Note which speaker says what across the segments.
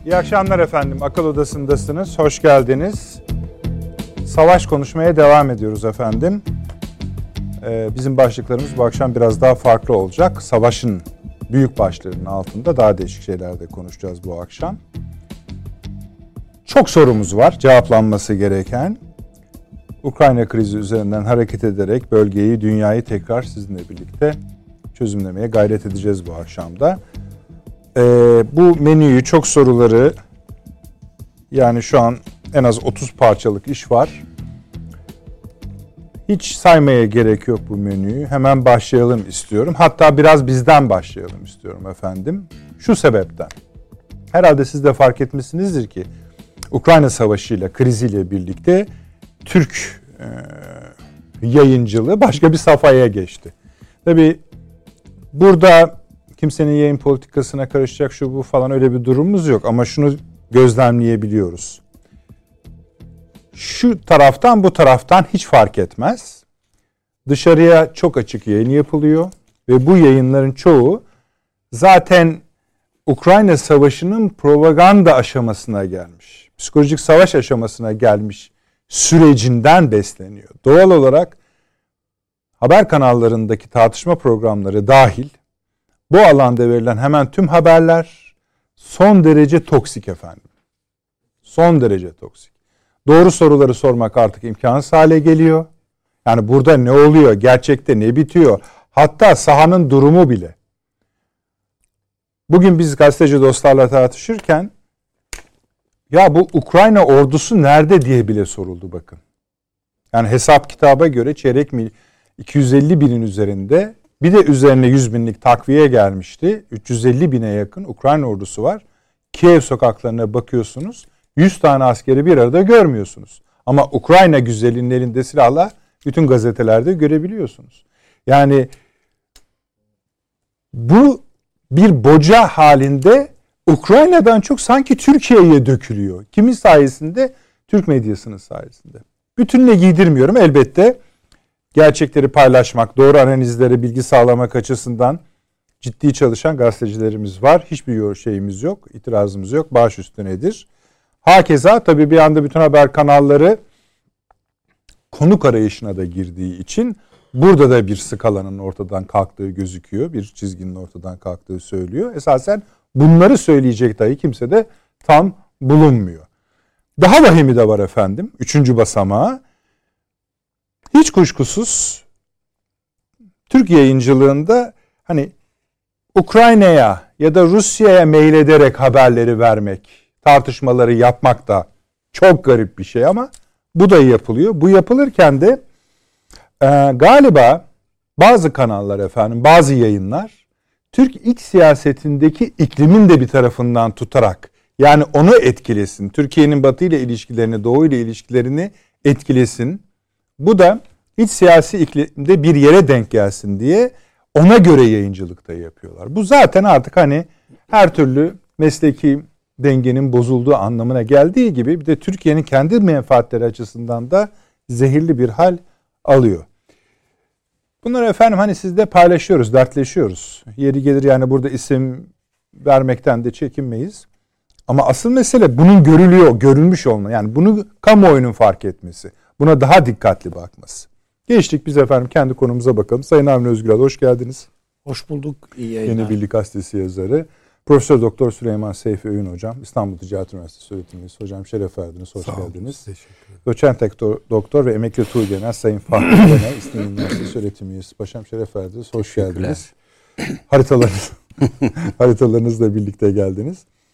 Speaker 1: İyi akşamlar efendim. Akıl Odası'ndasınız. Hoş geldiniz. Savaş konuşmaya devam ediyoruz efendim. Bizim başlıklarımız bu akşam biraz daha farklı olacak. Savaşın büyük başlığının altında daha değişik şeyler de konuşacağız bu akşam. Çok sorumuz var cevaplanması gereken. Ukrayna krizi üzerinden hareket ederek bölgeyi, dünyayı tekrar sizinle birlikte çözümlemeye gayret edeceğiz bu akşamda. Bu menüyü, çok soruları, yani şu an en az 30 parçalık iş var. Hiç saymaya gerek yok bu menüyü. Hemen başlayalım istiyorum. Hatta biraz bizden başlayalım istiyorum efendim. Şu sebepten. Herhalde siz de fark etmişsinizdir ki Ukrayna Savaşı'yla, kriziyle birlikte Türk yayıncılığı başka bir safhaya geçti. Tabii burada kimsenin yayın politikasına karışacak şu bu falan öyle bir durumumuz yok. Ama şunu gözlemleyebiliyoruz. Şu taraftan bu taraftan hiç fark etmez. Dışarıya çok açık yayın yapılıyor. Ve bu yayınların çoğu zaten Ukrayna Savaşı'nın propaganda aşamasına gelmiş. Psikolojik savaş aşamasına gelmiş sürecinden besleniyor. Doğal olarak haber kanallarındaki tartışma programları dahil bu alanda verilen hemen tüm haberler son derece toksik efendim. Son derece toksik. Doğru soruları sormak artık imkansız hale geliyor. Yani burada ne oluyor, gerçekte ne bitiyor, hatta sahanın durumu bile. Bugün biz gazeteci dostlarla tartışırken ya bu Ukrayna ordusu nerede diye bile soruldu bakın. Yani hesap kitaba göre 250 binin üzerinde, bir de üzerine 100 binlik takviye gelmişti. 350 bine yakın Ukrayna ordusu var. Kiev sokaklarına bakıyorsunuz, 100 tane askeri bir arada görmüyorsunuz. Ama Ukrayna güzelinin elinde silahla bütün gazetelerde görebiliyorsunuz. Yani bu bir boca halinde Ukrayna'dan çok sanki Türkiye'ye dökülüyor. Kimin sayesinde? Türk medyasının sayesinde. Bütününe giydirmiyorum elbette. Gerçekleri paylaşmak, doğru analizlere bilgi sağlamak açısından ciddi çalışan gazetecilerimiz var. Hiçbir şeyimiz yok, itirazımız yok. Baş üstünedir. Hakeza tabii bir anda bütün haber kanalları konuk arayışına da girdiği için burada da bir skalanın ortadan kalktığı gözüküyor. Bir çizginin ortadan kalktığı söylüyor. Esasen bunları söyleyecek dahi kimse de tam bulunmuyor. Daha vahimi de var efendim. 3. basamağı. Hiç kuşkusuz Türk yayıncılığında hani Ukrayna'ya ya da Rusya'ya meylederek haberleri vermek, tartışmaları yapmak da çok garip bir şey ama bu da yapılıyor. Bu yapılırken de galiba bazı kanallar efendim, bazı yayınlar Türk iç siyasetindeki iklimin de bir tarafından tutarak, yani onu etkilesin. Türkiye'nin Batı ile ilişkilerini, Doğu ile ilişkilerini etkilesin. Bu da iç siyasi iklimde bir yere denk gelsin diye ona göre yayıncılıkta yapıyorlar. Bu zaten artık hani her türlü mesleki dengenin bozulduğu anlamına geldiği gibi bir de Türkiye'nin kendi menfaatleri açısından da zehirli bir hal alıyor. Bunları efendim hani sizle paylaşıyoruz, dertleşiyoruz. Yeri gelir yani burada isim vermekten de çekinmeyiz. Ama asıl mesele bunun görülmüş olma. Yani bunu kamuoyunun fark etmesi. Buna daha dikkatli bakması. Geçtik biz efendim kendi konumuza bakalım. Sayın Avni Özgürel hoş geldiniz.
Speaker 2: Hoş bulduk. İyi yayınlar.
Speaker 1: Yeni Birlik Gazetesi yazarı. Profesör Doktor Süleyman Seyfi Öğün hocam. İstanbul Ticaret Üniversitesi öğretim üyesi. Hocam şeref verdiniz. Hoş geldiniz. Teşekkür ederim. Doçent doktor ve emekli tuğgenel Sayın Fahri Öner. İstanbul Üniversitesi öğretim üyesi. Paşam şeref verdiniz. Hoş geldiniz. Haritalarınızla birlikte geldiniz.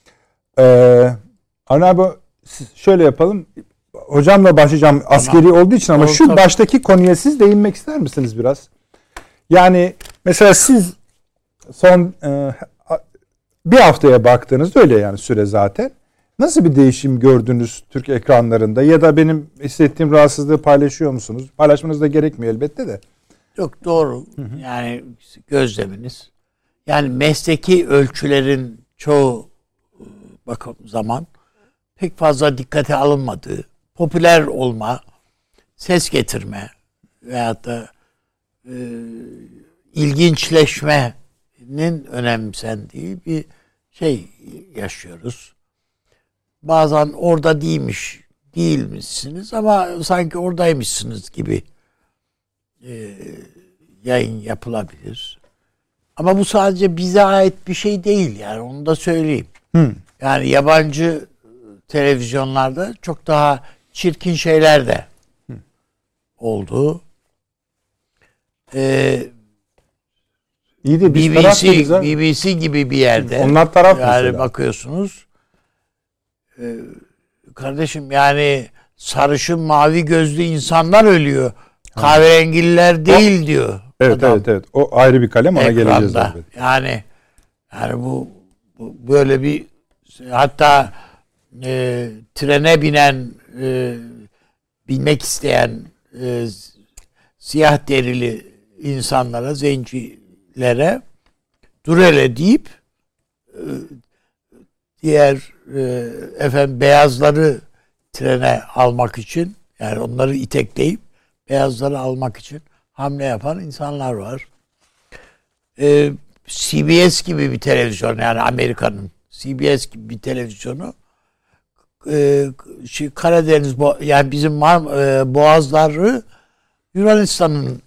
Speaker 1: Avni abi şöyle yapalım. Hocamla başlayacağım askeri olduğu için ama şu baştaki konuya siz değinmek ister misiniz biraz? Yani mesela siz son bir haftaya baktığınızda öyle yani süre zaten. Nasıl bir değişim gördünüz Türk ekranlarında ya da benim hissettiğim rahatsızlığı paylaşıyor musunuz? Paylaşmanız da gerekmiyor elbette de.
Speaker 2: Çok doğru. Yani gözleminiz. Yani mesleki ölçülerin çoğu zaman pek fazla dikkate alınmadığı, popüler olma, ses getirme veyahut da ilginçleşmenin önemsendiği bir şey yaşıyoruz. bazen orada değilmişsiniz ama sanki oradaymışsınız gibi yayın yapılabilir. Ama bu sadece bize ait bir şey değil yani, onu da söyleyeyim. Yani yabancı televizyonlarda çok daha çirkin şeyler de oldu.
Speaker 1: İyi de biz taraf değiliz ha.
Speaker 2: BBC gibi bir yerde.
Speaker 1: Onlar taraf
Speaker 2: yani
Speaker 1: mesela.
Speaker 2: Bakıyorsunuz. Kardeşim yani sarışın mavi gözlü insanlar ölüyor. Kahverengililer değil diyor.
Speaker 1: Evet
Speaker 2: adam.
Speaker 1: evet. O ayrı bir kalem, ona
Speaker 2: Ekranda.
Speaker 1: geleceğiz elbette.
Speaker 2: Yani bu böyle bir, hatta trene binmek isteyen siyah derili insanlara, zencilere dur hele deyip diğer beyazları trene almak için, yani onları itekleyip beyazları almak için hamle yapan insanlar var. CBS gibi bir televizyon, yani Amerika'nın CBS gibi bir televizyonu Karadeniz, yani bizim boğazları Yunanistan'ın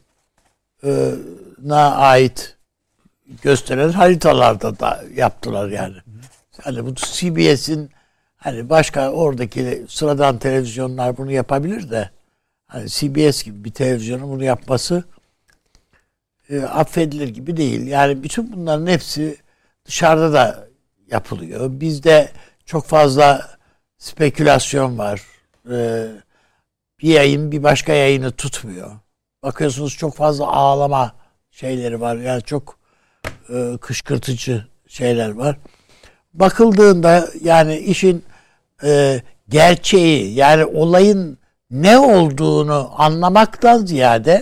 Speaker 2: ait gösteren haritalarda da yaptılar yani. Hani bu CBS'in, hani başka oradaki sıradan televizyonlar bunu yapabilir de hani CBS gibi bir televizyonun bunu yapması affedilir gibi değil. Yani bütün bunların hepsi dışarıda da yapılıyor. Bizde çok fazla spekülasyon var. Bir yayın bir başka yayını tutmuyor. Bakıyorsunuz çok fazla ağlama şeyleri var. Yani çok kışkırtıcı şeyler var. Bakıldığında yani işin gerçeği, yani olayın ne olduğunu anlamaktan ziyade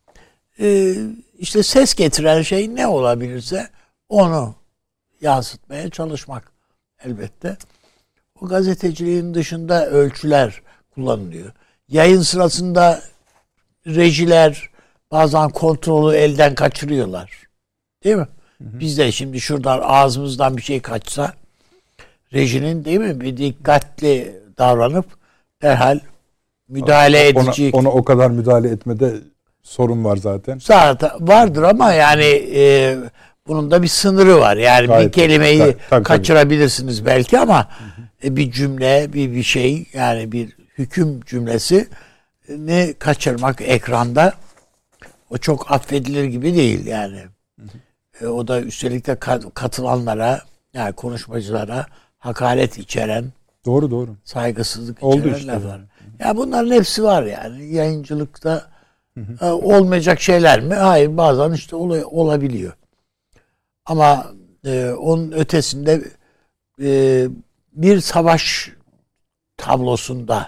Speaker 2: işte ses getiren şey ne olabilirse onu yansıtmaya çalışmak elbette. O gazeteciliğin dışında ölçüler kullanılıyor. Yayın sırasında rejiler bazen kontrolü elden kaçırıyorlar. Değil mi? Biz de şimdi şuradan ağzımızdan bir şey kaçsa rejinin, değil mi, bir dikkatli davranıp derhal müdahale edecek.
Speaker 1: Ona o kadar müdahale etmede sorun var zaten.
Speaker 2: Zaten vardır ama yani bunun da bir sınırı var. Yani gayet, bir kelimeyi kaçırabilirsiniz belki ama bir cümle, bir şey, yani bir hüküm cümlesi ne kaçırmak ekranda, o çok affedilir gibi değil yani. O da üstelik de katılanlara, yani konuşmacılara hakaret içeren,
Speaker 1: doğru
Speaker 2: saygısızlık
Speaker 1: oldu
Speaker 2: içeren
Speaker 1: işte
Speaker 2: laflar. Ya bunların hepsi var yani yayıncılıkta. Olmayacak şeyler mi? Hayır, bazen işte olabiliyor. Ama onun ötesinde bir savaş tablosunda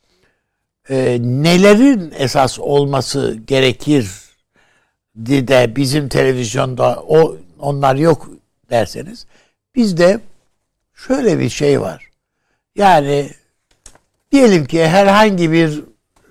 Speaker 2: nelerin esas olması gerekir de bizim televizyonda onlar yok derseniz, bizde şöyle bir şey var. Yani diyelim ki herhangi bir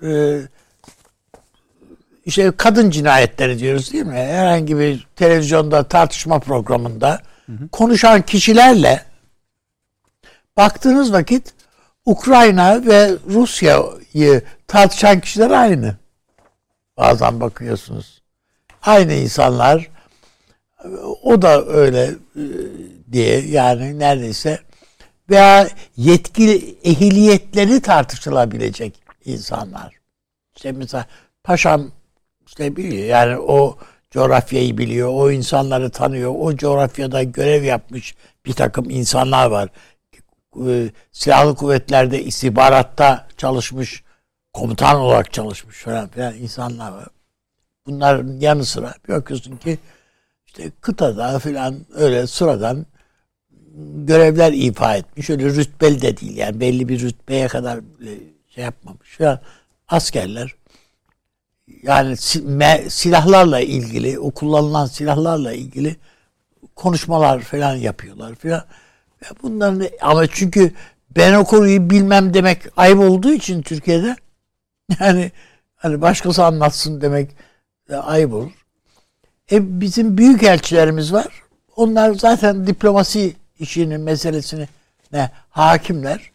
Speaker 2: işte kadın cinayetleri diyoruz değil mi? Herhangi bir televizyonda tartışma programında konuşan kişilerle baktığınız vakit Ukrayna ve Rusya'yı tartışan kişiler aynı. Bazen bakıyorsunuz. Aynı insanlar. O da öyle diye yani neredeyse, veya yetkili ehliyetleri tartışılabilecek insanlar. İşte mesela paşam işte biliyor, yani o coğrafyayı biliyor, o insanları tanıyor, o coğrafyada görev yapmış bir takım insanlar var. Silahlı kuvvetlerde istihbaratta çalışmış, komutan olarak çalışmış falan filan insanlar var. Bunların yanı sıra bir bakıyorsun ki işte kıtada filan öyle sıradan görevler ifa etmiş. Öyle rütbeli de değil yani, belli bir rütbeye kadar şey yapmamış falan askerler. Yani silahlarla ilgili, o kullanılan silahlarla ilgili konuşmalar falan yapıyorlar falan. Bunların, ama çünkü ben o konuyu bilmem demek ayıp olduğu için Türkiye'de, yani hani başkası anlatsın demek ayıp olur. Bizim büyük elçilerimiz var. Onlar zaten diplomasi işinin meselesine hakimler.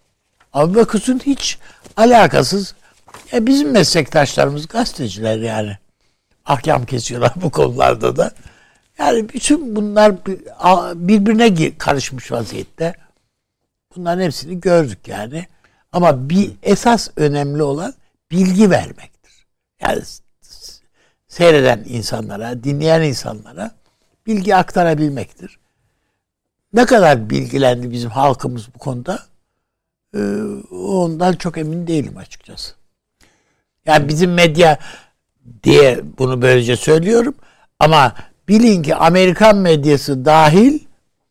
Speaker 2: Ama bakıyorsun hiç alakasız. Bizim meslektaşlarımız gazeteciler yani. Ahkam kesiyorlar bu konularda da. Yani bütün bunlar birbirine karışmış vaziyette. Bunların hepsini gördük yani. Ama bir esas önemli olan bilgi vermektir. Yani seyreden insanlara, dinleyen insanlara bilgi aktarabilmektir. Ne kadar bilgilendi bizim halkımız bu konuda? Ondan çok emin değilim açıkçası. Yani bizim medya diye bunu böylece söylüyorum. Ama bilin ki Amerikan medyası dahil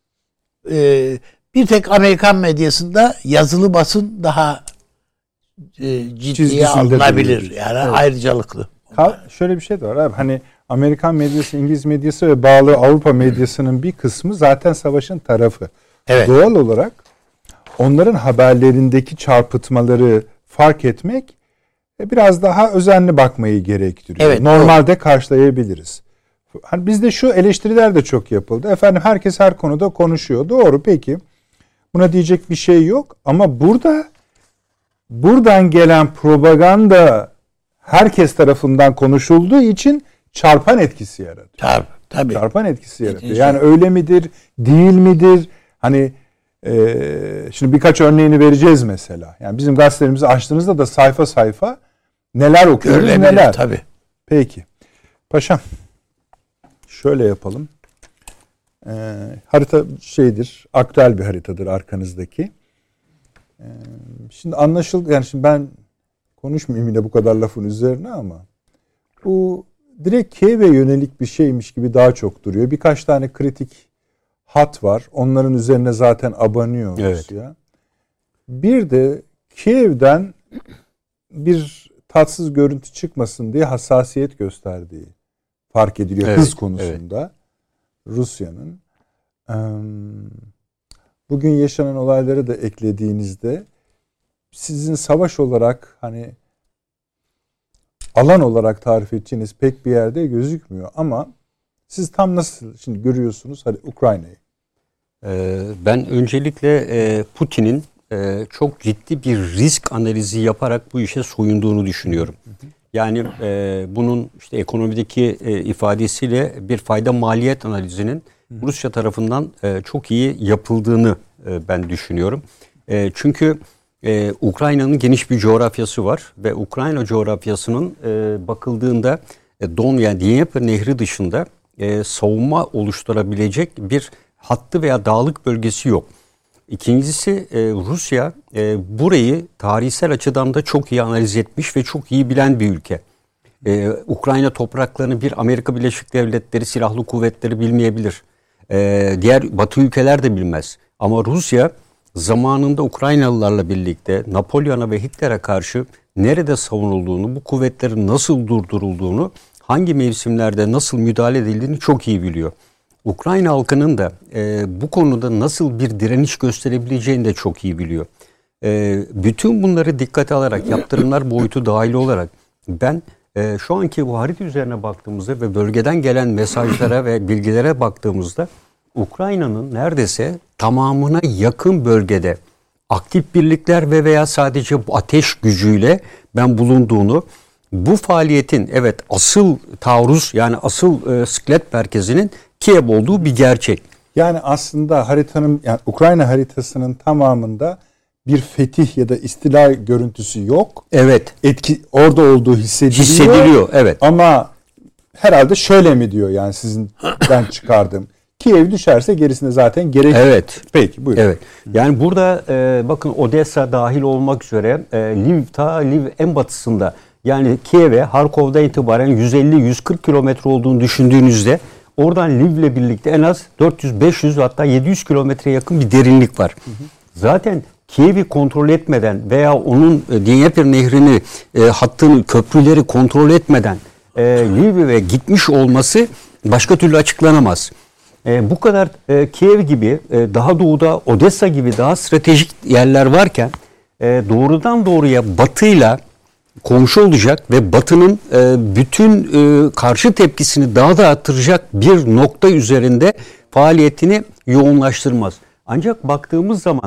Speaker 2: bir tek Amerikan medyasında yazılı basın daha ciddiye alınabilir. Yani evet. Ayrıcalıklı.
Speaker 1: Şöyle bir şey de var abi. Hani Amerikan medyası, İngiliz medyası ve bağlı Avrupa medyasının bir kısmı zaten savaşın tarafı. Evet. Doğal olarak onların haberlerindeki çarpıtmaları fark etmek biraz daha özenli bakmayı gerektiriyor. Evet, normalde doğru. Karşılayabiliriz. Hani bizde şu eleştiriler de çok yapıldı. Efendim herkes her konuda konuşuyor. Doğru, peki. Buna diyecek bir şey yok. Ama buradan gelen propaganda herkes tarafından konuşulduğu için çarpan etkisi yaratıyor.
Speaker 2: Tabii.
Speaker 1: Çarpan etkisi yaratıyor. Yani öyle midir, değil midir? Hani şimdi birkaç örneğini vereceğiz mesela. Yani bizim gazetelerimizi açtığınızda da sayfa sayfa neler okuyoruz, neler.
Speaker 2: Tabii.
Speaker 1: Peki. Paşam, şöyle yapalım. Harita aktüel bir haritadır arkanızdaki. Şimdi anlaşıldı. Yani şimdi ben konuşmayayım yine bu kadar lafın üzerine ama bu direkt Kiev'e yönelik bir şeymiş gibi daha çok duruyor. Birkaç tane kritik hat var. Onların üzerine zaten abanıyoruz evet. Ya. Bir de Kiev'den bir tatsız görüntü çıkmasın diye hassasiyet gösterdiği fark ediliyor evet, hız konusunda. Evet. Rusya'nın. Bugün yaşanan olayları da eklediğinizde sizin savaş olarak hani alan olarak tarif edeceğiniz pek bir yerde gözükmüyor ama siz tam nasıl şimdi görüyorsunuz Ukrayna'yı?
Speaker 3: Ben öncelikle Putin'in çok ciddi bir risk analizi yaparak bu işe soyunduğunu düşünüyorum. Yani bunun işte ekonomideki ifadesiyle bir fayda maliyet analizinin Rusya tarafından çok iyi yapıldığını ben düşünüyorum. Çünkü Ukrayna'nın geniş bir coğrafyası var ve Ukrayna coğrafyasının bakıldığında yani Dnieper Nehri dışında savunma oluşturabilecek bir hattı veya dağlık bölgesi yok. İkincisi Rusya burayı tarihsel açıdan da çok iyi analiz etmiş ve çok iyi bilen bir ülke. Ukrayna topraklarını bir Amerika Birleşik Devletleri silahlı kuvvetleri bilmeyebilir. Diğer Batı ülkeler de bilmez. Ama Rusya zamanında Ukraynalılarla birlikte Napolyon'a ve Hitler'e karşı nerede savunulduğunu, bu kuvvetlerin nasıl durdurulduğunu, hangi mevsimlerde nasıl müdahale edildiğini çok iyi biliyor. Ukrayna halkının da bu konuda nasıl bir direniş gösterebileceğini de çok iyi biliyor. Bütün bunları dikkate alarak, yaptırımlar boyutu dahil olarak ben şu anki bu harita üzerine baktığımızda ve bölgeden gelen mesajlara ve bilgilere baktığımızda Ukrayna'nın neredeyse tamamına yakın bölgede aktif birlikler ve veya sadece ateş gücüyle ben bulunduğunu, bu faaliyetin evet asıl taarruz yani asıl sıklet merkezinin Kiev olduğu bir gerçek.
Speaker 1: Yani aslında haritanın yani Ukrayna haritasının tamamında bir fetih ya da istila görüntüsü yok.
Speaker 3: Evet.
Speaker 1: Orada olduğu hissediliyor.
Speaker 3: Evet.
Speaker 1: Ama herhalde şöyle mi diyor yani sizden çıkardım. Kiev düşerse gerisine zaten gerek yok.
Speaker 3: Evet.
Speaker 1: Peki buyurun.
Speaker 3: Evet. Yani burada bakın Odessa dahil olmak üzere Lviv en batısında yani Kiev'e Harkov'da itibaren 150-140 kilometre olduğunu düşündüğünüzde oradan Lviv'le birlikte en az 400-500 hatta 700 kilometreye yakın bir derinlik var. Zaten Kiev'i kontrol etmeden veya onun Dnieper Nehri'ni hattını, köprüleri kontrol etmeden Lviv'e gitmiş olması başka türlü açıklanamaz. Bu kadar Kiev gibi daha doğuda Odessa gibi daha stratejik yerler varken doğrudan doğruya Batı'yla komşu olacak ve Batı'nın bütün karşı tepkisini daha da arttıracak bir nokta üzerinde faaliyetini yoğunlaştırmaz. Ancak baktığımız zaman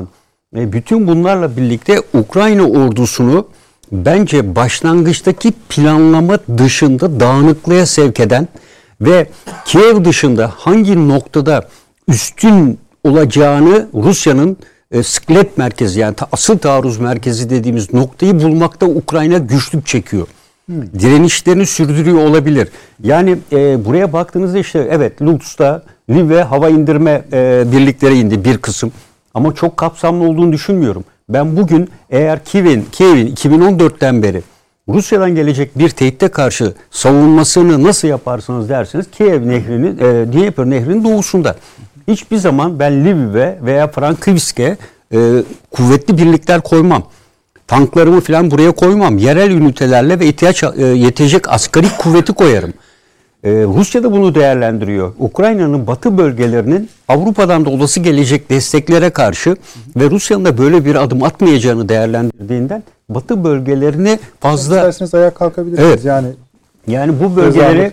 Speaker 3: bütün bunlarla birlikte Ukrayna ordusunu bence başlangıçtaki planlama dışında dağınıklığa sevk eden ve Kiev dışında hangi noktada üstün olacağını Rusya'nın sıklet merkezi, yani asıl taarruz merkezi dediğimiz noktayı bulmakta Ukrayna güçlük çekiyor. Direnişlerini sürdürüyor olabilir. Yani buraya baktığınızda işte evet, Lutz'ta Lviv'e hava indirme birlikleri indi bir kısım. Ama çok kapsamlı olduğunu düşünmüyorum. Ben bugün eğer Kiev'in 2014'ten beri Rusya'dan gelecek bir tehditte karşı savunmasını nasıl yaparsınız derseniz, Kiev Nehri'nin, Dnieper Nehri'nin doğusunda. Hiçbir zaman ben Lviv'e veya Frankivsk'e kuvvetli birlikler koymam. Tanklarımı falan buraya koymam. Yerel ünitelerle ve yetecek asgari kuvveti koyarım. Rusya da bunu değerlendiriyor. Ukrayna'nın batı bölgelerinin Avrupa'dan da olası gelecek desteklere karşı ve Rusya'nın da böyle bir adım atmayacağını değerlendirdiğinden batı bölgelerini fazla...
Speaker 1: İsterseniz ayağa kalkabilirsiniz.
Speaker 3: Evet. Yani bu bölgeleri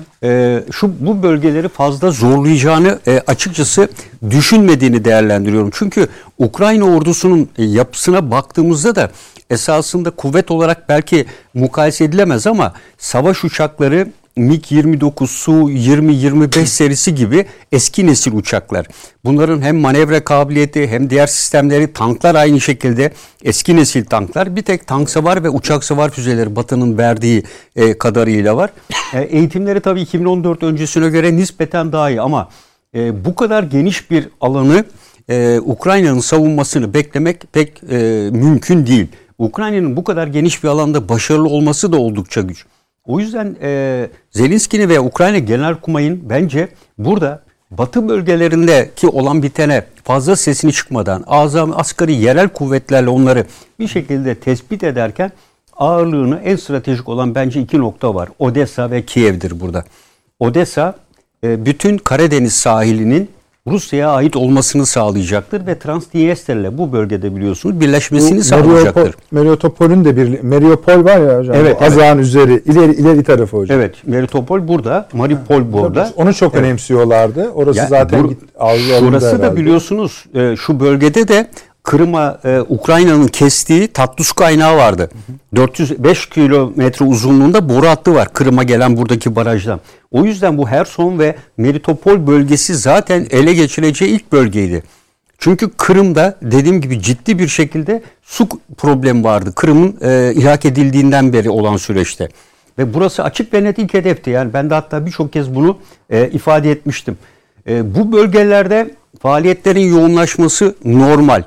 Speaker 3: bu bölgeleri fazla zorlayacağını açıkçası düşünmediğini değerlendiriyorum. Çünkü Ukrayna ordusunun yapısına baktığımızda da esasında kuvvet olarak belki mukayese edilemez ama savaş uçakları MiG-29, Su-20-25 serisi gibi eski nesil uçaklar. Bunların hem manevra kabiliyeti hem diğer sistemleri, tanklar aynı şekilde eski nesil tanklar. Bir tek tank savar ve uçak savar füzeleri Batı'nın verdiği kadarıyla var. Eğitimleri tabii 2014 öncesine göre nispeten daha iyi ama bu kadar geniş bir alanı Ukrayna'nın savunmasını beklemek pek mümkün değil. Ukrayna'nın bu kadar geniş bir alanda başarılı olması da oldukça güç. O yüzden Zelenski'nin ve Ukrayna Genelkurmay'ın bence burada batı bölgelerindeki olan bitene fazla sesini çıkmadan asgari yerel kuvvetlerle onları bir şekilde tespit ederken ağırlığını en stratejik olan bence iki nokta var. Odessa ve Kiev'dir burada. Odessa bütün Karadeniz sahilinin Rusya'ya ait olmasını sağlayacaktır ve Transnistria bu bölgede biliyorsunuz birleşmesini sağlayacaktır.
Speaker 1: Melitopol'ün de bir Mariupol var ya hocam. Evet, Azağın üzeri ileri tarafı hocam.
Speaker 3: Evet, Melitopol burada, Mariupol burada.
Speaker 1: Onu çok önemsiyorlardı. Orası
Speaker 3: yani
Speaker 1: zaten
Speaker 3: şurası da biliyorsunuz şu bölgede de Kırım'a Ukrayna'nın kestiği Tatlus kaynağı vardı. 405 kilometre uzunluğunda boru hattı var Kırım'a gelen buradaki barajdan. O yüzden bu Herson ve Melitopol bölgesi zaten ele geçireceği ilk bölgeydi. Çünkü Kırım'da dediğim gibi ciddi bir şekilde su problemi vardı. Kırım'ın ilhak edildiğinden beri olan süreçte. Ve burası açık ve net ilk hedefti. Yani ben de hatta birçok kez bunu ifade etmiştim. Bu bölgelerde faaliyetlerin yoğunlaşması normal.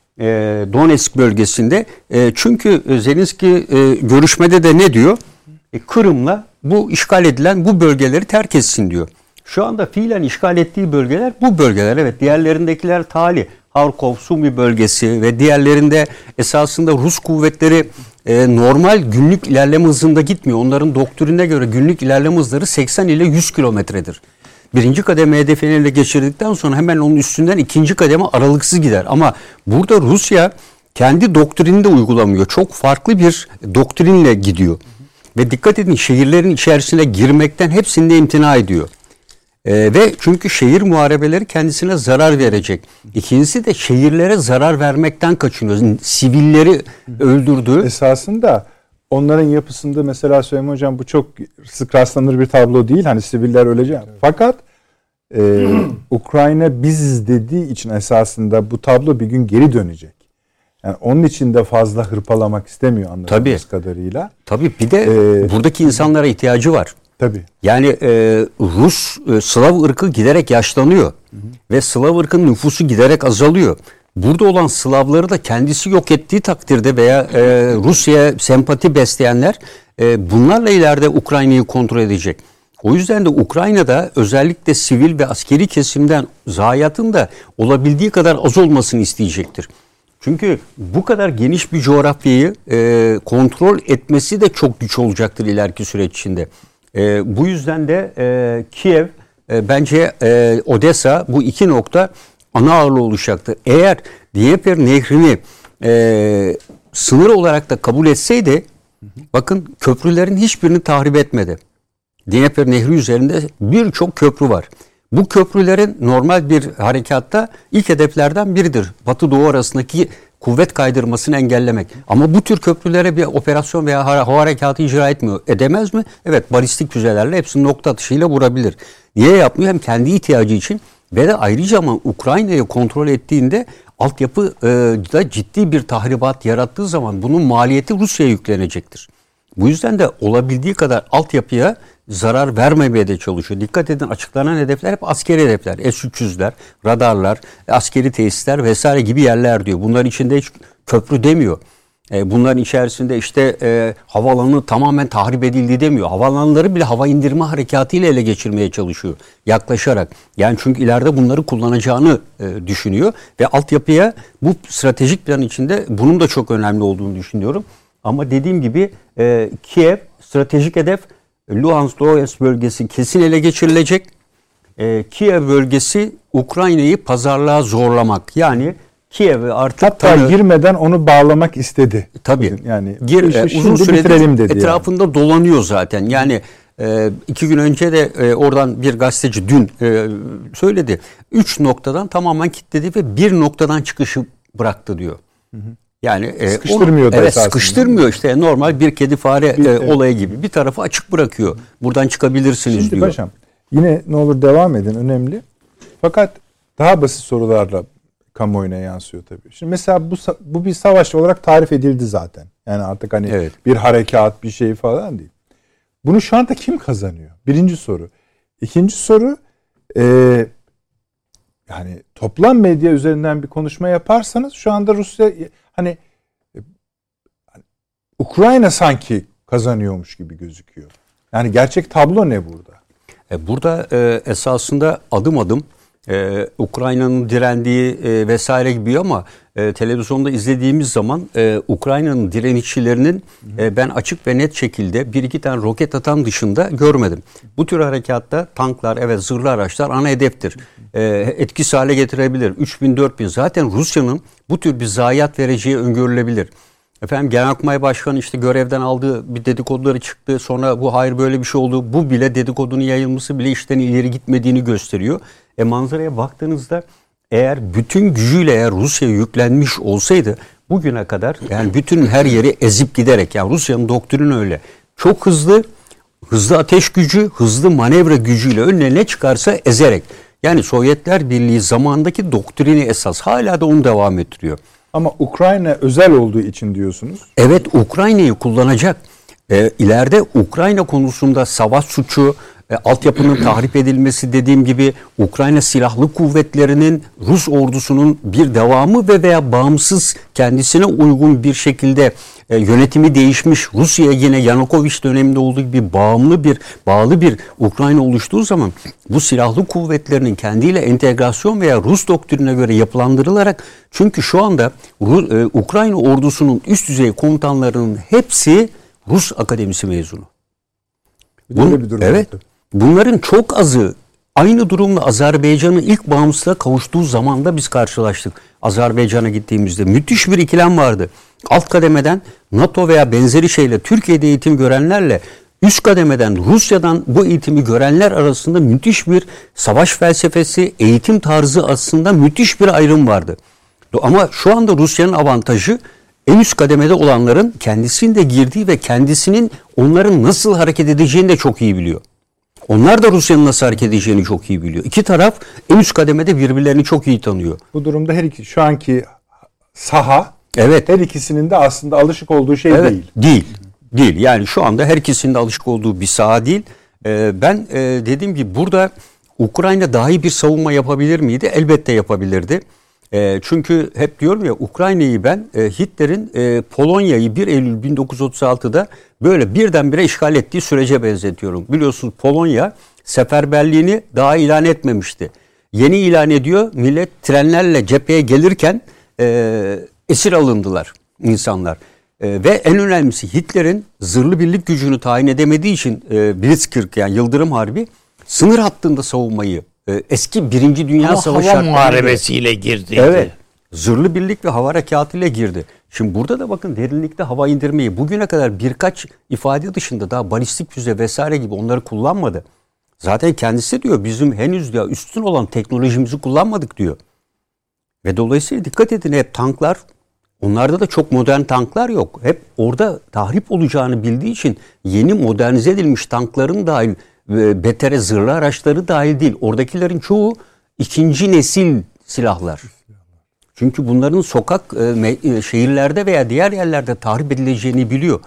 Speaker 3: Donetsk bölgesinde. Çünkü Zelenski görüşmede de ne diyor? Kırım'la bu işgal edilen bu bölgeleri terk etsin diyor. Şu anda fiilen işgal ettiği bölgeler bu bölgeler. Evet, diğerlerindekiler tali. Harkov, Sumi bölgesi ve diğerlerinde esasında Rus kuvvetleri normal günlük ilerleme hızında gitmiyor. Onların doktrinine göre günlük ilerleme hızları 80 ile 100 kilometredir. Birinci kademe hedefini ele geçirdikten sonra hemen onun üstünden ikinci kademe aralıksız gider. Ama burada Rusya kendi doktrinini de uygulamıyor. Çok farklı bir doktrinle gidiyor. Ve dikkat edin, şehirlerin içerisine girmekten hepsinde imtina ediyor. Ve çünkü şehir muharebeleri kendisine zarar verecek. İkincisi de şehirlere zarar vermekten kaçınıyor. Sivilleri öldürdüğü.
Speaker 1: Esasında onların yapısında mesela Süleyman Hocam bu çok sık rastlanır bir tablo değil. Hani siviller ölecek. Evet. Fakat Ukrayna biziz dediği için esasında bu tablo bir gün geri dönecek. Yani onun için de fazla hırpalamak istemiyor anladığımız kadarıyla.
Speaker 3: Tabii bir de buradaki insanlara ihtiyacı var.
Speaker 1: Tabii.
Speaker 3: Yani Rus, Slav ırkı giderek yaşlanıyor. Ve Slav ırkının nüfusu giderek azalıyor. Burada olan Slavları da kendisi yok ettiği takdirde veya Rusya'ya sempati besleyenler bunlarla ileride Ukrayna'yı kontrol edecek. O yüzden de Ukrayna'da özellikle sivil ve askeri kesimden zayiatın da olabildiği kadar az olmasını isteyecektir. Çünkü bu kadar geniş bir coğrafyayı kontrol etmesi de çok güç olacaktır ileriki süreç içinde. Bu yüzden de Kiev, bence Odessa, bu iki nokta ana ağırlığı oluşacaktır. Eğer Dnieper Nehri'ni sınır olarak da kabul etseydi, bakın köprülerin hiçbirini tahrip etmedi. Dnieper Nehri üzerinde birçok köprü var. Bu köprülerin normal bir harekatta ilk hedeflerden biridir. Batı Doğu arasındaki kuvvet kaydırmasını engellemek. Ama bu tür köprülere bir operasyon veya hava harekatı icra etmiyor. Edemez mi? Evet, balistik füzelerle hepsini nokta atışıyla vurabilir. Niye yapmıyor? Hem kendi ihtiyacı için ve de ayrıca ama Ukrayna'yı kontrol ettiğinde altyapıda ciddi bir tahribat yarattığı zaman bunun maliyeti Rusya'ya yüklenecektir. Bu yüzden de olabildiği kadar altyapıya zarar vermemeye de çalışıyor. Dikkat edin, açıklanan hedefler hep askeri hedefler. S-300'ler, radarlar, askeri tesisler vesaire gibi yerler diyor. Bunların içinde hiç köprü demiyor. Bunların içerisinde işte havaalanı tamamen tahrip edildi demiyor. Havaalanları bile hava indirme harekatıyla ele geçirmeye çalışıyor. Yaklaşarak. Yani çünkü ileride bunları kullanacağını düşünüyor. Ve altyapıya bu stratejik plan içinde bunun da çok önemli olduğunu düşünüyorum. Ama dediğim gibi Kiev stratejik hedef, Luhansk Donetsk bölgesi kesin ele geçirilecek. Kiev bölgesi Ukrayna'yı pazarlığa zorlamak. Yani Kiev'e artık
Speaker 1: hatta girmeden onu bağlamak istedi.
Speaker 3: Tabii.
Speaker 1: Yani
Speaker 3: uzun süredir
Speaker 1: dedi
Speaker 3: etrafında
Speaker 1: yani.
Speaker 3: Dolanıyor zaten. Yani 2 gün önce de oradan bir gazeteci dün söyledi. 3 noktadan tamamen kilitledi ve bir noktadan çıkışı bıraktı diyor. Yani
Speaker 1: sıkıştırmıyor da esasında.
Speaker 3: Sıkıştırmıyor işte, normal bir kedi fare olayı gibi. Bir tarafı açık bırakıyor. Buradan çıkabilirsiniz
Speaker 1: şimdi
Speaker 3: diyor.
Speaker 1: Şimdi paşam yine ne olur devam edin, önemli. Fakat daha basit sorularla kamuoyuna yansıyor tabii. Şimdi mesela bu bir savaş olarak tarif edildi zaten. Yani artık hani bir harekat, bir şey falan değil. Bunu şu anda kim kazanıyor? Birinci soru. İkinci soru, yani toplam medya üzerinden bir konuşma yaparsanız şu anda Rusya hani Ukrayna sanki kazanıyormuş gibi gözüküyor. Yani gerçek tablo ne burada?
Speaker 3: Burada esasında adım adım Ukrayna'nın direndiği vesaire gibi, ama televizyonda izlediğimiz zaman Ukrayna'nın direnişçilerinin ben açık ve net şekilde bir iki tane roket atan dışında görmedim. Bu tür harekatta tanklar, evet, zırhlı araçlar ana hedeftir. Etkisiz hale getirebilir. 3000-4000 zaten Rusya'nın bu tür bir zayiat vereceği öngörülebilir. Efendim, Genelkurmay Başkanı işte görevden aldığı bir dedikoduları çıktı. Sonra bu hayır böyle bir şey oldu. Bu bile, dedikodunun yayılması bile işten ileri gitmediğini gösteriyor. Manzaraya baktığınızda eğer bütün gücüyle eğer Rusya'ya yüklenmiş olsaydı bugüne kadar yani bütün her yeri ezip giderek, yani Rusya'nın doktrini öyle. Çok hızlı ateş gücü, hızlı manevra gücüyle önüne ne çıkarsa ezerek. Yani Sovyetler Birliği zamanındaki doktrini esas hala da onu devam ettiriyor.
Speaker 1: Ama Ukrayna özel olduğu için diyorsunuz.
Speaker 3: Evet, Ukrayna'yı kullanacak. İleride Ukrayna konusunda savaş suçu, altyapının tahrip edilmesi, dediğim gibi Ukrayna Silahlı Kuvvetleri'nin Rus ordusunun bir devamı ve veya bağımsız, kendisine uygun bir şekilde yönetimi değişmiş, Rusya'ya yine Yanukovych döneminde olduğu gibi bağlı bir Ukrayna oluştuğu zaman bu silahlı kuvvetlerinin kendiyle entegrasyon veya Rus doktrinine göre yapılandırılarak, çünkü şu anda Ukrayna ordusunun üst düzey komutanlarının hepsi Rus akademisi mezunu. Evet. Bunların çok azı aynı durumla Azerbaycan'ın ilk bağımsızlığa kavuştuğu zaman da biz karşılaştık. Azerbaycan'a gittiğimizde müthiş bir ikilem vardı. Alt kademeden NATO veya benzeri şeyle Türkiye'de eğitim görenlerle üst kademeden Rusya'dan bu eğitimi görenler arasında müthiş bir savaş felsefesi, eğitim tarzı aslında müthiş bir ayrım vardı. Ama şu anda Rusya'nın avantajı, en üst kademede olanların kendisinin de girdiği ve kendisinin onların nasıl hareket edeceğini de çok iyi biliyor. Onlar da Rusya'nın nasıl hareket edeceğini çok iyi biliyor. İki taraf en üst kademede birbirlerini çok iyi tanıyor.
Speaker 1: Bu durumda her iki, şu anki saha,
Speaker 3: evet,
Speaker 1: her ikisinin de aslında alışık olduğu şey
Speaker 3: değil. Değil. Yani şu anda her ikisinin de alışık olduğu bir saha değil. Ben dediğim gibi burada Ukrayna daha iyi bir savunma yapabilir miydi? Elbette yapabilirdi. Çünkü hep diyorum ya, Ukrayna'yı ben Hitler'in Polonya'yı 1 Eylül 1936'da böyle birdenbire işgal ettiği sürece benzetiyorum. Biliyorsunuz Polonya seferberliğini daha ilan etmemişti. Yeni ilan ediyor. Millet trenlerle cepheye gelirken esir alındılar insanlar. Ve en önemlisi, Hitler'in zırhlı birlik gücünü tayin edemediği için Blitzkrieg, yani Yıldırım Harbi, sınır hattında savunmayı, eski 1. Dünya Savaşı
Speaker 2: hava muharebesiyle girdi.
Speaker 3: Evet. Zırhlı birlik ve hava harekatıyla girdi. Şimdi burada da bakın, derinlikte hava indirmeyi bugüne kadar birkaç ifade dışında daha balistik füze vesaire gibi onları kullanmadı. Zaten kendisi diyor, bizim henüz diyor üstün olan teknolojimizi kullanmadık diyor. Ve dolayısıyla dikkat edin, hep tanklar Onlarda da çok modern tanklar yok. Hep orada tahrip olacağını bildiği için yeni modernize edilmiş tankların dahil, betere zırhlı araçları dahil değil. Oradakilerin çoğu ikinci nesil silahlar. Çünkü bunların sokak, şehirlerde veya diğer yerlerde tahrip edileceğini biliyor.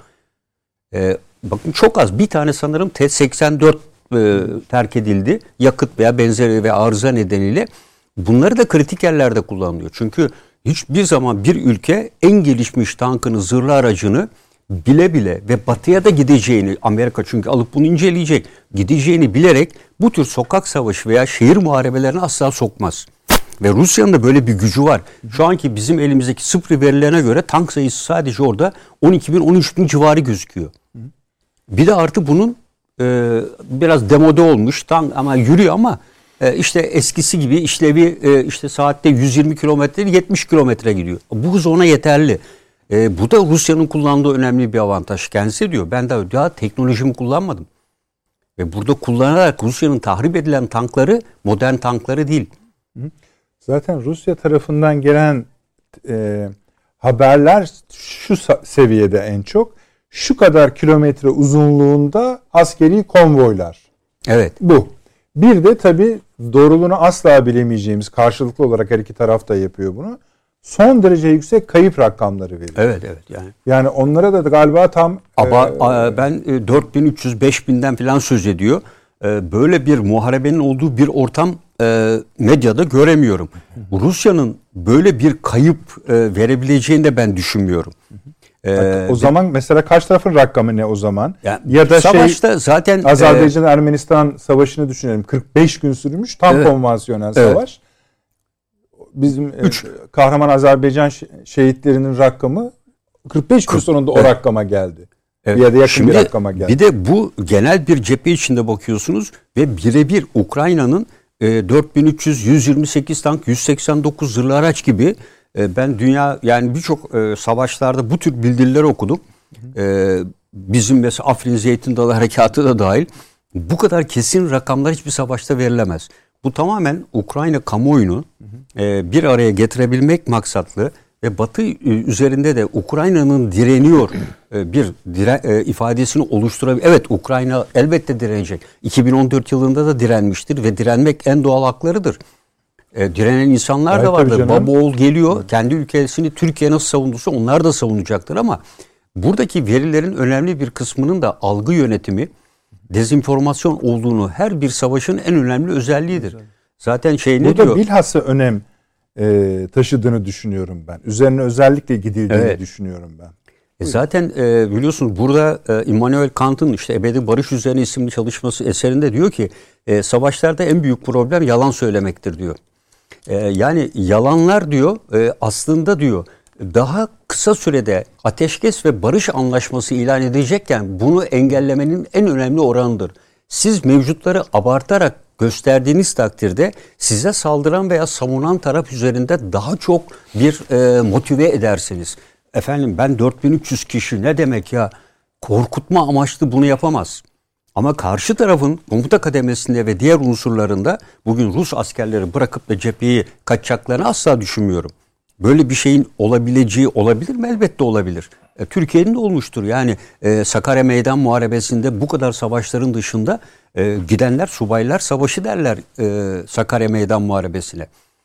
Speaker 3: Bakın çok az. Bir tane sanırım T-84 terk edildi. Yakıt veya benzeri ve arıza nedeniyle. Bunları da kritik yerlerde kullanılıyor. Çünkü hiçbir zaman bir ülke en gelişmiş tankını, zırhlı aracını bile bile ve batıya da gideceğini, Amerika çünkü alıp bunu inceleyecek, gideceğini bilerek bu tür sokak savaşı veya şehir muharebelerine asla sokmaz. Ve Rusya'nın da böyle bir gücü var. Şu anki bizim elimizdeki sıfır verilerine göre tank sayısı sadece orada 12 bin 13 bin civarı gözüküyor. Bir de artı bunun biraz demode olmuş tank ama yürüyor ama işte eskisi gibi işlevi işte saatte 120 kilometre 70 kilometre gidiyor. Bu hız ona yeterli. Bu da Rusya'nın kullandığı önemli bir avantaj. Kendisi diyor ben daha teknolojimi kullanmadım. Ve burada kullanarak Rusya'nın tahrip edilen tankları modern tankları değil.
Speaker 1: Zaten Rusya tarafından gelen haberler şu seviyede en çok. Şu kadar kilometre uzunluğunda askeri konvoylar.
Speaker 3: Evet.
Speaker 1: Bu. Bir de tabii doğruluğunu asla bilemeyeceğimiz, karşılıklı olarak her iki taraf da yapıyor bunu. Son derece yüksek kayıp rakamları veriyor.
Speaker 3: Evet yani.
Speaker 1: Yani onlara da galiba tam
Speaker 3: ben 4300-5000'den falan söz ediyor. Böyle bir muharebenin olduğu bir ortam medyada göremiyorum. Rusya'nın böyle bir kayıp verebileceğini de ben düşünmüyorum.
Speaker 1: O zaman mesela karşı tarafın rakamı ne o zaman?
Speaker 3: Yani
Speaker 1: ya da
Speaker 3: savaşta zaten
Speaker 1: Azerbaycan-Ermenistan savaşını düşünelim. 45 gün sürmüş tam konvansiyonel savaş. Bizim kahraman Azerbaycan şehitlerinin rakamı 45 gün sonunda o rakama geldi.
Speaker 3: Evet.
Speaker 1: Ya da yakın bir rakama geldi.
Speaker 3: Bir de bu genel bir cephe içinde bakıyorsunuz ve birebir Ukrayna'nın 4300-128 tank, 189 zırhlı araç gibi ben dünya yani birçok savaşlarda bu tür bildirileri okudum. Bizim mesela Afrin Zeytin Dalı Harekatı da dahil bu kadar kesin rakamlar hiçbir savaşta verilemez. Bu tamamen Ukrayna kamuoyunu bir araya getirebilmek maksatlı ve Batı üzerinde de Ukrayna'nın direniyor ifadesini oluşturabilir. Evet Ukrayna elbette direnecek. 2014 yılında da direnmiştir ve direnmek en doğal haklarıdır. Direnen insanlar da vardır. Baba oğul geliyor. Kendi ülkesini Türkiye nasıl savunduysa onlar da savunacaktır ama buradaki verilerin önemli bir kısmının da algı yönetimi, dezenformasyon olduğunu her bir savaşın en önemli özelliğidir. Zaten ne
Speaker 1: burada
Speaker 3: diyor?
Speaker 1: Burada bilhassa önem taşıdığını düşünüyorum ben. Üzerine özellikle gidildiğini düşünüyorum ben.
Speaker 3: Zaten biliyorsunuz burada Immanuel Kant'ın işte Ebedi Barış Üzerine isimli çalışması eserinde diyor ki savaşlarda en büyük problem yalan söylemektir diyor. Yani yalanlar diyor aslında diyor daha kısa sürede ateşkes ve barış anlaşması ilan edecekken bunu engellemenin en önemli oranıdır. Siz mevcutları abartarak gösterdiğiniz takdirde size saldıran veya savunan taraf üzerinde daha çok bir motive edersiniz. Efendim ben 4300 kişi ne demek ya? Korkutma amaçlı bunu yapamaz. Ama karşı tarafın komuta kademesinde ve diğer unsurlarında bugün Rus askerleri bırakıp da cepheyi kaçacaklarını asla düşünmüyorum. Böyle bir şeyin olabileceği olabilir mi? Elbette olabilir. Türkiye'nin de olmuştur. Yani Sakarya Meydan Muharebesi'nde bu kadar savaşların dışında gidenler, subaylar savaşı derler Sakarya Meydan Muharebesi'ne.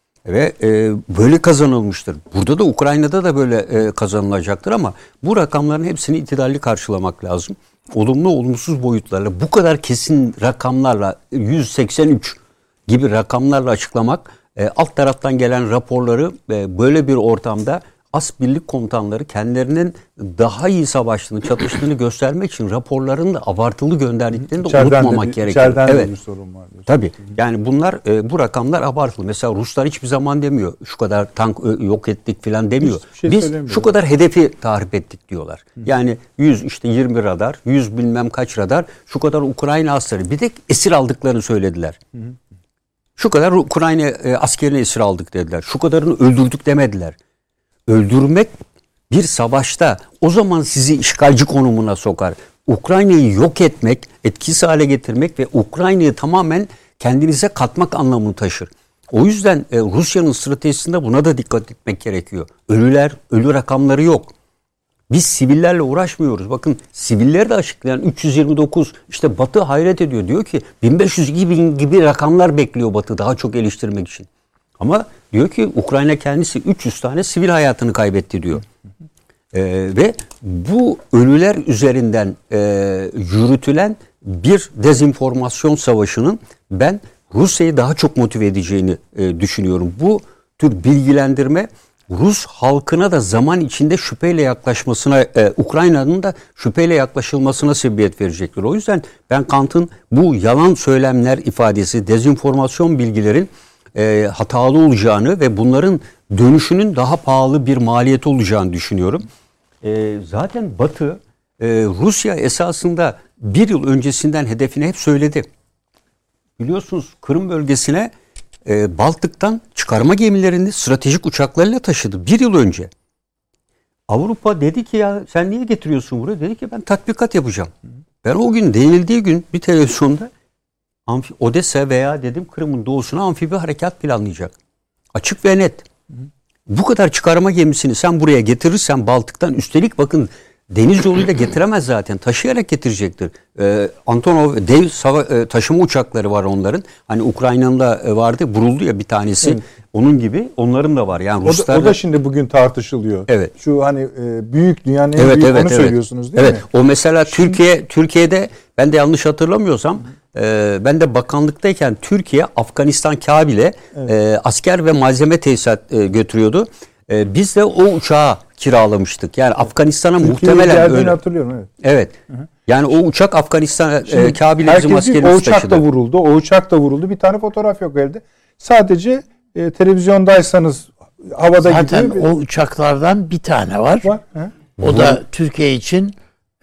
Speaker 3: Ve böyle kazanılmıştır. Burada da Ukrayna'da da böyle kazanılacaktır ama bu rakamların hepsini itidalli karşılamak lazım. Olumlu olumsuz boyutlarla bu kadar kesin rakamlarla 183 gibi rakamlarla açıklamak alt taraftan gelen raporları böyle bir ortamda as birlik komutanları kendilerinin daha iyi savaştığını, çatıştığını göstermek için raporların da abartılı gönderdiklerini de unutmamak gerekiyor.
Speaker 1: İçeriden evet. Bir sorun var.
Speaker 3: Tabii. Yani bunlar bu rakamlar abartılı. Mesela Ruslar hiçbir zaman demiyor şu kadar tank yok ettik falan demiyor. Biz şu kadar hedefi tahrip ettik diyorlar. Yani 20 radar, 100 bilmem kaç radar, şu kadar Ukrayna askerleri. Bir de esir aldıklarını söylediler. Şu kadar Ukrayna askerini esir aldık dediler. Şu kadarını öldürdük demediler. Öldürmek bir savaşta o zaman sizi işgalci konumuna sokar. Ukrayna'yı yok etmek, etkisiz hale getirmek ve Ukrayna'yı tamamen kendinize katmak anlamını taşır. O yüzden Rusya'nın stratejisinde buna da dikkat etmek gerekiyor. Ölü rakamları yok. Biz sivillerle uğraşmıyoruz. Bakın sivilleri de açıklayan 329 işte Batı hayret ediyor. Diyor ki 1500-2000 gibi rakamlar bekliyor Batı daha çok geliştirmek için. Ama diyor ki Ukrayna kendisi 300 tane sivil hayatını kaybetti diyor. Ve bu ölüler üzerinden yürütülen bir dezenformasyon savaşının ben Rusya'yı daha çok motive edeceğini düşünüyorum. Bu tür bilgilendirme Rus halkına da zaman içinde şüpheyle yaklaşmasına, Ukrayna'nın da şüpheyle yaklaşılmasına sebebiyet verecektir. O yüzden ben Kant'ın bu yalan söylemler ifadesi, dezenformasyon bilgilerin hatalı olacağını ve bunların dönüşünün daha pahalı bir maliyeti olacağını düşünüyorum. Zaten Batı, Rusya esasında bir yıl öncesinden hedefini hep söyledi. Biliyorsunuz Kırım bölgesine Baltık'tan çıkarma gemilerini stratejik uçaklarıyla taşıdı. Bir yıl önce. Avrupa dedi ki ya sen niye getiriyorsun buraya? Dedi ki ben tatbikat yapacağım. Ben o gün denildiği gün bir televizyonda Odessa veya dedim Kırım'ın doğusuna amfibi harekat planlayacak. Açık ve net. Bu kadar çıkarma gemisini sen buraya getirirsen Baltık'tan üstelik bakın deniz yoluyla getiremez zaten. Taşıyarak getirecektir. Antonov dev taşıma uçakları var onların. Hani Ukrayna'nın da vardı. Vuruldu ya bir tanesi. Evet. Onun gibi onların da var. Yani
Speaker 1: Ruslar o da şimdi bugün tartışılıyor.
Speaker 3: Evet.
Speaker 1: Şu hani büyük dünyanın en büyük onu söylüyorsunuz değil mi?
Speaker 3: Evet. O mesela şimdi... Türkiye'de ben de yanlış hatırlamıyorsam ben de bakanlıktayken Türkiye Afganistan Kabil'e asker ve malzeme tesisat götürüyordu. Biz de o uçağı kiralamıştık. Yani Afganistan'a muhtemelen öyle.
Speaker 1: Hatırlıyorum evet.
Speaker 3: Evet.
Speaker 1: Hı-hı.
Speaker 3: Yani o uçak Afganistan Kabil'e bizim askerimiz
Speaker 1: taşıdı. O uçak da vuruldu. O uçak da vuruldu. Bir tane fotoğraf yok elde. Sadece televizyondaysanız havada
Speaker 2: zaten
Speaker 1: gidiyor.
Speaker 2: Zaten o uçaklardan bir tane var. O da Türkiye için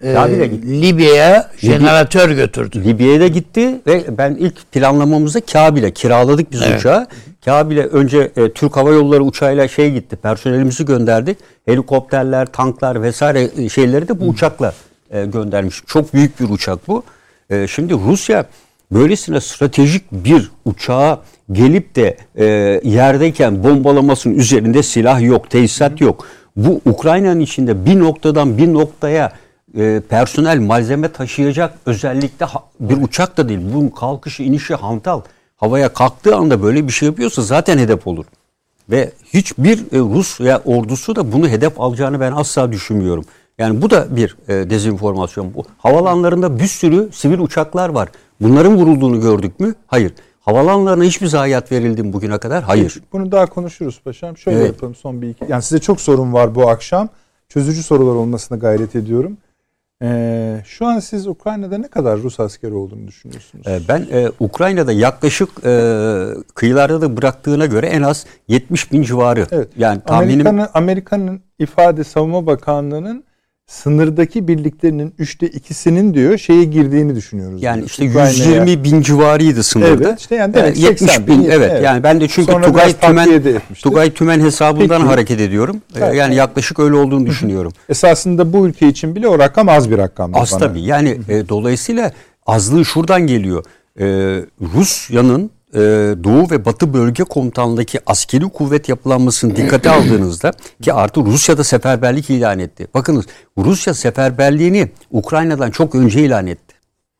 Speaker 2: Libya'ya jeneratör götürdü.
Speaker 3: Libya'ya da gitti ve ben ilk planlamamızda Kabil'e kiraladık biz uçağı. Kabil'e önce Türk Hava Yolları uçağıyla gitti. Personelimizi gönderdik. Helikopterler, tanklar vesaire şeyleri de bu uçakla göndermiş. Çok büyük bir uçak bu. Şimdi Rusya böylesine stratejik bir uçağa gelip de yerdeyken bombalamasının üzerinde silah yok, tesisat yok. Bu Ukrayna'nın içinde bir noktadan bir noktaya personel, malzeme taşıyacak özellikle bir uçak da değil. Bunun kalkışı, inişi hantal. Havaya kalktığı anda böyle bir şey yapıyorsa zaten hedef olur. Ve hiçbir Rusya ordusu da bunu hedef alacağını ben asla düşünmüyorum. Yani bu da bir dezenformasyon. Bu havalanlarında bir sürü sivil uçaklar var. Bunların vurulduğunu gördük mü? Hayır. Havalanlarına hiçbir zayiat verildi mi bugüne kadar? Hayır.
Speaker 1: Bunu daha konuşuruz paşam. Şöyle yapalım son bir iki. Yani size çok sorun var bu akşam. Çözücü sorular olmasına gayret ediyorum. Şu an siz Ukrayna'da ne kadar Rus askeri olduğunu düşünüyorsunuz?
Speaker 3: Ben Ukrayna'da yaklaşık kıyılarda da bıraktığına göre en az 70.000 civarı.
Speaker 1: Evet.
Speaker 3: Yani tahminim
Speaker 1: Amerika'nın Savunma Bakanlığı'nın sınırdaki birliklerinin 2/3'ünün diyor girdiğini düşünüyoruz.
Speaker 3: Yani işte 120.000 civarıydı sınırda.
Speaker 1: Evet, işte yani
Speaker 3: 70.000 evet. Yani ben de çünkü Tugay Tümen hesabından hareket ediyorum. Evet. Yani yaklaşık öyle olduğunu düşünüyorum.
Speaker 1: Esasında bu ülke için bile o rakam az bir rakam.
Speaker 3: Az tabii. Yani dolayısıyla azlığı şuradan geliyor. Rusya'nın Doğu ve Batı bölge komutanlığındaki askeri kuvvet yapılanmasını dikkate aldığınızda ki artık Rusya'da seferberlik ilan etti. Bakınız Rusya seferberliğini Ukrayna'dan çok önce ilan etti.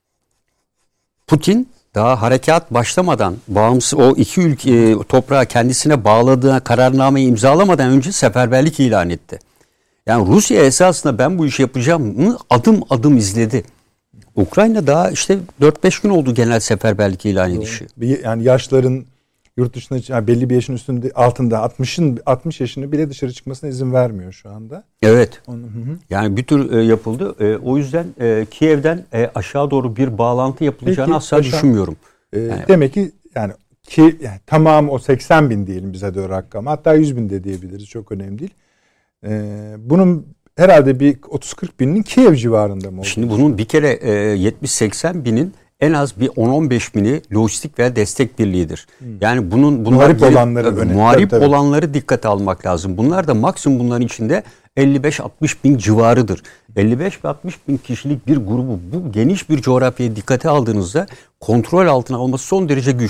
Speaker 3: Putin daha harekat başlamadan bağımsız o iki ülke toprağı kendisine bağladığına kararnameyi imzalamadan önce seferberlik ilan etti. Yani Rusya esasında ben bu işi yapacağımı adım adım izledi. Ukrayna daha işte 4-5 gün oldu genel seferberlik ilan edişi.
Speaker 1: Yani yaşların yurt dışına yani belli bir yaşın üstünde altında 60 yaşını bile dışarı çıkmasına izin vermiyor şu anda.
Speaker 3: Evet. Yani bir tür yapıldı. O yüzden Kiev'den aşağı doğru bir bağlantı yapılacağını asla düşünmüyorum.
Speaker 1: Demek ki yani tamam o 80.000 diyelim bize de rakam. Hatta 100.000 de diyebiliriz. Çok önemli değil. Bunun herhalde bir 30-40 binin Kiev civarında mı oldu?
Speaker 3: Şimdi bunun bir kere 70-80 binin en az bir 10-15 bini lojistik ve destek birliğidir. Yani muharip olanları dikkate almak lazım. Bunlar da maksimum bunların içinde 55-60 bin civarıdır. 55 ve 60 bin kişilik bir grubu bu geniş bir coğrafyaya dikkate aldığınızda kontrol altına alması son derece güçtür.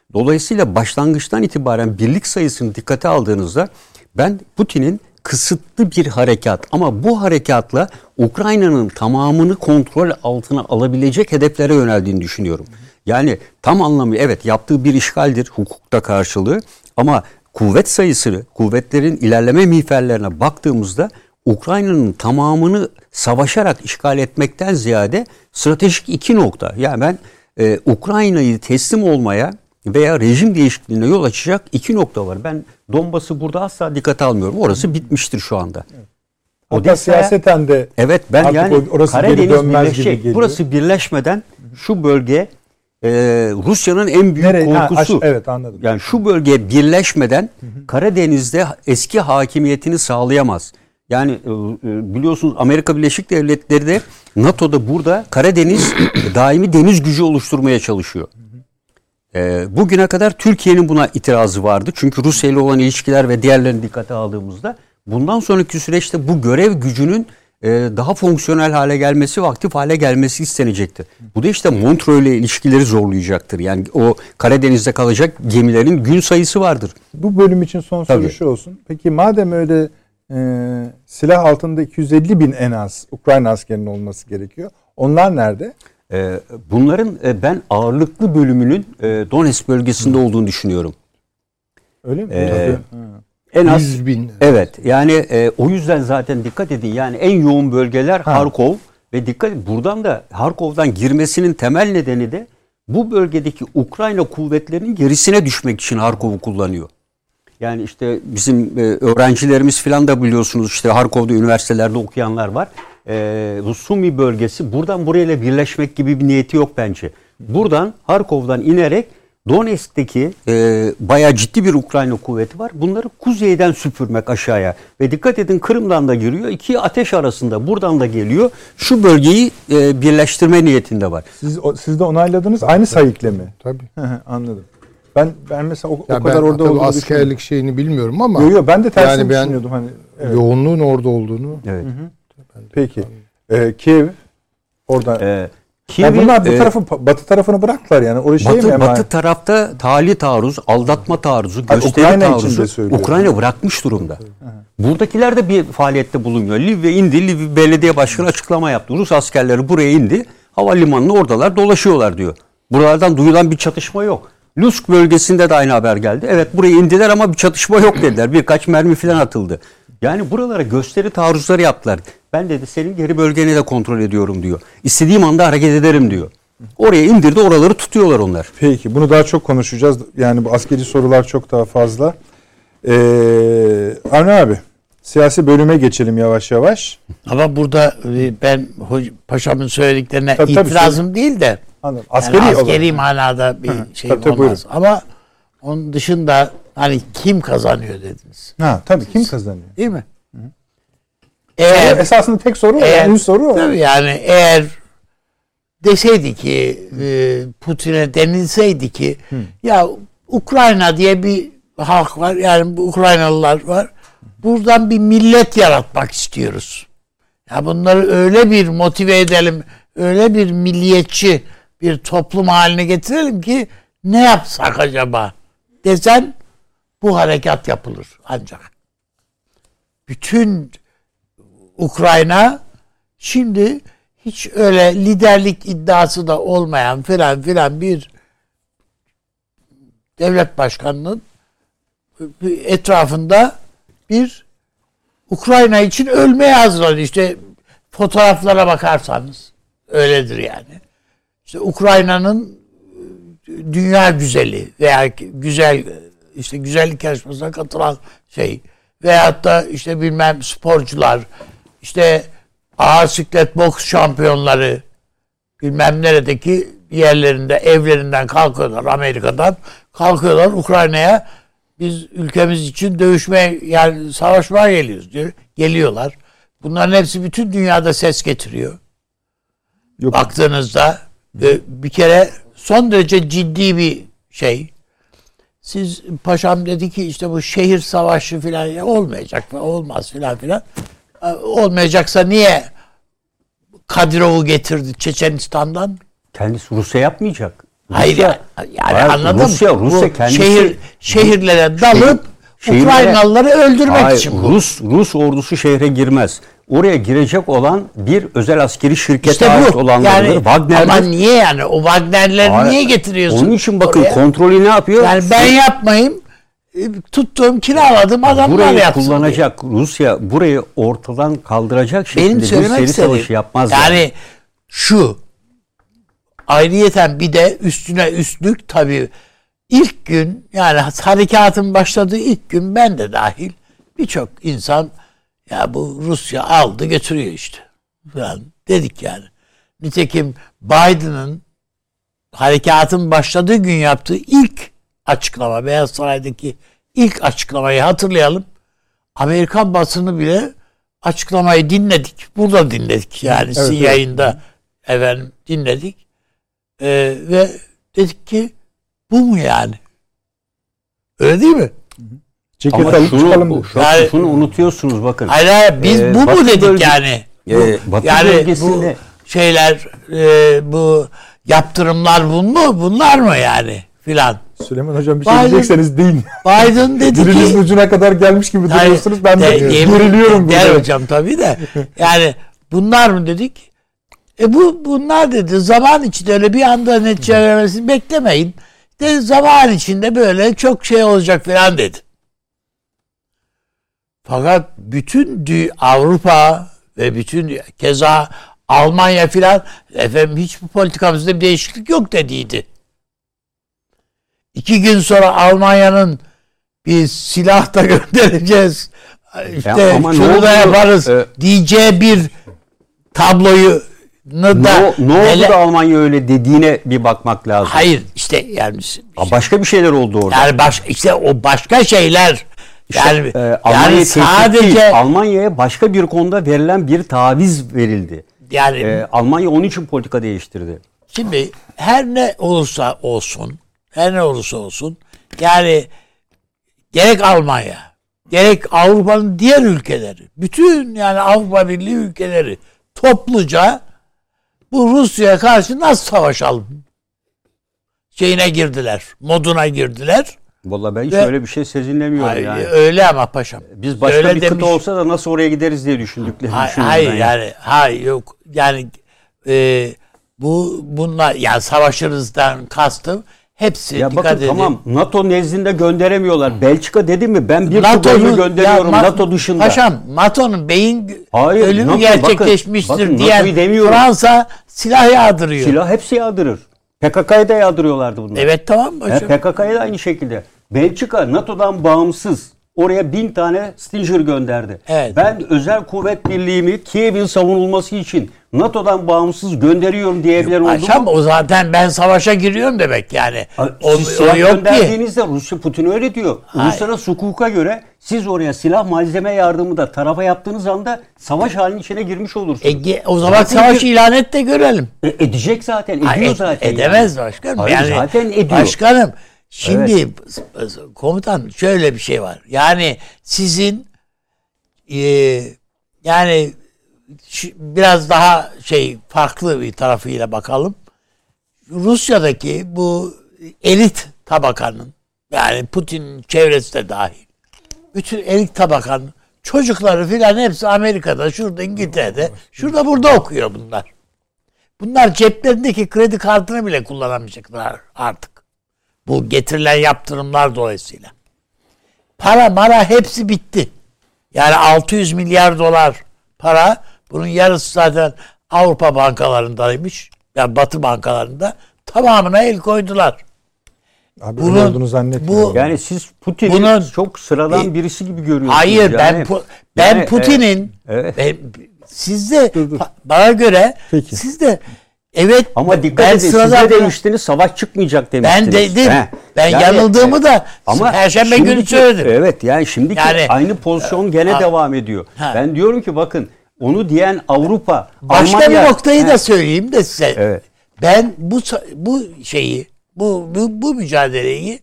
Speaker 3: Dolayısıyla başlangıçtan itibaren birlik sayısını dikkate aldığınızda ben Putin'in kısıtlı bir harekat ama bu harekatla Ukrayna'nın tamamını kontrol altına alabilecek hedeflere yöneldiğini düşünüyorum. Yani tam anlamıyla evet yaptığı bir işgaldir hukukta karşılığı ama kuvvet sayısını, kuvvetlerin ilerleme miğferlerine baktığımızda Ukrayna'nın tamamını savaşarak işgal etmekten ziyade stratejik iki nokta. Yani ben Ukrayna'yı teslim olmaya veya rejim değişikliğine yol açacak iki nokta var. Ben Donbas'ı burada asla dikkate almıyorum. Orası bitmiştir şu anda.
Speaker 1: Evet. Hatta siyaseten de
Speaker 3: evet ben yani Karadeniz birleşecek. Burası birleşmeden şu bölge Rusya'nın en büyük korkusu.
Speaker 1: Evet anladım.
Speaker 3: Yani şu bölge birleşmeden Karadeniz'de eski hakimiyetini sağlayamaz. Yani biliyorsunuz Amerika Birleşik Devletleri de NATO'da burada Karadeniz daimi deniz gücü oluşturmaya çalışıyor. Bugüne kadar Türkiye'nin buna itirazı vardı. Çünkü Rusya ile olan ilişkiler ve diğerlerini dikkate aldığımızda bundan sonraki süreçte bu görev gücünün daha fonksiyonel hale gelmesi ve aktif hale gelmesi istenecektir. Bu da işte Montreux ile ilişkileri zorlayacaktır. Yani o Karadeniz'de kalacak gemilerin gün sayısı vardır.
Speaker 1: Bu bölüm için son soru şu olsun. Peki madem öyle silah altında 250 bin en az Ukrayna askerinin olması gerekiyor. Onlar nerede?
Speaker 3: Bunların ben ağırlıklı bölümünün Donetsk bölgesinde olduğunu düşünüyorum.
Speaker 1: Öyle mi?
Speaker 3: En az 100 bin. Evet. Yani o yüzden zaten dikkat edin. Yani en yoğun bölgeler Harkov ve dikkat edin. Buradan da Harkov'dan girmesinin temel nedeni de bu bölgedeki Ukrayna kuvvetlerinin gerisine düşmek için Harkov'u kullanıyor. Yani işte bizim öğrencilerimiz falan da biliyorsunuz işte Harkov'da üniversitelerde okuyanlar var. Bu Sumi bölgesi buradan burayla birleşmek gibi bir niyeti yok bence. Buradan Harkov'dan inerek Donetsk'teki bayağı ciddi bir Ukrayna kuvveti var. Bunları kuzeyden süpürmek aşağıya. Ve dikkat edin Kırım'dan da giriyor. İki ateş arasında buradan da geliyor. Şu bölgeyi birleştirme niyetinde var.
Speaker 1: Siz de onayladınız. Aynı sayıkla mi?
Speaker 4: Tabii.
Speaker 1: Anladım. Ben mesela o kadar orada olduğunu
Speaker 4: askerlik şeyini bilmiyorum ama.
Speaker 1: Yok ben de tersini düşünüyordum. Hani,
Speaker 4: evet. Yoğunluğun orada olduğunu.
Speaker 3: Evet.
Speaker 1: Peki. Kiev orada.
Speaker 3: Kiev'in,
Speaker 1: bunlar bu tarafı batı tarafını bıraktılar yani. Oraya
Speaker 3: batı tarafta tali taarruz, aldatma taarruzu, gösteri taarruzu Ukrayna bırakmış durumda. Buradakiler de bir faaliyette bulunuyor. Lviv indi. Lviv belediye başkanı açıklama yaptı. Rus askerleri buraya indi. Havalimanına oradalar dolaşıyorlar diyor. Buralardan duyulan bir çatışma yok. Lusk bölgesinde de aynı haber geldi. Evet buraya indiler ama bir çatışma yok dediler. Birkaç mermi falan atıldı. Yani buralara gösteri taarruzları yaptılar. Ben dedi senin geri bölgeni de kontrol ediyorum diyor. İstediğim anda hareket ederim diyor. Oraya indirdi oraları tutuyorlar onlar.
Speaker 1: Peki bunu daha çok konuşacağız. Yani bu askeri sorular çok daha fazla. Avni abi siyasi bölüme geçelim yavaş yavaş.
Speaker 2: Ama burada ben paşamın söylediklerine itirazım değil de
Speaker 1: anladım.
Speaker 2: Askeri manada bir şey olmaz. Buyurun. Ama onun dışında hani kim kazanıyor dediniz.
Speaker 1: Tabii kim kazanıyor?
Speaker 2: Değil mi?
Speaker 1: Eğer esasında tek soru o. Soru o.
Speaker 2: Tabii yani eğer deseydi ki Putin'e denilseydi ki ya Ukrayna diye bir halk var. Yani Ukraynalılar var. Buradan bir millet yaratmak istiyoruz. Ya bunları öyle bir motive edelim, öyle bir milliyetçi bir toplum haline getirelim ki ne yapsak acaba desen bu harekat yapılır ancak. Bütün Ukrayna şimdi hiç öyle liderlik iddiası da olmayan filan bir devlet başkanının etrafında bir Ukrayna için ölmeye hazırlanıyor. İşte fotoğraflara bakarsanız öyledir yani. İşte Ukrayna'nın dünya güzeli veya güzel işte güzellik yarışmasına katılan şey veyahut da işte bilmem sporcular işte ağır siklet boks şampiyonları bilmem neredeki yerlerinde evlerinden kalkıyorlar Amerika'dan kalkıyorlar Ukrayna'ya biz ülkemiz için dövüşmeye yani savaşmaya geliyoruz diyor. Geliyorlar. Bunların hepsi bütün dünyada ses getiriyor. Yok. Baktığınızda bir kere son derece ciddi bir şey. Siz paşam dedi ki işte bu şehir savaşı filan ya olmayacak olmaz filan. Olmayacaksa niye Kadirov'u getirdi Çeçenistan'dan?
Speaker 3: Kendisi Rusya yapmayacak.
Speaker 2: Hayır yani
Speaker 3: hayır,
Speaker 2: anladın mı?
Speaker 3: Rusya kendisi
Speaker 2: şehirlere dalıp Ukraynalıları öldürmek için bu.
Speaker 3: Rus ordusu şehre girmez. Oraya girecek olan bir özel askeri şirkete
Speaker 2: İşte
Speaker 3: ait
Speaker 2: bu.
Speaker 3: olanlardır.
Speaker 2: Yani,
Speaker 3: Wagner'dir.
Speaker 2: ama niye yani? O Wagner'leri niye getiriyorsun?
Speaker 3: Onun için bakın
Speaker 2: oraya?
Speaker 3: kontrolü ne yapıyor?
Speaker 2: Yani ben yapmayayım. Tuttuğum, kiraladım adamlar
Speaker 3: burayı
Speaker 2: yapsın
Speaker 3: kullanacak diye. Rusya burayı ortadan kaldıracak şekilde bir
Speaker 2: söylemek
Speaker 3: seri
Speaker 2: istediğim,
Speaker 3: savaşı yapmaz.
Speaker 2: Yani şu ayrıyeten bir de üstüne üstlük tabii ilk gün yani harekatın başladığı ilk gün ben de dahil birçok insan ya bu Rusya aldı götürüyor işte falan dedik yani. Nitekim Biden'ın harekatın başladığı gün yaptığı ilk açıklama, Beyaz Saray'daki ilk açıklamayı hatırlayalım. Amerikan basını bile açıklamayı dinledik. Burada dinledik yani
Speaker 1: Evet,
Speaker 2: sizin yayında efendim dinledik. Ve dedik ki bu mu yani? Öyle değil mi?
Speaker 1: Ceket
Speaker 3: Ama
Speaker 1: alıp çıkalım.
Speaker 3: şunu unutuyorsunuz bakın.
Speaker 2: Hayır biz bu mu
Speaker 3: Batı
Speaker 2: dedik yani?
Speaker 3: Batı
Speaker 2: Yani
Speaker 3: bölgesinde
Speaker 2: bu şeyler bu yaptırımlar bunlar mı yani filan.
Speaker 1: Süleyman Hocam bir şey
Speaker 2: Biden-
Speaker 1: diyecekseniz deyin.
Speaker 2: Biden dedi
Speaker 1: Dilinizin
Speaker 2: ki
Speaker 1: ucuna kadar gelmiş gibi duruyorsunuz. Ben de geriliyorum
Speaker 2: der
Speaker 1: burada.
Speaker 2: hocam tabii de. Yani bunlar mı dedik? Bunlar dedi zaman içinde öyle bir anda netice vermesini beklemeyin. De zaman içinde böyle çok şey olacak falan dedi. Fakat bütün Avrupa ve bütün keza Almanya filan efendim hiç bu politikamızda bir değişiklik yok dediydi. 2 gün sonra Almanya'nın bir silah da göndereceğiz. İşte
Speaker 3: ama
Speaker 2: şunu da yaparız diyeceği bir tabloyu
Speaker 3: ne oldu da Almanya öyle dediğine bir bakmak lazım.
Speaker 2: Hayır işte yani
Speaker 3: Başka bir şeyler oldu orada.
Speaker 2: yani işte o başka şeyler yani
Speaker 3: Almanya
Speaker 2: sadece
Speaker 3: Almanya'ya başka bir konuda verilen bir taviz verildi.
Speaker 2: yani
Speaker 3: Almanya onun için politika değiştirdi.
Speaker 2: şimdi her ne olursa olsun yani gerek Almanya gerek Avrupa'nın diğer ülkeleri bütün yani Avrupa Birliği ülkeleri topluca bu Rusya'ya karşı nasıl savaşalım moduna girdiler.
Speaker 3: Vallahi ben hiç öyle bir şey sezinlemiyorum yani.
Speaker 2: Öyle ama paşam.
Speaker 3: Biz başka
Speaker 2: öyle
Speaker 3: bir kıta olsa da nasıl oraya gideriz diye düşündüklerini düşünüyorum.
Speaker 2: Hayır yok yani bunlar yani savaşırızdan kastım hepsi
Speaker 3: Ya
Speaker 2: dikkat
Speaker 3: bakın
Speaker 2: edin.
Speaker 3: tamam NATO nezdinde gönderemiyorlar. Belçika dedi mi ben bir subayımı gönderiyorum NATO dışında.
Speaker 2: Paşam NATO'nun ölümü
Speaker 3: NATO,
Speaker 2: gerçekleşmiştir
Speaker 3: bakın,
Speaker 2: diyen Fransa silah yağdırıyor.
Speaker 3: Silah hepsi yağdırır. PKK'ya da yağdırıyorlardı bunlar.
Speaker 2: Evet tamam paşam.
Speaker 3: PKK'ya da aynı şekilde. Belçika NATO'dan bağımsız oraya 1000 tane Stinger gönderdi.
Speaker 2: Evet.
Speaker 3: Ben özel kuvvet birliğimi Kiev'in savunulması için NATO'dan bağımsız gönderiyorum diyebilir oldum.
Speaker 2: Paşam o zaten ben savaşa giriyorum demek yani.
Speaker 3: Siz silah
Speaker 2: o yok ki.
Speaker 3: gönderdiğinizde Rusya Putin öyle diyor. Uluslararası hukuka göre siz oraya silah malzeme yardımı da tarafa yaptığınız anda savaş halinin içine girmiş olursunuz.
Speaker 2: O zaman savaş ilan et de görelim.
Speaker 3: Edecek zaten. Ediyor zaten.
Speaker 2: Edemez başkanım.
Speaker 3: Hayır,
Speaker 2: yani
Speaker 3: zaten ediyor.
Speaker 2: Başkanım şimdi komutan şöyle bir şey var. Yani sizin yani biraz daha farklı bir tarafıyla bakalım. Rusya'daki bu elit tabakanın yani Putin'in çevresi de dahil bütün elit tabakanın çocukları filan hepsi Amerika'da, şurada İngiltere'de, şurada burada okuyor bunlar. Bunlar ceplerindeki kredi kartını bile kullanamayacaklar artık. Bu getirilen yaptırımlar dolayısıyla. Para hepsi bitti. Yani 600 milyar dolar para, bunun yarısı zaten Avrupa bankalarındaymış. Yani Batı bankalarında. Tamamına el koydular.
Speaker 1: Abi bunun, olduğunu zannetmiyorum.
Speaker 3: Yani siz Putin'i çok sıradan birisi gibi görüyorsunuz.
Speaker 2: Hayır
Speaker 3: yani.
Speaker 2: ben Putin'in siz de bana göre siz de evet
Speaker 3: ama dikkat edin siz de demiştiniz savaş çıkmayacak demiştiniz.
Speaker 2: Ben dedim. Ben yanıldığımı da Perşembe günü söyledim.
Speaker 3: Evet yani şimdiki aynı pozisyon gene devam ediyor. Ben diyorum ki bakın onu diyen Avrupa,
Speaker 2: başka
Speaker 3: Almanya,
Speaker 2: bir noktayı da söyleyeyim de size.
Speaker 3: Evet.
Speaker 2: Ben bu şeyi bu mücadeleyi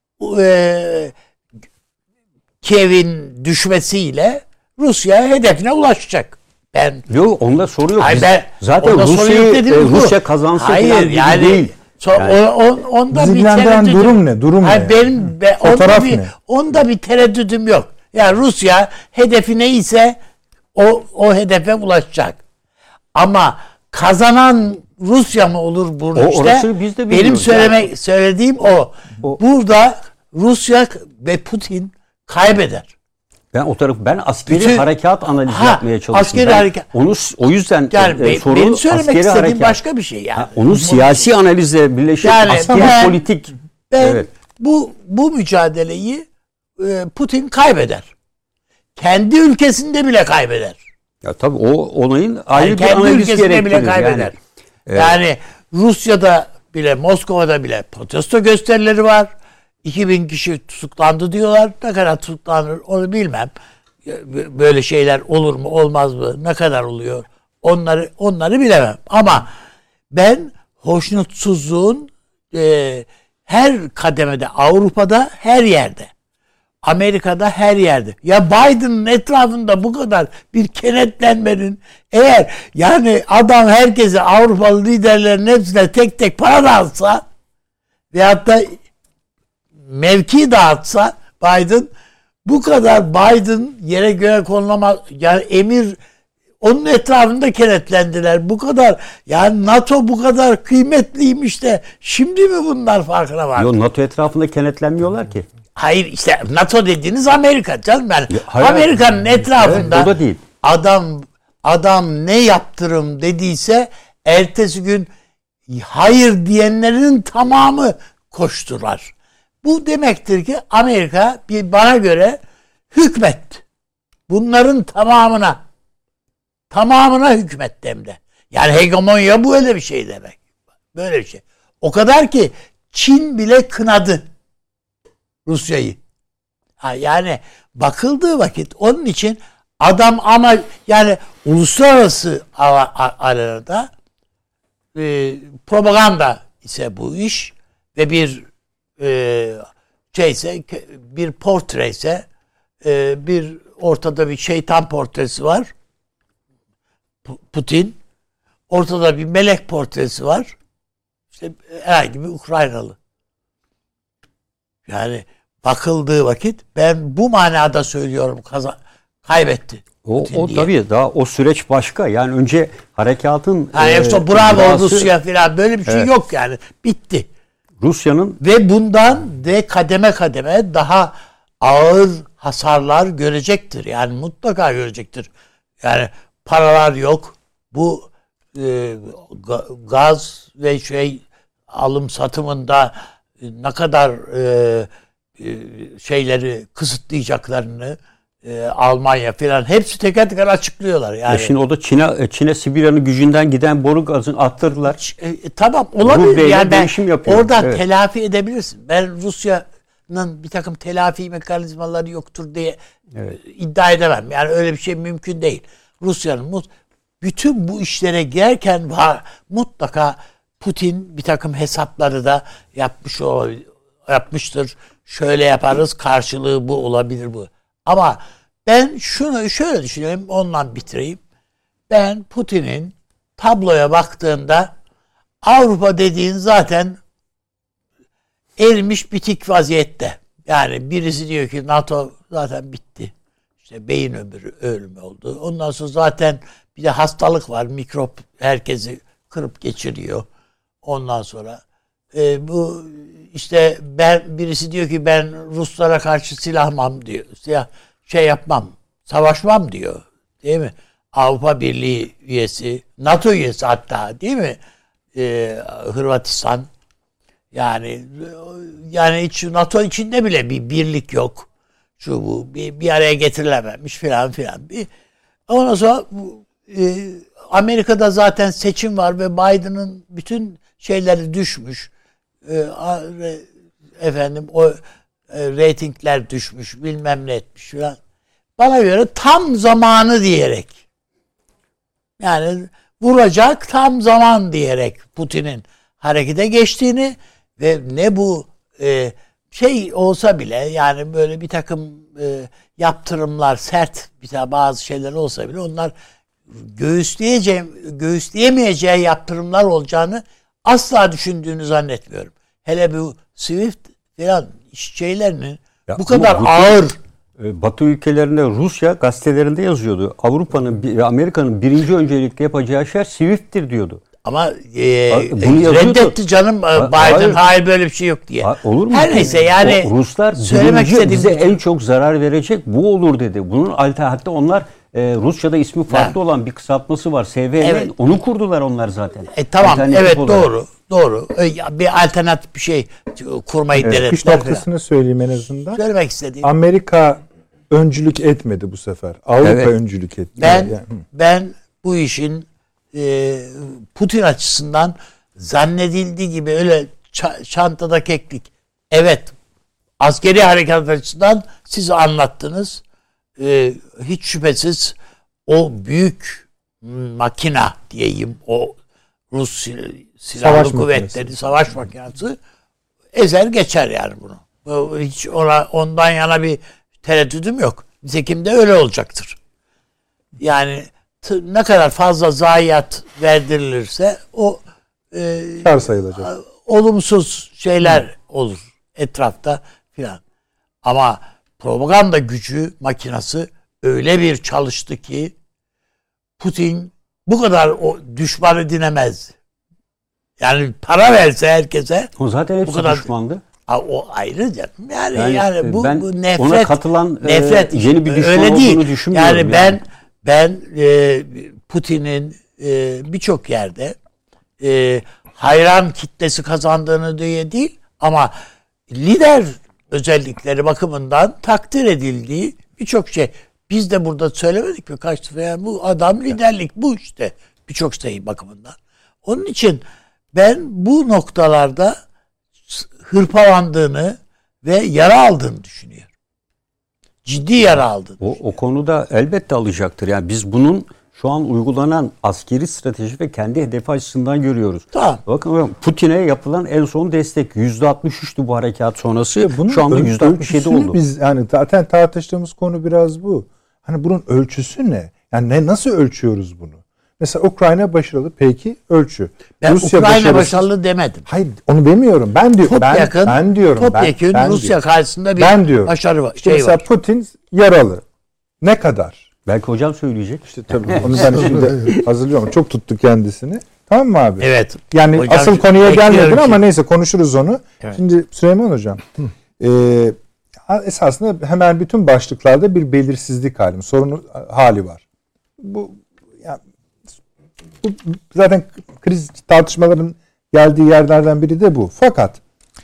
Speaker 2: Kiev'in düşmesiyle Rusya hedefine ulaşacak.
Speaker 3: Yok onda soru yok.
Speaker 2: Hayır,
Speaker 3: zaten Rusya kazansın falan
Speaker 2: yani,
Speaker 3: değil.
Speaker 2: Onda
Speaker 1: Bizi
Speaker 2: bir
Speaker 1: ilgilendiren
Speaker 2: tereddüdüm.
Speaker 1: durum ne? Durum
Speaker 2: Hayır,
Speaker 1: ne?
Speaker 2: benim
Speaker 1: Fotoğraf ne?
Speaker 2: onda bir tereddüdüm yok. Yani Rusya hedefi neyse o hedefe ulaşacak. Ama kazanan Rusya mı olur burada işte?
Speaker 3: Orası biz de
Speaker 2: Benim
Speaker 3: biliyoruz.
Speaker 2: söylediğim o. Burada Rusya ve Putin kaybeder.
Speaker 3: Ben askeri harekat analizi yapmaya çalıştım.
Speaker 2: Askeri harekat.
Speaker 3: O yüzden
Speaker 2: Yani
Speaker 3: soru
Speaker 2: benim söylemek
Speaker 3: askeri
Speaker 2: istediğim
Speaker 3: harekat.
Speaker 2: başka bir şey yani.
Speaker 3: Onu siyasi analizle birleşip
Speaker 2: Yani
Speaker 3: askeri politik.
Speaker 2: Ben bu mücadeleyi Putin kaybeder. Kendi ülkesinde bile kaybeder.
Speaker 3: Ya tabii o olayın ayrı bir
Speaker 2: kendi
Speaker 3: analiz
Speaker 2: ülkesinde bile
Speaker 3: gerektirir.
Speaker 2: kaybeder.
Speaker 3: Evet.
Speaker 2: Yani Rusya'da bile, Moskova'da bile protesto gösterileri var. 2000 kişi tutuklandı diyorlar. Ne kadar tutuklanır onu bilmem. Böyle şeyler olur mu olmaz mı? Ne kadar oluyor? Onları bilemem. Ama ben hoşnutsuzluğun her kademede, Avrupa'da her yerde, Amerika'da her yerde. Ya Biden'ın etrafında bu kadar bir kenetlenmenin, eğer yani adam herkese, Avrupalı liderlerin hepsine tek tek para dağıtsa veyahut da mevki dağıtsa Biden, bu kadar Biden yere göğe konulamaz, yani emir onun etrafında kenetlendiler. Bu kadar, yani NATO bu kadar kıymetliymiş de şimdi mi bunlar farkına var?
Speaker 3: Yok, NATO etrafında kenetlenmiyorlar ki.
Speaker 2: Hayır, işte NATO dediğiniz Amerika canım, yani
Speaker 3: Hayır,
Speaker 2: Amerika'nın etrafında
Speaker 3: evet, o da değil.
Speaker 2: adam ne yaptırım dediyse ertesi gün hayır diyenlerin tamamı koştular. Bu demektir ki Amerika bana göre hükmet. Bunların tamamına hükmet hem de. Yani hegemonya bu, öyle bir şey demek. Böyle bir şey. O kadar ki Çin bile kınadı Rusya'yı. Yani bakıldığı vakit onun için adam, ama yani uluslararası arenada propaganda ise bu iş ve bir bir portre ise bir ortada bir şeytan portresi var. Putin. Ortada bir melek portresi var. İşte herhangi bir Ukraynalı. Yani bakıldığı vakit ben bu manada söylüyorum, kaybetti.
Speaker 3: O tabii daha o süreç başka. Yani önce harekatın
Speaker 2: yoksa bravo Rusya falan böyle bir şey yok yani. Bitti.
Speaker 3: Rusya'nın
Speaker 2: ve bundan de kademe kademe daha ağır hasarlar görecektir. Yani mutlaka görecektir. Yani paralar yok. Bu gaz ve alım satımında ne kadar şeyleri kısıtlayacaklarını Almanya falan hepsi teker teker açıklıyorlar. Yani.
Speaker 3: Şimdi o da Çin'e Sibirya'nın gücünden giden boru gazını attırdılar.
Speaker 2: Tamam, olabilir. Yani orada
Speaker 3: evet.
Speaker 2: Telafi edebilirsin. Ben Rusya'nın bir takım telafi mekanizmaları yoktur diye iddia edemem. Yani öyle bir şey mümkün değil. Rusya'nın bütün bu işlere girerken mutlaka Putin bir takım hesapları da yapmıştır. Şöyle yaparız, karşılığı bu olabilir bu. Ama ben şöyle düşünüyorum, ondan bitireyim. Ben Putin'in tabloya baktığında Avrupa dediğin zaten erimiş bitik vaziyette. Yani birisi diyor ki NATO zaten bitti. İşte beyin ölümü oldu. Ondan sonra zaten bir de hastalık var. Mikrop herkesi kırıp geçiriyor. Ondan sonra bu işte birisi diyor ki ben Ruslara karşı silahmam diyor. Yapmam. Savaşmam diyor. Değil mi? Avrupa Birliği üyesi, NATO üyesi hatta, değil mi? Hırvatistan. Yani hiç NATO içinde bile bir birlik yok. Bir araya getirilememiş filan. Ondan sonra Amerika'da zaten seçim var ve Biden'ın bütün şeyleri düşmüş. Reytingler düşmüş, bilmem ne etmiş filan. Bana göre tam zamanı diyerek, yani vuracak tam zaman diyerek Putin'in harekete geçtiğini ve ne bu olsa bile, yani böyle bir takım yaptırımlar, sert bazı şeyler olsa bile onlar göğüsleyemeyeceği yaptırımlar olacağını asla düşündüğünü zannetmiyorum. Hele bu Swift falan şeylerinin
Speaker 3: Ya
Speaker 2: bu kadar
Speaker 3: ama
Speaker 2: ağır.
Speaker 3: Batı ülkelerinde Rusya gazetelerinde yazıyordu. Avrupa'nın ve Amerika'nın birinci öncelikle yapacağı şey Swift'tir diyordu.
Speaker 2: Ama
Speaker 3: bunu yazıyordu.
Speaker 2: reddetti canım Biden. Hayır böyle bir şey yok diye.
Speaker 3: Olur mu?
Speaker 2: Her neyse yani
Speaker 3: Ruslar
Speaker 2: söylemek
Speaker 3: bize
Speaker 2: istediğim
Speaker 3: en çok zarar verecek bu olur dedi. Bunun hatta onlar Rusça'da ismi farklı olan bir kısaltması var. SVN.
Speaker 2: Evet.
Speaker 3: Onu kurdular onlar zaten.
Speaker 2: Tamam
Speaker 3: Alternatif
Speaker 2: evet
Speaker 3: olarak.
Speaker 2: doğru. Bir alternatif bir şey kurmayı denettiler.
Speaker 1: Püf noktasını söyleyeyim en azından.
Speaker 2: Söylemek istediğim.
Speaker 1: Amerika öncülük etmedi bu sefer. Avrupa
Speaker 3: Evet.
Speaker 1: öncülük etti.
Speaker 2: Ben bu işin Putin açısından zannedildiği gibi öyle çantada keklik. Evet, askeri harekat açısından siz anlattınız. Hiç şüphesiz o büyük makina diyeyim, o Rus silahlı kuvvetleri, savaş makinesi ezer geçer yani bunu. Hiç ondan yana bir tereddüdüm yok. Nitekim de öyle olacaktır. Yani ne kadar fazla zayiat verdirilirse o
Speaker 1: kar sayılacak.
Speaker 2: Olumsuz şeyler olur etrafta filan. Ama propaganda gücü makinası öyle bir çalıştı ki Putin bu kadar o düşmanı dinemez. Yani para verse herkese
Speaker 3: O zaten hepsi
Speaker 2: kadar
Speaker 3: düşmandı.
Speaker 2: O ayrı canım. Yani bu nefret,
Speaker 3: ona katılan
Speaker 2: nefret
Speaker 3: yeni bir düşman
Speaker 2: öyle
Speaker 3: olduğunu
Speaker 2: değil.
Speaker 3: düşünmüyorum.
Speaker 2: Yani ben Putin'in birçok yerde hayran kitlesi kazandığını diye değil ama lider özellikleri bakımından takdir edildiği birçok şey. Biz de burada söylemedik mi kaç defa? Yani bu adam liderlik bu işte birçok şey bakımından. Onun için ben bu noktalarda hırpalandığını ve yara aldığını düşünüyorum. Ciddi yara aldığını.
Speaker 3: O konuda elbette alacaktır. Yani biz bunun şu an uygulanan askeri strateji ve kendi hedefi açısından görüyoruz.
Speaker 2: Tamam.
Speaker 3: Bakın Putin'e yapılan en son destek %63'tü bu harekat sonrası.
Speaker 1: Bunun
Speaker 3: Şu anda %67 oldu.
Speaker 1: Biz yani zaten tartıştığımız konu biraz bu. Hani bunun ölçüsü ne? Yani nasıl ölçüyoruz bunu? Mesela Ukrayna başarılı, peki ölçü.
Speaker 2: Ben
Speaker 1: Rusya
Speaker 2: Ukrayna başarılı demedim.
Speaker 1: Hayır, onu demiyorum. Ben diyorum. Ben diyorum.
Speaker 2: Topyekun Rusya
Speaker 1: diyorum.
Speaker 2: karşısında bir başarı var.
Speaker 1: İşte mesela Putin yaralı. Ne kadar?
Speaker 3: Belki hocam söyleyecek.
Speaker 1: İşte tabii onu ben şimdi hazırlıyorum. Çok tuttu kendisini. Tamam mı abi?
Speaker 2: Evet.
Speaker 1: Yani
Speaker 2: hocam,
Speaker 1: asıl konuya gelmedin ama
Speaker 2: şimdi.
Speaker 1: neyse konuşuruz onu. Evet. Şimdi Süleyman Hocam. Esasında hemen bütün başlıklarda bir belirsizlik hali, sorun hali var. Bu zaten kriz tartışmaların geldiği yerlerden biri de bu. Fakat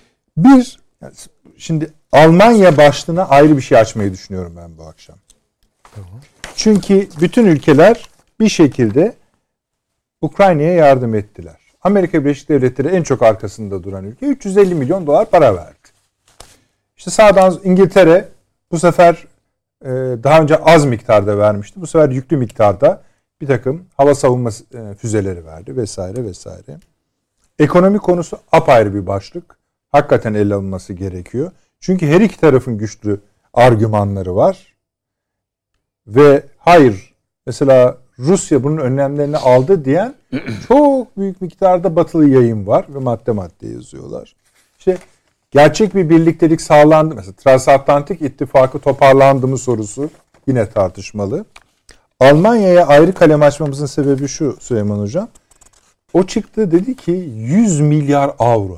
Speaker 1: şimdi Almanya başlığına ayrı bir şey açmayı düşünüyorum ben bu akşam. Tamam. Çünkü bütün ülkeler bir şekilde Ukrayna'ya yardım ettiler. Amerika Birleşik Devletleri en çok arkasında duran ülke. 350 milyon dolar para verdi. İşte sağdan İngiltere bu sefer daha önce az miktarda vermişti. Bu sefer yüklü miktarda bir takım hava savunma füzeleri verdi vesaire vesaire. Ekonomi konusu apayrı bir başlık. Hakikaten ele alınması gerekiyor. Çünkü her iki tarafın güçlü argümanları var. Ve hayır, mesela Rusya bunun önlemlerini aldı diyen çok büyük miktarda batılı yayın var ve madde yazıyorlar. İşte gerçek bir birliktelik sağlandı. Mesela Transatlantik İttifakı toparlandı mı sorusu yine tartışmalı. Almanya'ya ayrı kalem açmamızın sebebi şu Süleyman Hocam. O çıktı dedi ki 100 milyar avro.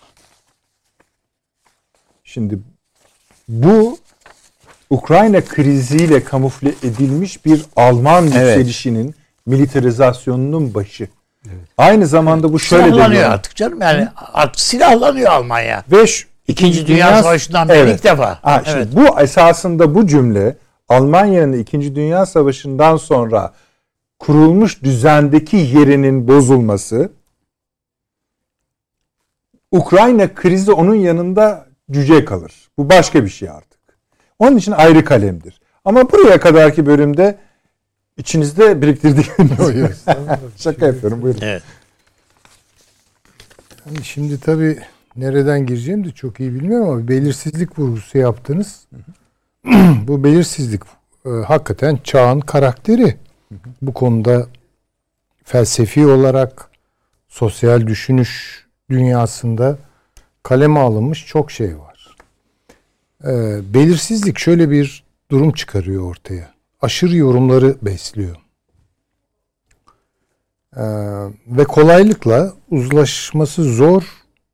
Speaker 1: Şimdi bu Ukrayna kriziyle kamufle edilmiş bir Alman yükselişinin, militarizasyonunun başı. Evet. Aynı zamanda bu şöyle de
Speaker 2: silahlanıyor artık canım. Yani artık silahlanıyor Almanya.
Speaker 1: Ve
Speaker 2: İkinci Dünya Savaşı'ndan beri ilk defa.
Speaker 1: Evet. Bu esasında bu cümle Almanya'nın İkinci Dünya Savaşı'ndan sonra kurulmuş düzendeki yerinin bozulması, Ukrayna krizi onun yanında cüce kalır. Bu başka bir şey artık. Onun için ayrı kalemdir. Ama buraya kadarki bölümde içinizde biriktirdiğiniz... Şaka yapıyorum, buyurun.
Speaker 2: Evet.
Speaker 4: Yani şimdi tabii nereden gireceğim de çok iyi bilmiyorum ama belirsizlik vurgusu yaptınız. Bu belirsizlik hakikaten çağın karakteri. Bu konuda felsefi olarak, sosyal düşünüş dünyasında kaleme alınmış çok şey var. Belirsizlik şöyle bir durum çıkarıyor ortaya. Aşırı yorumları besliyor. Ve kolaylıkla uzlaşması zor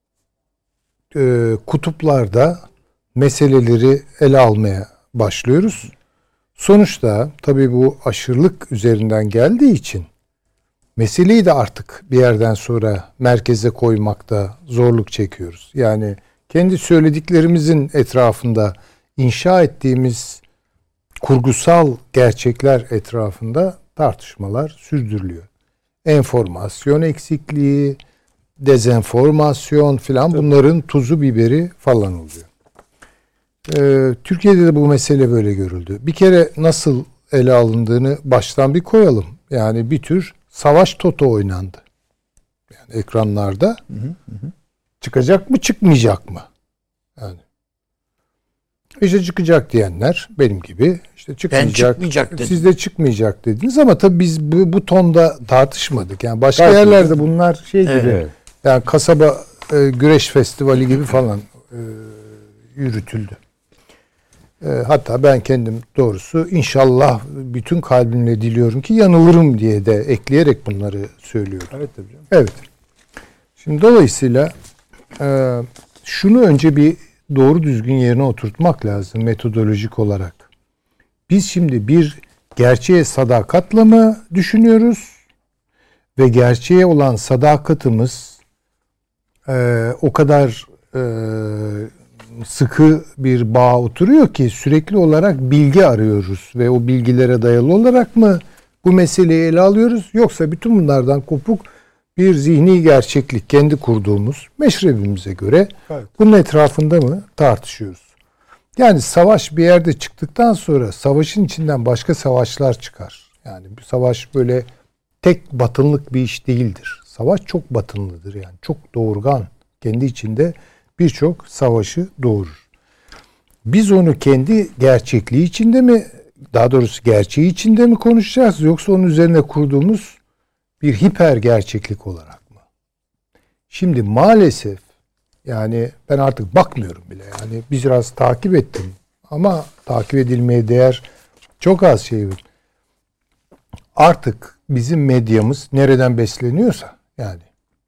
Speaker 4: kutuplarda meseleleri ele almaya başlıyoruz. Sonuçta tabii bu aşırılık üzerinden geldiği için meseleyi de artık bir yerden sonra merkeze koymakta zorluk çekiyoruz. Yani kendi söylediklerimizin etrafında inşa ettiğimiz kurgusal gerçekler etrafında tartışmalar sürdürülüyor. Enformasyon eksikliği, dezenformasyon filan bunların tuzu biberi falan oluyor. Türkiye'de de bu mesele böyle görüldü. Bir kere nasıl ele alındığını baştan bir koyalım. Yani bir tür savaş toto oynandı. Yani ekranlarda çıkacak mı çıkmayacak mı? Yani işte çıkacak diyenler benim gibi işte çıkmayacak.
Speaker 2: Çıkmayacak dedim.
Speaker 4: Siz de çıkmayacak dediniz ama tabii biz bu tonda tartışmadık. Yani başka yerlerde bunlar şey gibi.
Speaker 3: Evet.
Speaker 4: Yani kasaba güreş festivali gibi falan yürütüldü. Hatta ben kendim doğrusu inşallah bütün kalbimle diliyorum ki yanılırım diye de ekleyerek bunları söylüyorum.
Speaker 1: Evet tabii canım.
Speaker 4: Evet. Şimdi dolayısıyla şunu önce bir doğru düzgün yerine oturtmak lazım metodolojik olarak. Biz şimdi bir gerçeğe sadakatla mı düşünüyoruz ve gerçeğe olan sadakatimiz o kadar sıkı bir bağ oturuyor ki sürekli olarak bilgi arıyoruz ve o bilgilere dayalı olarak mı bu meseleyi ele alıyoruz yoksa bütün bunlardan kopuk bir zihni gerçeklik kendi kurduğumuz meşrebimize göre bunun etrafında mı tartışıyoruz? Yani savaş bir yerde çıktıktan sonra savaşın içinden başka savaşlar çıkar. Yani bu savaş böyle tek batınlık bir iş değildir. Savaş çok batınlıdır yani çok doğurgan. Kendi içinde birçok savaşı doğurur. Biz onu kendi gerçekliği içinde mi, daha doğrusu gerçeği içinde mi konuşacağız yoksa onun üzerine kurduğumuz bir hiper gerçeklik olarak mı? Şimdi maalesef yani ben artık bakmıyorum bile. Yani biraz takip ettim ama takip edilmeye değer çok az şey var. Artık bizim medyamız nereden besleniyorsa yani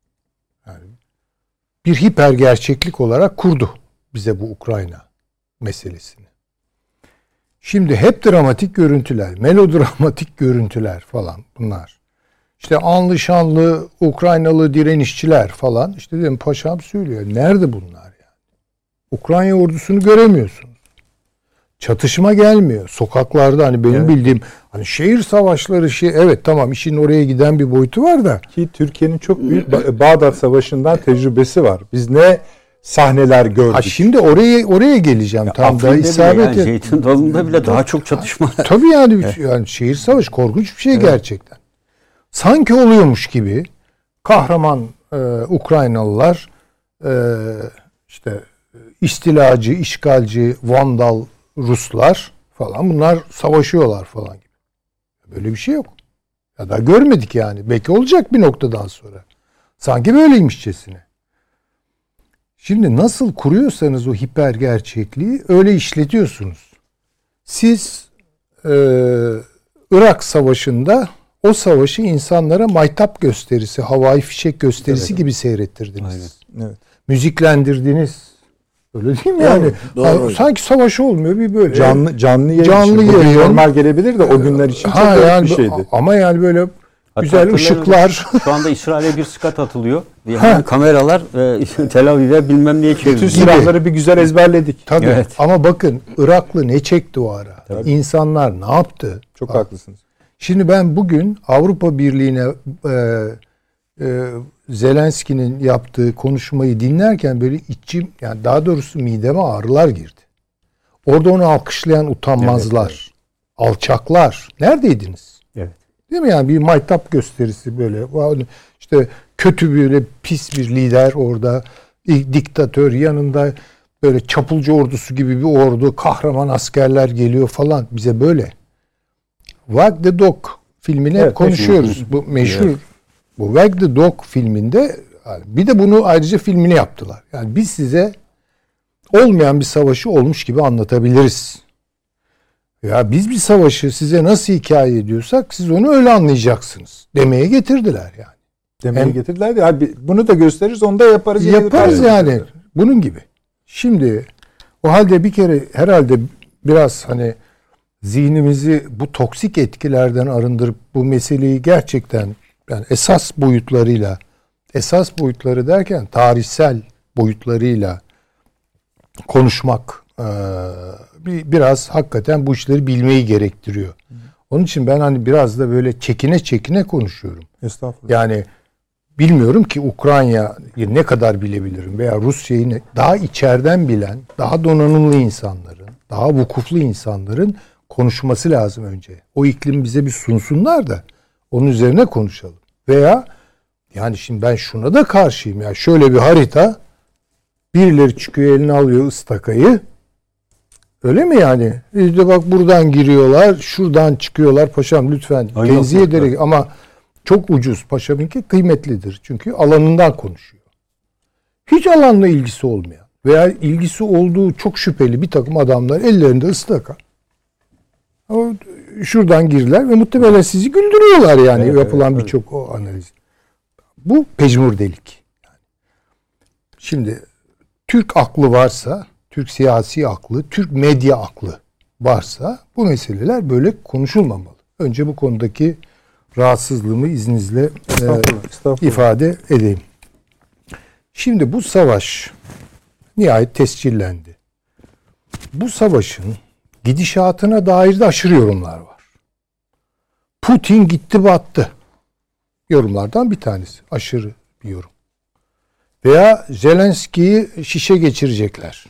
Speaker 4: bir hiper gerçeklik olarak kurdu bize bu Ukrayna meselesini. Şimdi hep dramatik görüntüler, melodramatik görüntüler falan bunlar. İşte anlı şanlı Ukraynalı direnişçiler falan. İşte dedim paşam söylüyor. Nerede bunlar yani? Ukrayna ordusunu göremiyorsunuz. Çatışma gelmiyor. Sokaklarda hani benim bildiğim hani şehir savaşları evet tamam işin oraya giden bir boyutu var da.
Speaker 1: Ki Türkiye'nin çok büyük Bağdat Savaşı'ndan tecrübesi var. Biz ne sahneler gördük.
Speaker 4: Ha şimdi oraya geleceğim.
Speaker 3: Ya
Speaker 4: tam da
Speaker 3: Afrin'de
Speaker 4: isabet
Speaker 3: bile yani Zeytin Dalı'nda bile daha çok çatışma.
Speaker 4: Tabii yani şehir savaşı korkunç bir şey gerçekten. Sanki oluyormuş gibi kahraman Ukraynalılar işte istilacı, işgalci, vandal Ruslar falan bunlar savaşıyorlar falan gibi. Böyle bir şey yok. Ya da görmedik yani. Belki olacak bir noktadan sonra. Sanki böyleymişçesine. Şimdi nasıl kuruyorsanız o hiper gerçekliği öyle işletiyorsunuz. Siz Irak Savaşı'nda o savaşı insanlara maytap gösterisi, havai fişek gösterisi gibi seyrettirdiniz.
Speaker 1: Aynen. Evet.
Speaker 4: Müziklendirdiniz. Öyle değil mi yani?
Speaker 2: Doğru.
Speaker 4: Sanki savaş olmuyor bir böyle.
Speaker 1: Canlı yayın.
Speaker 4: Canlı
Speaker 1: Bugün
Speaker 4: yayın.
Speaker 1: normal gelebilir de o günler için çok
Speaker 4: yani,
Speaker 1: bir şeydi.
Speaker 4: Ama yani böyle
Speaker 3: Hatta
Speaker 4: güzel ışıklar.
Speaker 3: Şu anda İsrail'e bir skat atılıyor. Yani kameralar Tel Aviv'e bilmem neye
Speaker 1: Bütün
Speaker 3: çeviriyor.
Speaker 1: silahları bir güzel ezberledik.
Speaker 4: Tabii.
Speaker 3: Evet.
Speaker 4: Ama bakın Iraklı ne çekti o ara?
Speaker 1: Tabii.
Speaker 4: İnsanlar ne yaptı?
Speaker 1: Çok haklısınız.
Speaker 4: Şimdi ben bugün Avrupa Birliği'ne Zelenski'nin yaptığı konuşmayı dinlerken böyle içim yani daha doğrusu mideme ağrılar girdi. Orada onu alkışlayan utanmazlar, alçaklar. Neredeydiniz?
Speaker 3: Evet.
Speaker 4: Değil mi yani bir maytap gösterisi böyle. İşte kötü böyle pis bir lider orada. Diktatör yanında böyle çapulcu ordusu gibi bir ordu. Kahraman askerler geliyor falan. Bize böyle. Walk the Dog filmini hep konuşuyoruz. Bu meşhur Bu Wag the Dog filminde yani bir de bunu ayrıca filmini yaptılar. Yani biz size olmayan bir savaşı olmuş gibi anlatabiliriz. Ya biz bir savaşı size nasıl hikaye ediyorsak siz onu öyle anlayacaksınız demeye getirdiler yani.
Speaker 1: Demeye getirdiler ya. Bunu da gösteririz, onu da yaparız.
Speaker 4: Yaparız yani. Bunun gibi. Şimdi o halde bir kere herhalde biraz hani zihnimizi bu toksik etkilerden arındırıp bu meseleyi gerçekten yani esas boyutları derken tarihsel boyutlarıyla konuşmak biraz hakikaten bu işleri bilmeyi gerektiriyor. Onun için ben hani biraz da böyle çekine konuşuyorum.
Speaker 1: Estağfurullah.
Speaker 4: Yani bilmiyorum ki Ukrayna'yı ne kadar bilebilirim veya Rusya'yı daha içeriden bilen, daha donanımlı insanların, daha vukuflu insanların konuşması lazım önce. O iklim bize bir sunsunlar da onun üzerine konuşalım. Veya yani şimdi ben şuna da karşıyım ya. Şöyle bir harita, birileri çıkıyor eline alıyor ıstakayı. Öyle mi yani? İşte bak buradan giriyorlar, şuradan çıkıyorlar. Paşam lütfen tenzih ederek ama çok ucuz. Paşamınki kıymetlidir. Çünkü alanından konuşuyor. Hiç alanla ilgisi olmayan veya ilgisi olduğu çok şüpheli bir takım adamlar ellerinde ıstaka. Ama şuradan girdiler ve muhtemelen sizi güldürüyorlar yani yapılan birçok o analiz. Bu pejmurdelik. Şimdi Türk aklı varsa, Türk siyasi aklı, Türk medya aklı varsa bu meseleler böyle konuşulmamalı. Önce bu konudaki rahatsızlığımı izninizle ifade edeyim. Şimdi bu savaş nihayet tescillendi. Bu savaşın gidişatına dair de aşırı yorumlar var. Putin gitti battı. Yorumlardan bir tanesi. Aşırı bir yorum. Veya Zelenski'yi şişe geçirecekler.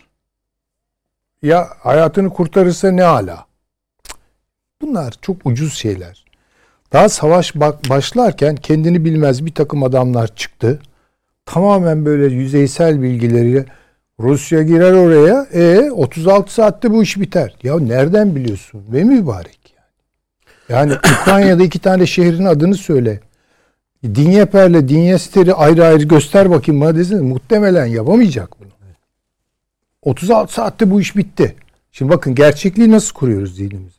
Speaker 4: Ya hayatını kurtarırsa ne ala. Bunlar çok ucuz şeyler. Daha savaş başlarken kendini bilmez bir takım adamlar çıktı. Tamamen böyle yüzeysel bilgileriyle Rusya girer oraya. 36 saatte bu iş biter. Ya nereden biliyorsun? Ve mübarek yani. Yani Ukrayna'da 2 tane şehrin adını söyle. Dnyeper'le Dnyester'i ayrı ayrı göster bakayım bana desene. Muhtemelen yapamayacak bunu. 36 saatte bu iş bitti. Şimdi bakın gerçekliği nasıl kuruyoruz zihnimizi.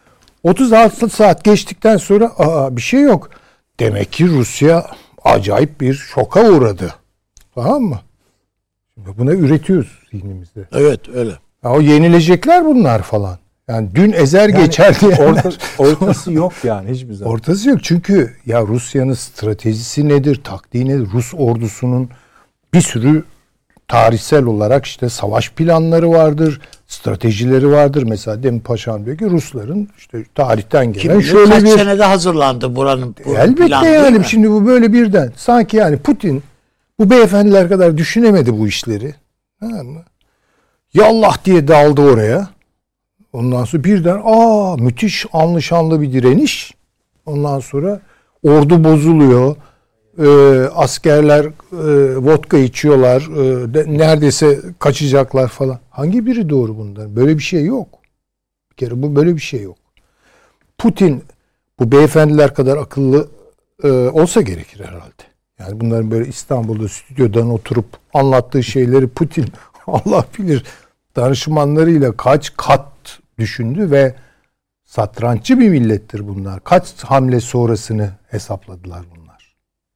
Speaker 4: 36 saat geçtikten sonra bir şey yok. Demek ki Rusya acayip bir şoka uğradı. Tamam mı? Şimdi buna üretiyoruz zihnimizde.
Speaker 2: Evet öyle.
Speaker 4: Ya o yenilecekler bunlar falan. Yani dün ezer yani geçer diyenler.
Speaker 1: Ortası yok yani hiçbir zaman.
Speaker 4: Ortası yok çünkü ya Rusya'nın stratejisi nedir, taktiği nedir? Rus ordusunun bir sürü tarihsel olarak işte savaş planları vardır, stratejileri vardır. Mesela demin Paşam diyor ki Rusların işte tarihten gelen şöyle
Speaker 2: kaç
Speaker 4: bir
Speaker 2: senede hazırlandı buranın
Speaker 4: elbette
Speaker 2: planı,
Speaker 4: yani şimdi bu böyle birden sanki yani Putin bu beyefendiler kadar düşünemedi bu işleri. Tamam mı? Yallah diye daldı oraya. Ondan sonra birden müthiş anlı bir direniş. Ondan sonra ordu bozuluyor. Askerler vodka içiyorlar. Neredeyse kaçacaklar falan. Hangi biri doğru bundan? Böyle bir şey yok. Bir kere bu böyle bir şey yok. Putin bu beyefendiler kadar akıllı olsa gerekir herhalde. Yani bunların böyle İstanbul'da stüdyodan oturup anlattığı şeyleri Putin Allah bilir danışmanlarıyla kaç kat düşündü ve satranççı bir millettir bunlar. Kaç hamle sonrasını hesapladılar bunlar.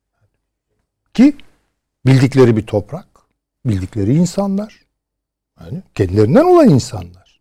Speaker 4: Ki bildikleri bir toprak, bildikleri insanlar. Yani kendilerinden olan insanlar.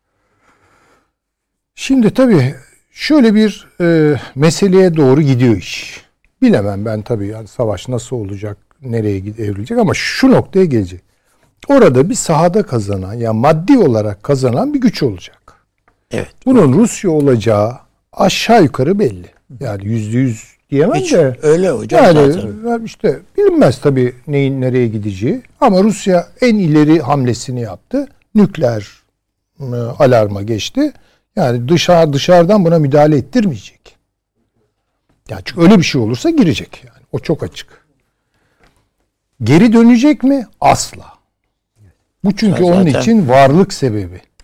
Speaker 4: Şimdi tabii şöyle bir meseleye doğru gidiyor iş. Bilemem ben tabii yani savaş nasıl olacak, nereye evrilecek ama şu noktaya gelecek. Orada bir sahada kazanan, yani maddi olarak kazanan bir güç olacak.
Speaker 2: Evet.
Speaker 4: Bunun Rusya olacağı aşağı yukarı belli. Yani %100 diyemem
Speaker 2: Hiç
Speaker 4: de.
Speaker 2: öyle hocam
Speaker 4: yani
Speaker 2: zaten.
Speaker 4: işte bilinmez tabii neyin nereye gideceği. Ama Rusya en ileri hamlesini yaptı. Nükleer alarma geçti. Yani dışarıdan buna müdahale ettirmeyecek. Yani çünkü öyle bir şey olursa girecek yani. O çok açık. Geri dönecek mi? Asla. Bu çünkü onun için varlık sebebi.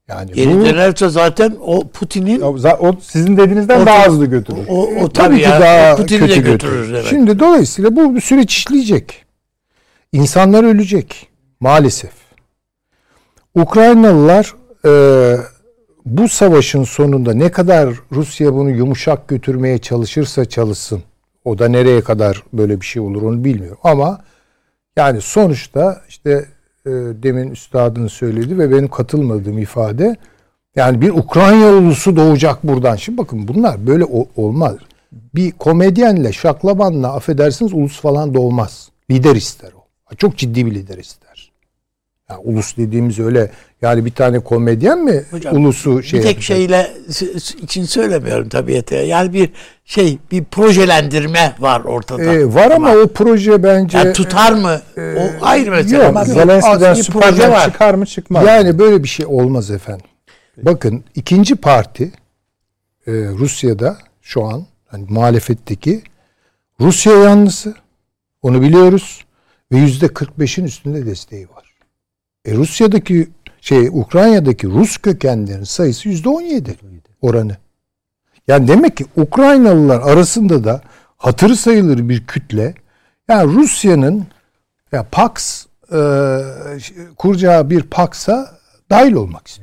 Speaker 4: Yani
Speaker 2: Geri dönerse zaten o Putin'in
Speaker 1: O sizin dediğinizden daha hızlı götürür.
Speaker 2: o
Speaker 4: tabii ki
Speaker 2: ya,
Speaker 4: daha
Speaker 2: Putin'i
Speaker 4: kötü
Speaker 2: de
Speaker 4: götürür.
Speaker 2: Evet.
Speaker 4: Şimdi dolayısıyla bu süreç işleyecek. İnsanlar ölecek maalesef. Ukraynalılar bu savaşın sonunda ne kadar Rusya bunu yumuşak götürmeye çalışırsa çalışsın, o da nereye kadar böyle bir şey olur onu bilmiyorum. Ama yani sonuçta işte demin üstadın söyledi ve benim katılmadığım ifade, yani bir Ukrayna ulusu doğacak buradan. Şimdi bakın bunlar böyle olmaz. Bir komedyenle, şaklabanla affedersiniz ulus falan doğmaz. Lider ister o. Çok ciddi bir lider ister. Yani ulus dediğimiz öyle yani bir tane komedyen mi
Speaker 2: Hocam,
Speaker 4: ulusu
Speaker 2: bir tek
Speaker 4: yapacak?
Speaker 2: şeyle için söylemiyorum tabiiyete. Yani bir projelendirme var ortada.
Speaker 4: Var ama o proje bence
Speaker 2: yani tutar mı? O ayrı mesele.
Speaker 4: yok.
Speaker 2: Ama
Speaker 1: Zelenski'den
Speaker 2: bir proje
Speaker 1: Süpermen
Speaker 2: var.
Speaker 1: çıkar mı çıkmaz.
Speaker 4: yani böyle bir şey olmaz efendim. Bakın ikinci parti Rusya'da şu an hani muhalefetteki Rusya yanlısı, onu biliyoruz ve %45'in üstünde desteği var. Rusya'daki Ukrayna'daki Rus kökenlerin sayısı %17 oranı. Yani demek ki Ukraynalılar arasında da hatırı sayılır bir kütle, yani Rusya'nın Pax kuracağı bir Pax'a dahil olmak istiyor.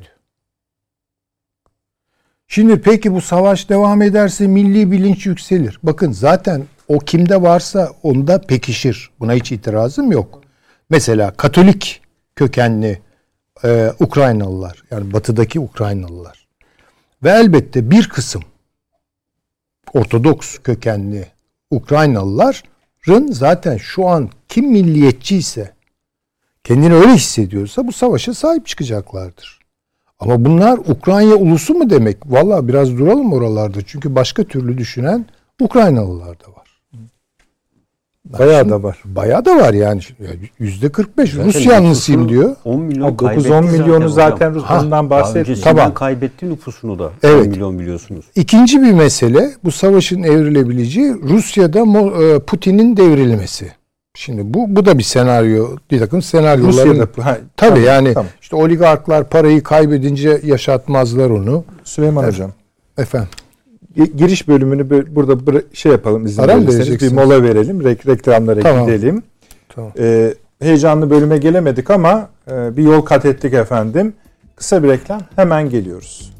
Speaker 4: Şimdi peki bu savaş devam ederse milli bilinç yükselir. Bakın zaten o kimde varsa onda pekişir. Buna hiç itirazım yok. Mesela Katolik kökenli Ukraynalılar, yani batıdaki Ukraynalılar ve elbette bir kısım Ortodoks kökenli Ukraynalıların zaten şu an kim milliyetçiyse, kendini öyle hissediyorsa bu savaşa sahip çıkacaklardır. Ama bunlar Ukrayna ulusu mu demek? Vallahi biraz duralım oralarda. Çünkü başka türlü düşünen Ukraynalılar da var.
Speaker 1: Bayağı da var.
Speaker 4: Bayağı da var yani. %45
Speaker 3: Zaten
Speaker 4: Rus yanlısıyım diyor.
Speaker 3: 10 milyon
Speaker 1: 9-10 milyonu zaten Rus'tan bahsetmiyor.
Speaker 3: Tamam. Kaybetti nüfusunu da.
Speaker 4: Evet.
Speaker 3: 10 milyon biliyorsunuz.
Speaker 4: İkinci bir mesele bu savaşın evrilebileceği, Rusya'da Putin'in devrilmesi. Şimdi bu da bir senaryo, bir takım senaryoların. Tabii
Speaker 1: tamam,
Speaker 4: yani
Speaker 1: tamam.
Speaker 4: işte oligarklar parayı kaybedince yaşatmazlar onu.
Speaker 1: Süleyman Hocam.
Speaker 4: Efendim.
Speaker 1: Giriş bölümünü burada yapalım izin
Speaker 4: Ara mı
Speaker 1: verirseniz. Bir
Speaker 4: vereceksiniz?
Speaker 1: mola verelim. Reklamlara
Speaker 4: Tamam.
Speaker 1: gidelim.
Speaker 4: Tamam.
Speaker 1: Heyecanlı bölüme gelemedik ama bir yol kat ettik efendim. Kısa bir reklam, hemen geliyoruz.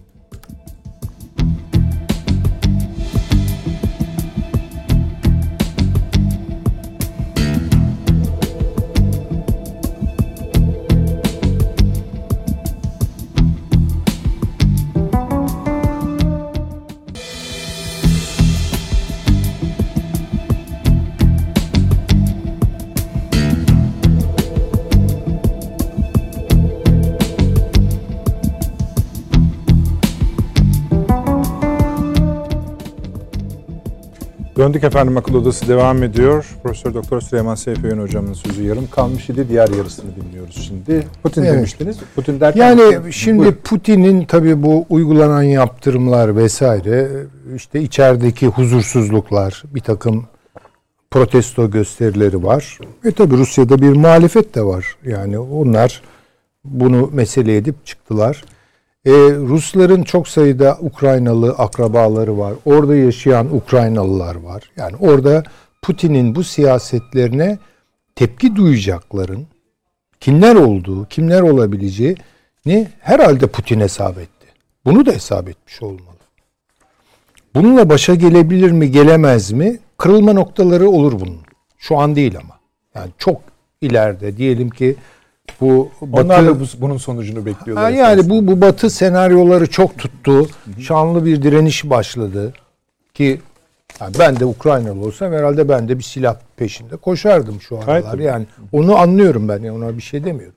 Speaker 1: Döndük efendim, akıl odası devam ediyor. Profesör Doktor Süleyman Seyfi Öğün hocamın sözü yarım kalmış idi. Diğer yarısını dinliyoruz şimdi. Putin demiştiniz. Putin derken
Speaker 4: Yani şimdi Putin'in tabii bu uygulanan yaptırımlar vesaire, işte içerideki huzursuzluklar, bir takım protesto gösterileri var. Tabii Rusya'da bir muhalefet de var. Yani onlar bunu mesele edip çıktılar. Rusların çok sayıda Ukraynalı akrabaları var. Orada yaşayan Ukraynalılar var. Yani orada Putin'in bu siyasetlerine tepki duyacakların kimler olduğu, kimler olabileceğini herhalde Putin hesap etti. Bunu da hesap etmiş olmalı. Bununla başa gelebilir mi, gelemez mi? Kırılma noktaları olur bunun. Şu an değil ama. Yani çok ileride diyelim ki bu
Speaker 1: onlar da bunun sonucunu bekliyorlar.
Speaker 4: Yani bu Batı senaryoları çok tuttu. Şanlı bir direniş başladı ki yani ben de Ukraynalı olsam herhalde ben de bir silah peşinde koşardım şu aralar. Yani onu anlıyorum ben. Yani ona bir şey demiyorum.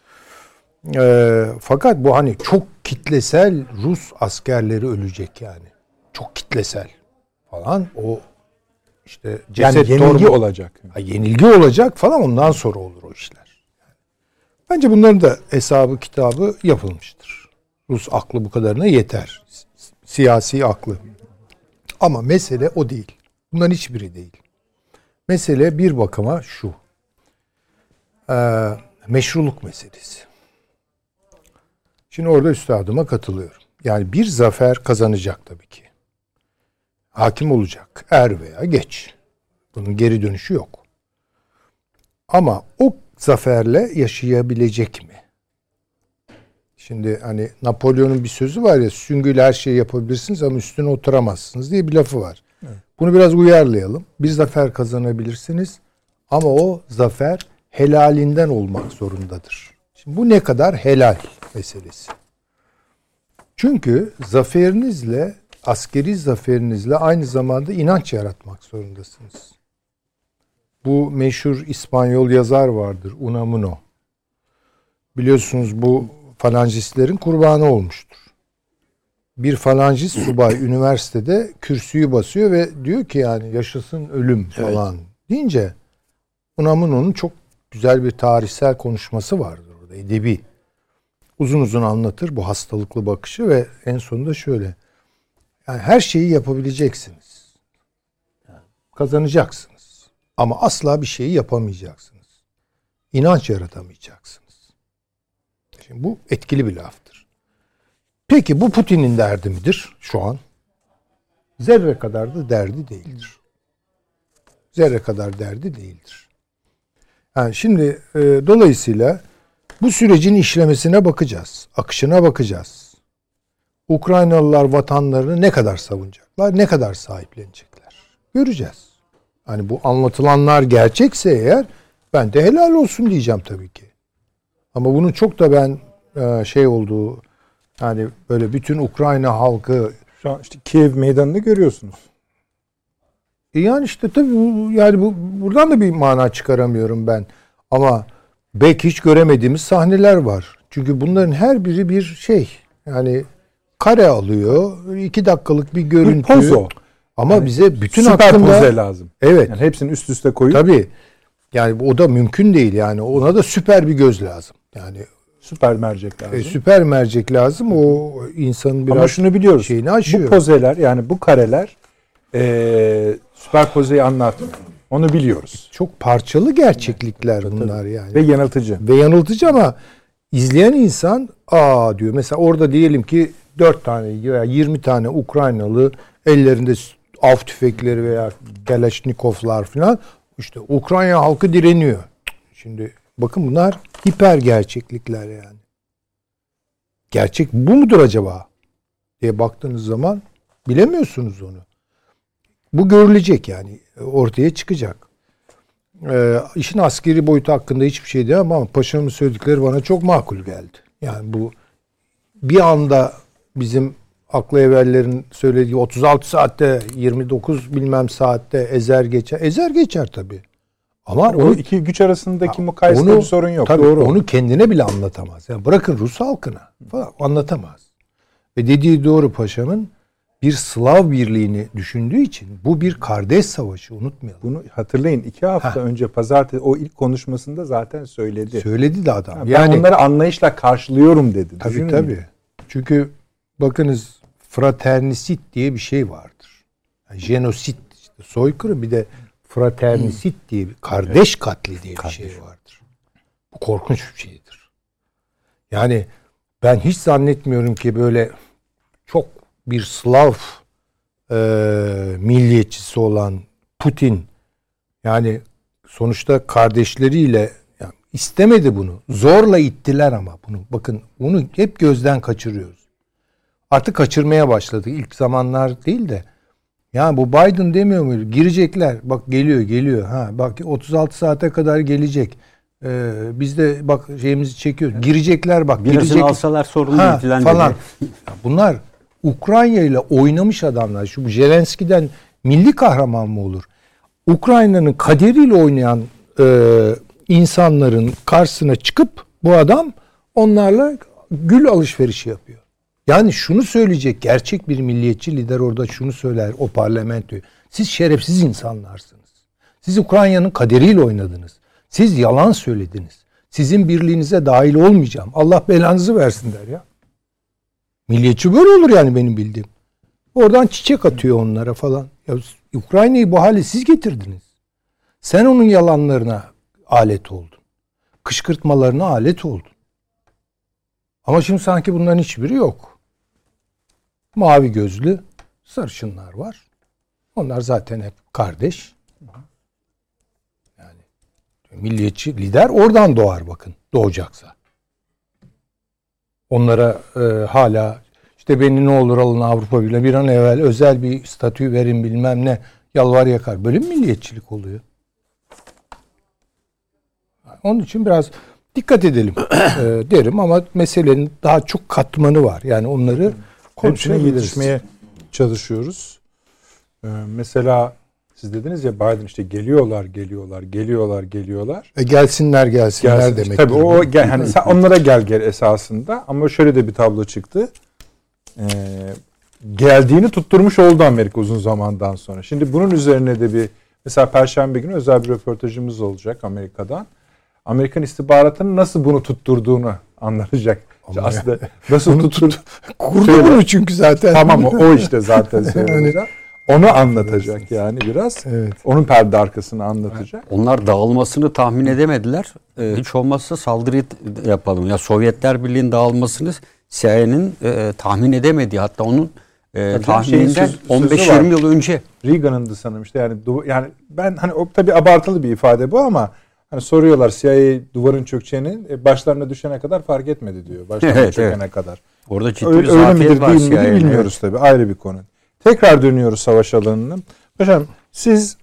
Speaker 4: Fakat bu hani çok kitlesel Rus askerleri ölecek yani. Çok kitlesel falan, o işte ceset
Speaker 1: yani yenilgi olacak.
Speaker 4: Yenilgi olacak falan, ondan sonra olur o işler. Bence bunların da hesabı kitabı yapılmıştır. Rus aklı bu kadarına yeter. Siyasi aklı. Ama mesele o değil. Bunların hiçbiri değil. Mesele bir bakıma şu. Meşruluk meselesi. Şimdi orada üstadıma katılıyorum. Yani bir zafer kazanacak tabii ki. Hakim olacak. Er veya geç. Bunun geri dönüşü yok. Ama o zaferle yaşayabilecek mi? Şimdi hani Napolyon'un bir sözü var ya, süngüyle her şeyi yapabilirsiniz ama üstüne oturamazsınız diye bir lafı var. Evet. Bunu biraz uyarlayalım. Bir zafer kazanabilirsiniz ama o zafer helalinden olmak zorundadır. Şimdi bu ne kadar helal meselesi. Çünkü zaferinizle, askeri zaferinizle aynı zamanda inanç yaratmak zorundasınız. Bu meşhur İspanyol yazar vardır, Unamuno. Biliyorsunuz bu falancistlerin kurbanı olmuştur. Bir falancist subay üniversitede kürsüyü basıyor ve diyor ki yani yaşasın ölüm falan deyince Unamuno'nun çok güzel bir tarihsel konuşması vardır orada, edebi. Uzun uzun anlatır bu hastalıklı bakışı ve en sonunda şöyle. Yani her şeyi yapabileceksiniz. Yani kazanacaksınız. Ama asla bir şeyi yapamayacaksınız. İnanç yaratamayacaksınız. Şimdi bu etkili bir laftır. Peki bu Putin'in derdi midir şu an? Zerre kadar da derdi değildir. Zerre kadar derdi değildir. Yani şimdi dolayısıyla bu sürecin işlemesine bakacağız. Akışına bakacağız. Ukraynalılar vatanlarını ne kadar savunacaklar, ne kadar sahiplenecekler. Göreceğiz. Hani bu anlatılanlar gerçekse eğer ben de helal olsun diyeceğim tabii ki. Ama bunun çok da ben şey olduğu, yani böyle bütün Ukrayna halkı,
Speaker 1: şu an işte Kiev meydanını görüyorsunuz.
Speaker 4: Yani işte tabii yani buradan da bir mana çıkaramıyorum ben. Ama belki hiç göremediğimiz sahneler var. Çünkü bunların her biri bir şey. Yani kare alıyor. 2 dakikalık bir görüntü.
Speaker 1: Bir pozo.
Speaker 4: Ama yani bize bütün
Speaker 1: süper
Speaker 4: hakkında
Speaker 1: poze lazım.
Speaker 4: Evet.
Speaker 1: Yani hepsini üst üste koyup.
Speaker 4: Tabii. Yani o da mümkün değil yani. Ona da süper bir göz lazım. Yani
Speaker 1: süper mercek lazım.
Speaker 4: Süper mercek lazım. O insanın biraz
Speaker 1: ama şunu biliyoruz.
Speaker 4: Şeyini aşıyor.
Speaker 1: Bu pozeler, yani bu kareler süper pozeyi anlatmıyor. Onu biliyoruz.
Speaker 4: Çok parçalı gerçeklikler bunlar yani.
Speaker 1: Ve yanıltıcı.
Speaker 4: Ve yanıltıcı ama izleyen insan diyor. Mesela orada diyelim ki 4 tane veya 20 tane Ukraynalı ellerinde av tüfekleri veya Kalashnikovlar falan. İşte Ukrayna halkı direniyor. Şimdi bakın bunlar hiper gerçeklikler yani. Gerçek bu mudur acaba diye baktığınız zaman bilemiyorsunuz onu. Bu görülecek yani. Ortaya çıkacak. İşin askeri boyutu hakkında hiçbir şey diyemem ama paşamın söyledikleri bana çok makul geldi. Yani bu bir anda bizim aklı evvellerin söylediği 36 saatte 29 bilmem saatte ezer geçer. Ezer geçer tabii. Ama
Speaker 1: o iki güç arasındaki mukayesede bir sorun yok.
Speaker 4: Tabii
Speaker 1: doğru.
Speaker 4: Onu kendine bile anlatamaz. Yani bırakın Rus halkına falan anlatamaz. Ve dediği doğru paşamın, bir Slav birliğini düşündüğü için bu bir kardeş savaşı, unutmayalım.
Speaker 1: Bunu hatırlayın, 2 hafta önce pazartesi o ilk konuşmasında zaten söyledi.
Speaker 4: Söyledi de adam.
Speaker 1: Ben onları anlayışla karşılıyorum dedi.
Speaker 4: Tabii. Çünkü bakınız fraternisit diye bir şey vardır. Yani jenosit, işte soykırım, bir de fraternisit diye bir kardeş katli diye bir şey vardır. Bu korkunç bir şeydir. Yani ben hiç zannetmiyorum ki böyle çok bir Slav milliyetçisi olan Putin, yani sonuçta kardeşleriyle yani istemedi bunu. Zorla ittiler ama bunu. Bakın bunu hep gözden kaçırıyoruz. Artık kaçırmaya başladık. İlk zamanlar değil de. Ya bu Biden demiyor muydu? Girecekler. Bak geliyor. Bak 36 saate kadar gelecek. Biz de bak şeyimizi çekiyoruz. Girecekler bak.
Speaker 3: Birazını alsalar sorun değil
Speaker 4: falan. Bunlar Ukrayna ile oynamış adamlar. Şu Zelenski'den milli kahraman mı olur? Ukrayna'nın kaderiyle oynayan insanların karşısına çıkıp bu adam onlarla gül alışverişi yapıyor. Yani şunu söyleyecek gerçek bir milliyetçi lider orada şunu söyler o parlamentoyu. Siz şerefsiz insanlarsınız. Siz Ukrayna'nın kaderiyle oynadınız. Siz yalan söylediniz. Sizin birliğinize dahil olmayacağım. Allah belanızı versin der ya. Milliyetçi böyle olur yani benim bildiğim. Oradan çiçek atıyor onlara falan. Ya Ukrayna'yı bu hale siz getirdiniz. Sen onun yalanlarına alet oldun. Kışkırtmalarına alet oldun. Ama şimdi sanki bunların hiçbiri yok. Mavi gözlü sarışınlar var. Onlar zaten hep kardeş. Yani milliyetçi lider oradan doğar bakın. Doğacaksa. Onlara hala işte beni ne olur alın Avrupa Birliği bir an evvel özel bir statü verin bilmem ne yalvar yakar. Böyle mi milliyetçilik oluyor? Onun için biraz dikkat edelim derim ama meselenin daha çok katmanı var. Yani onları konuşabiliriz.
Speaker 1: Yetişmeye çalışıyoruz. Mesela siz dediniz ya Biden işte geliyorlar.
Speaker 4: Gelsinler demek.
Speaker 1: Tabii o hani sen onlara gel esasında ama şöyle de bir tablo çıktı. Geldiğini tutturmuş oldu Amerika uzun zamandan sonra. Şimdi bunun üzerine de bir mesela Perşembe günü özel bir röportajımız olacak Amerika'dan. Amerikan istihbaratının nasıl bunu tutturduğunu anlatacak. Aslında nasıl
Speaker 4: kurdu bunu çünkü zaten.
Speaker 1: Tamam o işte zaten söyleyeceğim. Onu anlatacak yani biraz. Evet. Onun perde arkasını anlatacak.
Speaker 3: Onlar dağılmasını tahmin edemediler. Hiç olmazsa saldırı yapalım. Ya Sovyetler Birliği'nin dağılmasını CIA'nin tahmin edemediği, hatta onun tahmininden 15-20 yıl önce.
Speaker 1: Reagan'ındı sanırım işte yani ben hani o tabii abartılı bir ifade bu ama hani soruyorlar CIA duvarın çökeceğini başlarına düşene kadar fark etmedi diyor. Başlarına çökene kadar.
Speaker 3: Orada ciddi bir zafiyet var
Speaker 1: CIA'nin. Bilmiyoruz tabii, ayrı bir konu. Tekrar dönüyoruz savaş alanına. Paşam siz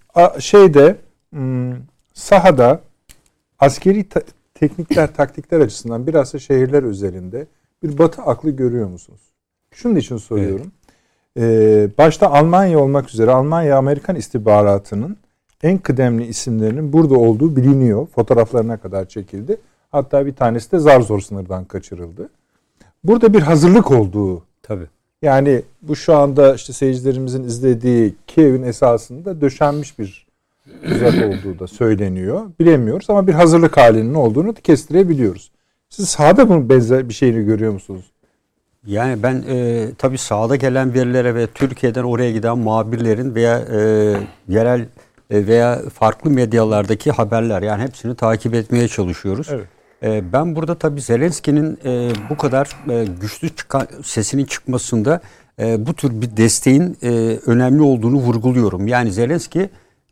Speaker 1: sahada askeri teknikler, taktikler açısından biraz da şehirler özelinde bir Batı aklı görüyor musunuz? Şunun için soruyorum. Evet. Başta Almanya olmak üzere Almanya-Amerikan istihbaratının en kıdemli isimlerinin burada olduğu biliniyor. Fotoğraflarına kadar çekildi. Hatta bir tanesi de zar zor sınırdan kaçırıldı. Burada bir hazırlık olduğu.
Speaker 3: Tabii.
Speaker 1: Yani bu şu anda işte seyircilerimizin izlediği Kiev'in esasında döşenmiş bir tuzak olduğu da söyleniyor. Bilemiyoruz ama bir hazırlık halinin olduğunu kestirebiliyoruz. Siz sahada bunun benzer bir şeyini görüyor musunuz?
Speaker 3: Yani ben tabii sahada gelen verilere ve Türkiye'den oraya giden muhabirlerin veya yerel veya farklı medyalardaki haberler, yani hepsini takip etmeye çalışıyoruz. Evet. Ben burada tabii Zelenski'nin bu kadar güçlü sesinin çıkmasında bu tür bir desteğin önemli olduğunu vurguluyorum. Yani Zelenski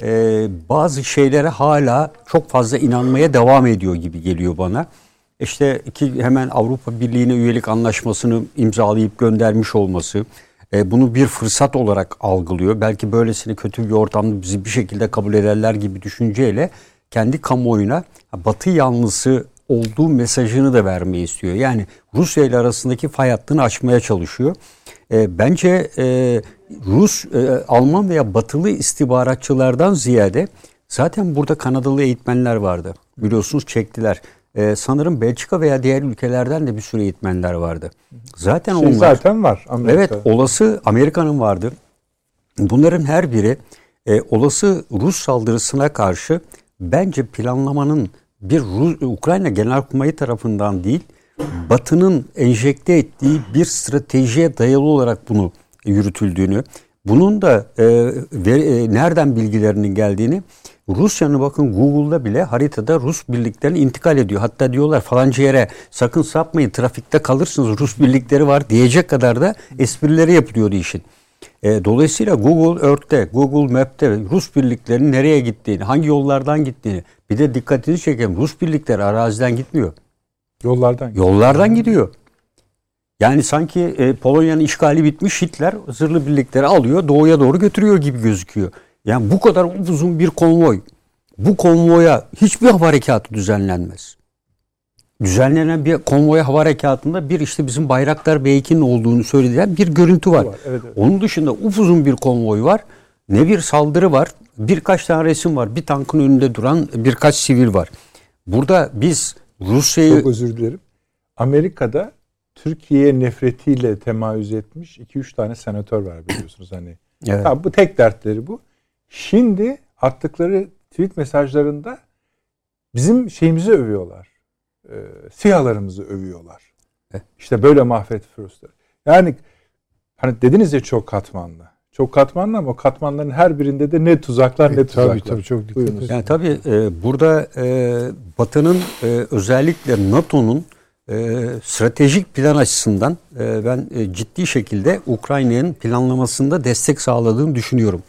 Speaker 3: bazı şeylere hala çok fazla inanmaya devam ediyor gibi geliyor bana. İşte hemen Avrupa Birliği'ne üyelik anlaşmasını imzalayıp göndermiş olması, bunu bir fırsat olarak algılıyor. Belki böylesine kötü bir ortamda bizi bir şekilde kabul ederler gibi düşünceyle kendi kamuoyuna Batı yanlısı olduğu mesajını da vermeyi istiyor. Yani Rusya ile arasındaki fay hattını açmaya çalışıyor. Bence Rus, Alman veya Batılı istihbaratçılardan ziyade zaten burada Kanadalı eğitmenler vardı. Biliyorsunuz çektiler. Sanırım Belçika veya diğer ülkelerden de bir sürü eğitmenler vardı. Zaten onlar.
Speaker 1: Zaten var Amerika.
Speaker 3: Evet, olası Amerika'nın vardı. Bunların her biri olası Rus saldırısına karşı bence planlamanın bir Ukrayna Genelkurmayı tarafından değil, Batı'nın enjekte ettiği bir stratejiye dayalı olarak bunu yürütüldüğünü, bunun da nereden bilgilerinin geldiğini, Rusya'nın bakın Google'da bile haritada Rus birliklerine intikal ediyor. Hatta diyorlar falanca yere sakın sapmayın, trafikte kalırsınız, Rus birlikleri var diyecek kadar da esprileri yapılıyordu işin. Dolayısıyla Google Earth'te, Google Map'te Rus birliklerinin nereye gittiğini, hangi yollardan gittiğini, bir de dikkatini çekelim, Rus birlikleri araziden gitmiyor. Yollardan gidiyor. Yani sanki Polonya'nın işgali bitmiş, Hitler zırhlı birlikleri alıyor, doğuya doğru götürüyor gibi gözüküyor. Yani bu kadar uzun bir konvoy, bu konvoya hiçbir hava harekatı düzenlenmez. Düzenlenen bir konvoy hava harekatında bir işte bizim Bayraktar B2'nin olduğunu söylediler, bir görüntü var. Evet. Onun dışında upuzun bir konvoy var. Ne bir saldırı var, birkaç tane resim var. Bir tankın önünde duran birkaç sivil var. Burada biz Rusya'yı...
Speaker 1: Çok özür dilerim. Amerika'da Türkiye'ye nefretiyle temayüz etmiş 2-3 tane senatör var biliyorsunuz. Hani. Evet. Ha, bu tek dertleri bu. Şimdi attıkları tweet mesajlarında bizim şeyimizi övüyorlar. SİHA'larımızı övüyorlar. İşte böyle mahvet first'ler. Yani hani dediniz ya çok katmanlı. Çok katmanlı ama o katmanların her birinde de ne tuzaklar ne tuzaklar.
Speaker 4: Tabii çok dikkat.
Speaker 3: Yani tabii burada Batı'nın özellikle NATO'nun Stratejik plan açısından ben ciddi şekilde Ukrayna'nın planlamasında destek sağladığını düşünüyorum.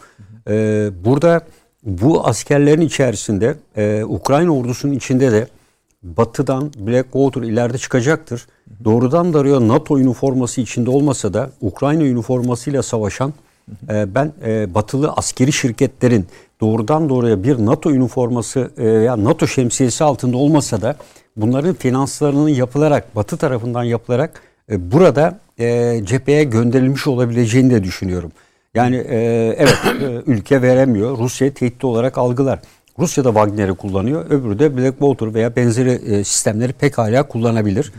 Speaker 3: Burada bu askerlerin içerisinde Ukrayna ordusunun içinde de Batı'dan Blackwater ileride çıkacaktır. Doğrudan doğruya NATO üniforması içinde olmasa da Ukrayna üniformasıyla savaşan ben batılı askeri şirketlerin doğrudan doğruya bir NATO üniforması veya NATO şemsiyesi altında olmasa da bunların finanslarının yapılarak Batı tarafından yapılarak burada cepheye gönderilmiş olabileceğini de düşünüyorum. Yani evet ülke veremiyor. Rusya tehdit olarak algılar. Rusya da Wagner'i kullanıyor. Öbürü de Blackwater veya benzeri sistemleri pekala kullanabilir.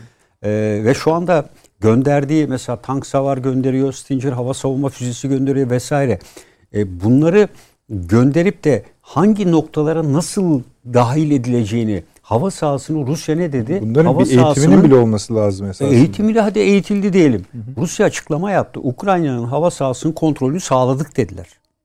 Speaker 3: Ve şu anda gönderdiği mesela tank savar gönderiyor, Stinger hava savunma füzesi gönderiyor vesaire. Bunları gönderip de hangi noktalara nasıl dahil edileceğini, hava sahasını Rusya ne dedi?
Speaker 1: Bunların
Speaker 3: hava
Speaker 1: bir eğitiminin bile olması lazım esasında.
Speaker 3: Eğitimiyle hadi eğitildi diyelim. Rusya açıklama yaptı. Ukrayna'nın hava sahasının kontrolünü sağladık dediler.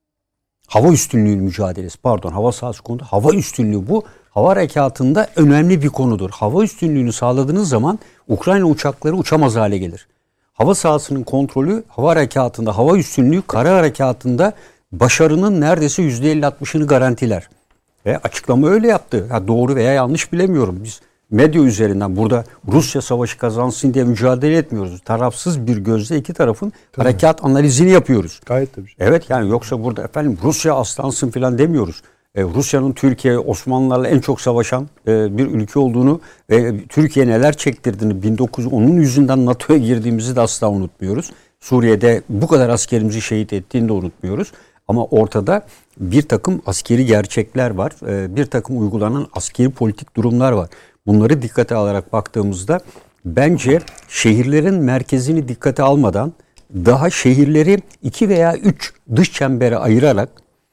Speaker 3: Hava üstünlüğü mücadelesi, hava sahası konuda hava üstünlüğü bu. Hava harekatında önemli bir konudur. Hava üstünlüğünü sağladığınız zaman Ukrayna uçakları uçamaz hale gelir. Hava sahasının kontrolü hava harekatında, hava üstünlüğü kara harekatında başarının neredeyse %50-60'ını garantiler. Ve açıklama öyle yaptı. Doğru veya yanlış bilemiyorum. Biz medya üzerinden burada Rusya savaşı kazansın diye mücadele etmiyoruz. Tarafsız bir gözle iki tarafın harekat analizini yapıyoruz.
Speaker 1: Gayet tabii.
Speaker 3: Evet yani yoksa burada efendim Rusya aslansın falan demiyoruz. Rusya'nın Türkiye, Osmanlılarla en çok savaşan bir ülke olduğunu ve Türkiye neler çektirdiğini 1910'un yüzünden NATO'ya girdiğimizi de asla unutmuyoruz. Suriye'de bu kadar askerimizi şehit ettiğini de unutmuyoruz. Ama ortada bir takım askeri gerçekler var. Bir takım uygulanan askeri politik durumlar var. Bunları dikkate alarak baktığımızda bence şehirlerin merkezini dikkate almadan daha şehirleri 2 veya 3 dış çembere ayırarak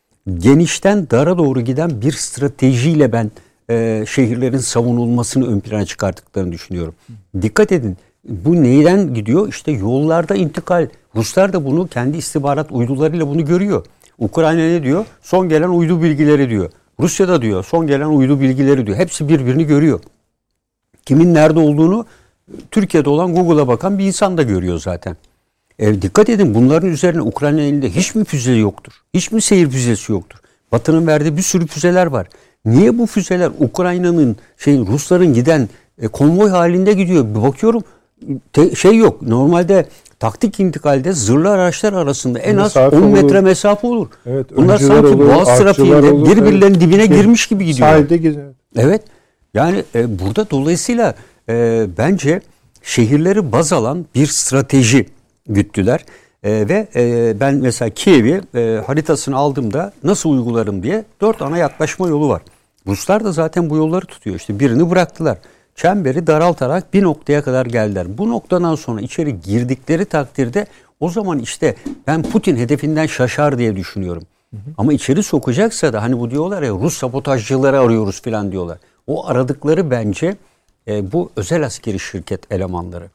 Speaker 3: genişten dara doğru giden bir stratejiyle ben şehirlerin savunulmasını ön plana çıkarttıklarını düşünüyorum. Dikkat edin. Bu neyden gidiyor? İşte yollarda intikal. Ruslar da bunu kendi istihbarat uydularıyla bunu görüyor. Ukrayna ne diyor? Son gelen uydu bilgileri diyor. Rusya da diyor son gelen uydu bilgileri diyor. Hepsi birbirini görüyor. Kimin nerede olduğunu Türkiye'de olan Google'a bakan bir insan da görüyor zaten. Dikkat edin bunların üzerine Ukrayna elinde hiç mi füze yoktur? Hiç mi seyir füzesi yoktur? Batı'nın verdiği bir sürü füzeler var. Niye bu füzeler Ukrayna'nın Rusların giden konvoy halinde gidiyor? Bir bakıyorum yok. Normalde taktik intikalde zırhlı araçlar arasında en az 10 metre mesafe olur. Evet, bunlar sanki olur, Boğaz trafiğinde birbirlerinin dibine girmiş gibi gidiyor. Sahilde geziyor. Evet. Yani burada dolayısıyla bence şehirleri baz alan bir strateji güttüler. Ve ben mesela Kiev'i haritasını aldığımda nasıl uygularım diye 4 ana yaklaşma yolu var. Ruslar da zaten bu yolları tutuyor. İşte birini bıraktılar. Çemberi daraltarak bir noktaya kadar geldiler. Bu noktadan sonra içeri girdikleri takdirde o zaman işte ben Putin hedefinden şaşar diye düşünüyorum. Ama içeri sokacaksa da hani bu diyorlar ya Rus sabotajcıları arıyoruz falan diyorlar. O aradıkları bence bu özel askeri şirket elemanları.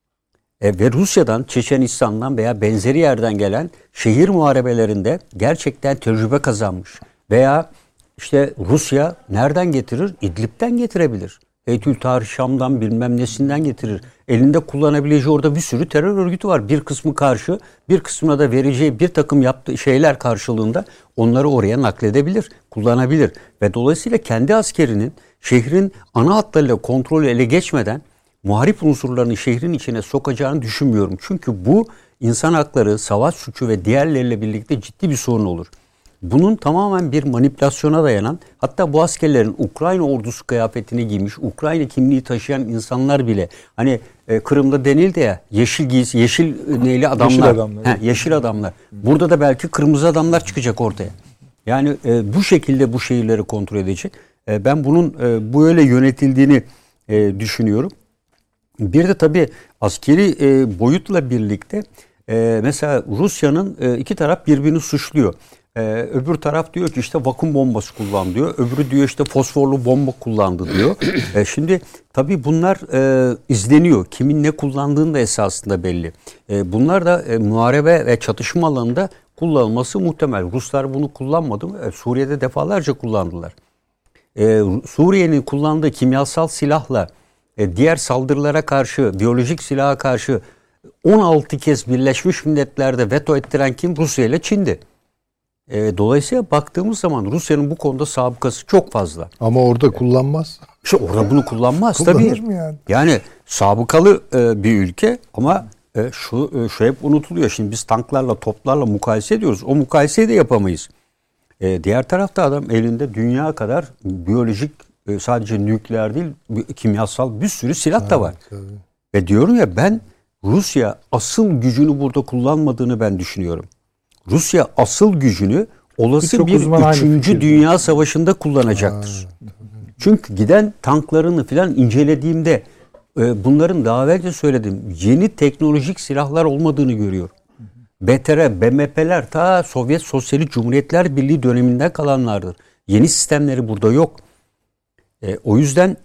Speaker 3: Ve Rusya'dan, Çeçenistan'dan veya benzeri yerden gelen şehir muharebelerinde gerçekten tecrübe kazanmış. Veya işte Rusya nereden getirir? İdlib'den getirebilir. Eytül Tahrir Şam'dan bilmem nesinden getirir. Elinde kullanabileceği orada bir sürü terör örgütü var. Bir kısmı karşı, bir kısmına da vereceği bir takım yaptığı şeyler karşılığında onları oraya nakledebilir, kullanabilir. Ve dolayısıyla kendi askerinin şehrin ana hatlarıyla kontrolü ele geçmeden muharip unsurlarını şehrin içine sokacağını düşünmüyorum. Çünkü bu insan hakları, savaş suçu ve diğerleriyle birlikte ciddi bir sorun olur. Bunun tamamen bir manipülasyona dayanan, hatta bu askerlerin Ukrayna ordusu kıyafetini giymiş, Ukrayna kimliği taşıyan insanlar bile, hani Kırım'da denildi ya, yeşil giysi, yeşil neyli adamlar. Yeşil adamlar. Yeşil adamlar. Burada da belki kırmızı adamlar çıkacak ortaya. Yani bu şekilde bu şehirleri kontrol edecek. Ben bunun böyle yönetildiğini düşünüyorum. Bir de tabii askeri boyutla birlikte mesela Rusya'nın iki taraf birbirini suçluyor. Öbür taraf diyor ki işte vakum bombası kullan diyor. Öbürü diyor işte fosforlu bomba kullandı diyor. Şimdi tabii bunlar izleniyor. Kimin ne kullandığını da esasında belli. Bunlar da muharebe ve çatışma alanında kullanılması muhtemel. Ruslar bunu kullanmadı mı? Suriye'de defalarca kullandılar. Suriye'nin kullandığı kimyasal silahla diğer saldırılara karşı, biyolojik silaha karşı 16 kez Birleşmiş Milletler'de veto ettiren kim? Rusya ile Çin'di. Dolayısıyla baktığımız zaman Rusya'nın bu konuda sabıkası çok fazla.
Speaker 4: Ama orada kullanmaz.
Speaker 3: İşte orada bunu kullanmaz
Speaker 4: Kullanır
Speaker 3: tabii.
Speaker 4: mı yani?
Speaker 3: Yani sabıkalı bir ülke ama şu hep unutuluyor. Şimdi biz tanklarla, toplarla mukayese ediyoruz. O mukayeseyi de yapamayız. Diğer tarafta adam elinde dünya kadar biyolojik, sadece nükleer değil, kimyasal bir sürü silah da var.
Speaker 4: Tabii.
Speaker 3: Ve diyorum ya, ben Rusya asıl gücünü burada kullanmadığını ben düşünüyorum. Rusya asıl gücünü olası bir 3. Dünya Savaşı'nda kullanacaktır. Çünkü giden tanklarını falan incelediğimde bunların daha evvelce söyledim, yeni teknolojik silahlar olmadığını görüyorum. BTR, BMP'ler ta Sovyet Sosyalist Cumhuriyetler Birliği döneminden kalanlardır. Yeni sistemleri burada yok. O yüzden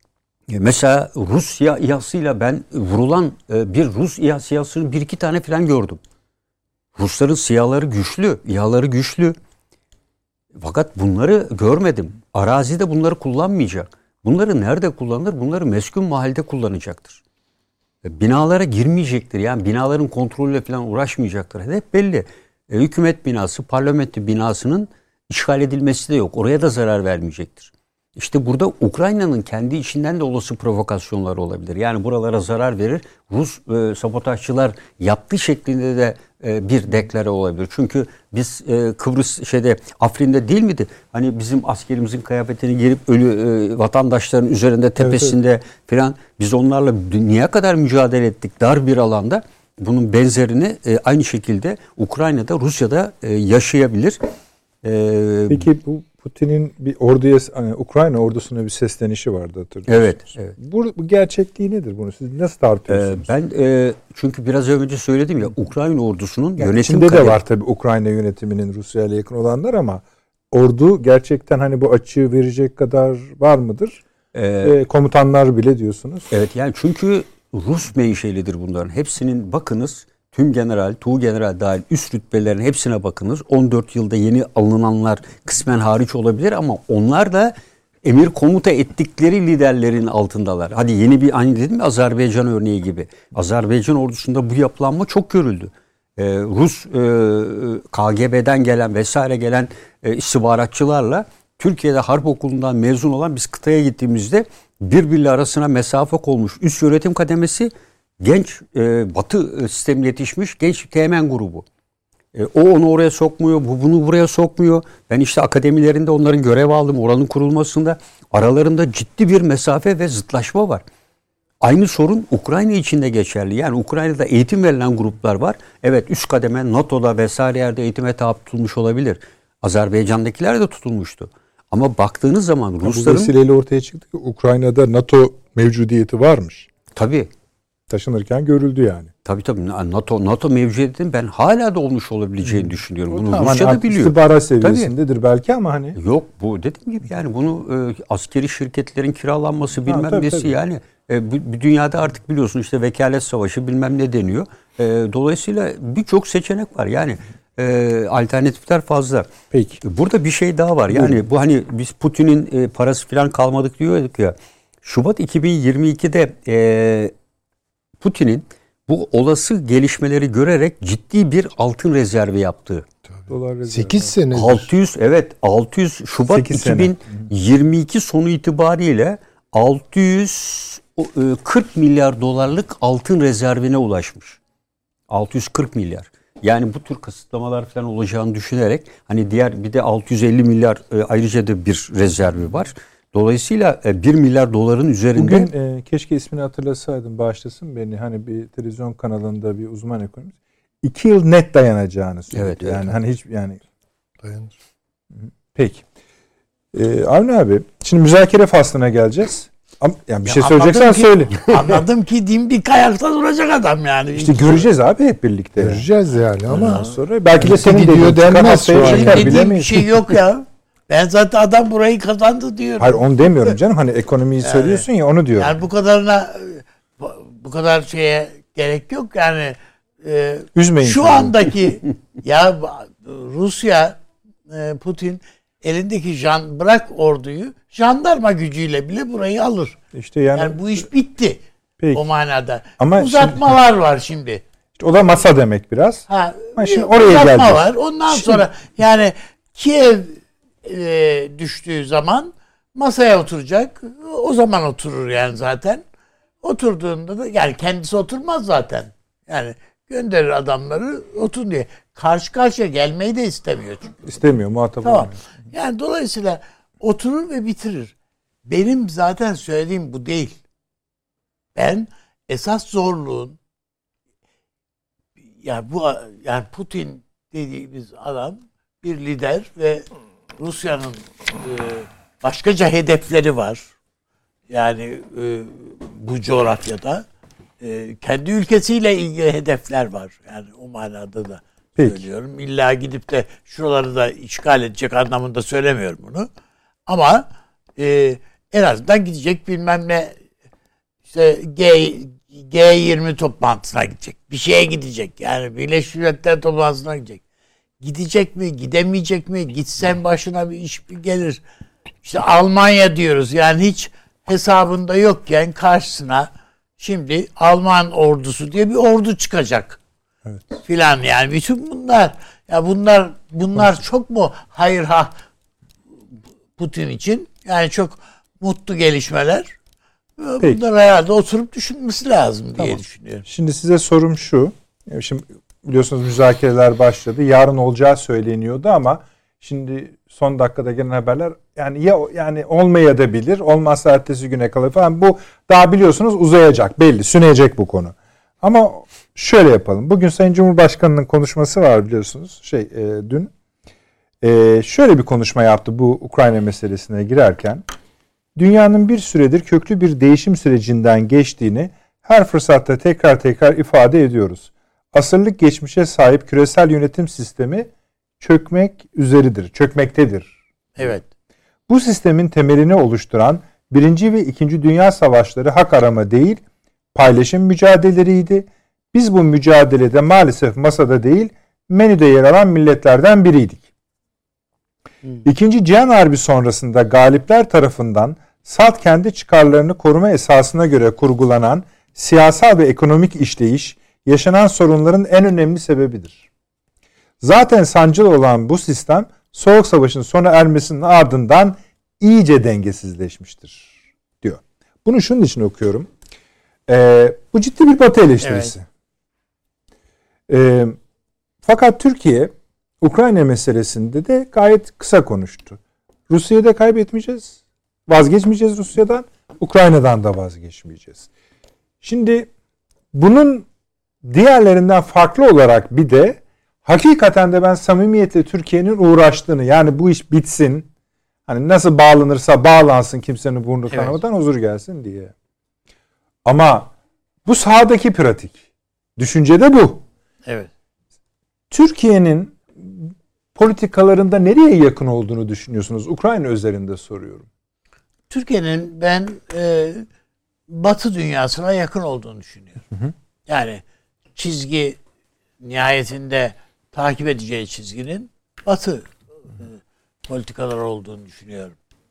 Speaker 3: mesela Rusya İHA'sıyla ben vurulan bir Rus İHA SİHA'sını 1-2 tane falan gördüm. Rusların SİHA'ları güçlü, İHA'ları güçlü. Fakat bunları görmedim. Arazide bunları kullanmayacak. Bunları nerede kullanır? Bunları meskun mahallede kullanacaktır. Binalara girmeyecektir. Yani binaların kontrolüyle falan uğraşmayacaktır. Hedef belli. Hükümet binası, parlamento binasının işgal edilmesi de yok. Oraya da zarar vermeyecektir. İşte burada Ukrayna'nın kendi içinden de olası provokasyonları olabilir. Yani buralara zarar verir. Rus sabotajcılar yaptığı şeklinde de bir deklare olabilir. Çünkü biz Kıbrıs Afrin'de değil miydi? Hani bizim askerimizin kıyafetini giyip ölü vatandaşların üzerinde, tepesinde falan, biz onlarla dünya kadar mücadele ettik dar bir alanda. Bunun benzerini aynı şekilde Ukrayna'da, Rusya'da yaşayabilir.
Speaker 1: Peki bu Putin'in bir orduya, hani Ukrayna ordusuna bir seslenişi vardı, hatırlıyorsunuz.
Speaker 3: Evet.
Speaker 1: Bu gerçekliği nedir bunu? Siz nasıl tartıyorsunuz?
Speaker 3: Ben çünkü biraz önce söyledim ya, Ukrayna ordusunun
Speaker 1: yani
Speaker 3: yönetim
Speaker 1: içinde de var tabii Ukrayna yönetiminin Rusya ile yakın olanlar, ama ordu gerçekten hani bu açığı verecek kadar var mıdır? Komutanlar bile diyorsunuz.
Speaker 3: Evet, yani çünkü Rus menşelidir bunların. Hepsinin bakınız, tüm general, tuğgeneral dahil üst rütbelerin hepsine bakınız. 14 yılda yeni alınanlar kısmen hariç olabilir ama onlar da emir komuta ettikleri liderlerin altındalar. Hadi yeni bir, aynı dedim ya, Azerbaycan örneği gibi. Azerbaycan ordusunda bu yapılanma çok görüldü. Rus KGB'den gelen vesaire gelen istihbaratçılarla Türkiye'de harp okulundan mezun olan, biz kıtaya gittiğimizde birbirleri arasına mesafe olmuş üst yönetim kademesi, genç Batı sistemine yetişmiş genç teğmen grubu. O onu oraya sokmuyor, bu bunu buraya sokmuyor. Ben işte akademilerinde onların görev aldım, oranın kurulmasında. Aralarında ciddi bir mesafe ve zıtlaşma var. Aynı sorun Ukrayna için de geçerli. Yani Ukrayna'da eğitim verilen gruplar var. Evet, üst kademe NATO'da vesaire yerde eğitime tabi tutulmuş olabilir. Azerbaycan'dakiler de tutulmuştu. Ama baktığınız zaman Rusların... Bu
Speaker 1: vesileyle ortaya çıktı ki Ukrayna'da NATO mevcudiyeti varmış.
Speaker 3: Tabii.
Speaker 1: Taşınırken görüldü yani.
Speaker 3: Tabii. NATO mevcudiyetinin ben hala da olmuş olabileceğini düşünüyorum. Bunu
Speaker 1: tamam,
Speaker 3: Rusya da biliyor.
Speaker 1: İstihbarat seviyesindedir belki ama hani.
Speaker 3: Yok, bu dediğim gibi yani bunu askeri şirketlerin kiralanması bilmem nesi yani. Bu dünyada artık biliyorsun işte vekalet savaşı bilmem ne deniyor. Dolayısıyla birçok seçenek var yani. Alternatifler fazla.
Speaker 1: Peki.
Speaker 3: Burada bir şey daha var. Yani bu hani biz Putin'in parası falan kalmadık diyorduk ya. Şubat 2022'de Putin'in bu olası gelişmeleri görerek ciddi bir altın rezervi yaptığı.
Speaker 1: Dolar rezervi.
Speaker 4: 8 senedir.
Speaker 3: 600 Şubat 2022 sonu itibariyle 640 milyar dolarlık altın rezervine ulaşmış. 640 milyar. Yani bu tür kısıtlamalar falan olacağını düşünerek hani diğer bir de 650 milyar ayrıca da bir rezervi var. Dolayısıyla 1 milyar doların üzerinde...
Speaker 1: Bugün keşke ismini hatırlasaydım, bağışlasın beni. Hani bir televizyon kanalında bir uzman ekonomist 2 yıl net dayanacağını söyledi.
Speaker 3: Evet.
Speaker 1: Yani hani hiç yani
Speaker 4: dayanır.
Speaker 1: Peki. Avni abi, şimdi müzakere faslına geleceğiz. Yani bir şey söyleyeceksen söyle.
Speaker 2: Anladım ki dimdik ayakta duracak adam yani.
Speaker 1: İşte göreceğiz abi hep birlikte.
Speaker 4: Göreceğiz yani ama
Speaker 1: sonra belki de senin
Speaker 4: gidiyor denmez şu an.
Speaker 2: Dediğim bir şey yok ya. Ben zaten adam burayı kazandı diyorum.
Speaker 1: Hayır, onu demiyorum canım. Hani ekonomiyi yani, söylüyorsun ya, onu diyorum.
Speaker 2: Yani bu kadar şeye gerek yok yani.
Speaker 1: Üzmeyin.
Speaker 2: Şu andaki ya Rusya, Putin elindeki bırak orduyu, jandarma gücüyle bile burayı alır.
Speaker 1: İşte
Speaker 2: yani bu iş bitti.
Speaker 1: Peki.
Speaker 2: O manada.
Speaker 1: Ama
Speaker 2: uzatmalar var şimdi.
Speaker 1: İşte o da masa demek biraz.
Speaker 2: Ama
Speaker 1: şimdi oraya geleceğiz.
Speaker 2: Var. Ondan sonra yani Kiev düştüğü zaman masaya oturacak. O zaman oturur yani zaten. Oturduğunda da yani kendisi oturmaz zaten. Yani gönderir adamları oturun diye. Karşı karşıya gelmeyi de istemiyor çünkü.
Speaker 1: İstemiyor, muhatap
Speaker 2: tamam.
Speaker 1: olmuyor.
Speaker 2: Yani dolayısıyla oturur ve bitirir. Benim zaten söylediğim bu değil. Ben esas zorluğun yani Putin dediğimiz adam bir lider ve Rusya'nın başkaca hedefleri var. Yani bu coğrafyada kendi ülkesiyle ilgili hedefler var. Yani o manada da söylüyorum. İlla gidip de şuraları da işgal edecek anlamında söylemiyorum bunu. Ama en azından gidecek bilmem ne işte G20 toplantısına gidecek. Bir şeye gidecek. Yani Birleşmiş Milletler toplantısına gidecek. Gidecek mi? Gidemeyecek mi? Gitsen başına bir iş gelir. İşte Almanya diyoruz. Yani hiç hesabında yokken karşısına şimdi Alman ordusu diye bir ordu çıkacak.
Speaker 1: Evet.
Speaker 2: Filan yani bütün bunlar ya bunlar çok mu hayır Putin için yani çok mutlu gelişmeler.
Speaker 1: Peki.
Speaker 2: Bunlar herhalde oturup düşünmesi lazım diye düşünüyorum.
Speaker 1: Şimdi size sorum şu. Şimdi biliyorsunuz müzakereler başladı. Yarın olacağı söyleniyordu ama şimdi son dakikada gelen haberler yani olmaya da bilir. Olmazsa ertesi güne kalır falan. Bu daha biliyorsunuz uzayacak. Belli. Sünecek bu konu. Ama şöyle yapalım. Bugün Sayın Cumhurbaşkanı'nın konuşması var biliyorsunuz. Dün. Şöyle bir konuşma yaptı bu Ukrayna meselesine girerken. Dünyanın bir süredir köklü bir değişim sürecinden geçtiğini her fırsatta tekrar ifade ediyoruz. Asırlık geçmişe sahip küresel yönetim sistemi çökmektedir.
Speaker 2: Evet.
Speaker 1: Bu sistemin temelini oluşturan 1. ve 2. Dünya Savaşları hak arama değil, paylaşım mücadeleleriydi. Biz bu mücadelede maalesef masada değil, menüde yer alan milletlerden biriydik. İkinci Cihan Harbi sonrasında galipler tarafından salt kendi çıkarlarını koruma esasına göre kurgulanan siyasal ve ekonomik işleyiş, yaşanan sorunların en önemli sebebidir. Zaten sancılı olan bu sistem, Soğuk Savaş'ın sona ermesinin ardından iyice dengesizleşmiştir, diyor. Bunu şunun için okuyorum. Bu ciddi bir Batı eleştirisi. Evet. Fakat Türkiye, Ukrayna meselesinde de gayet kısa konuştu. Rusya'yı da kaybetmeyeceğiz. Vazgeçmeyeceğiz Rusya'dan. Ukrayna'dan da vazgeçmeyeceğiz. Şimdi bunun diğerlerinden farklı olarak bir de hakikaten de ben samimiyetle Türkiye'nin uğraştığını, yani bu iş bitsin, hani nasıl bağlanırsa bağlansın, kimsenin burnu kanamadan huzur gelsin diye. Ama bu sahadaki pratik. Düşünce de bu.
Speaker 2: Evet.
Speaker 1: Türkiye'nin politikalarında nereye yakın olduğunu düşünüyorsunuz? Ukrayna üzerinde soruyorum.
Speaker 2: Türkiye'nin ben Batı dünyasına yakın olduğunu düşünüyorum. Hı hı. Yani çizgi nihayetinde takip edeceği çizginin Batı politikaları olduğunu düşünüyorum.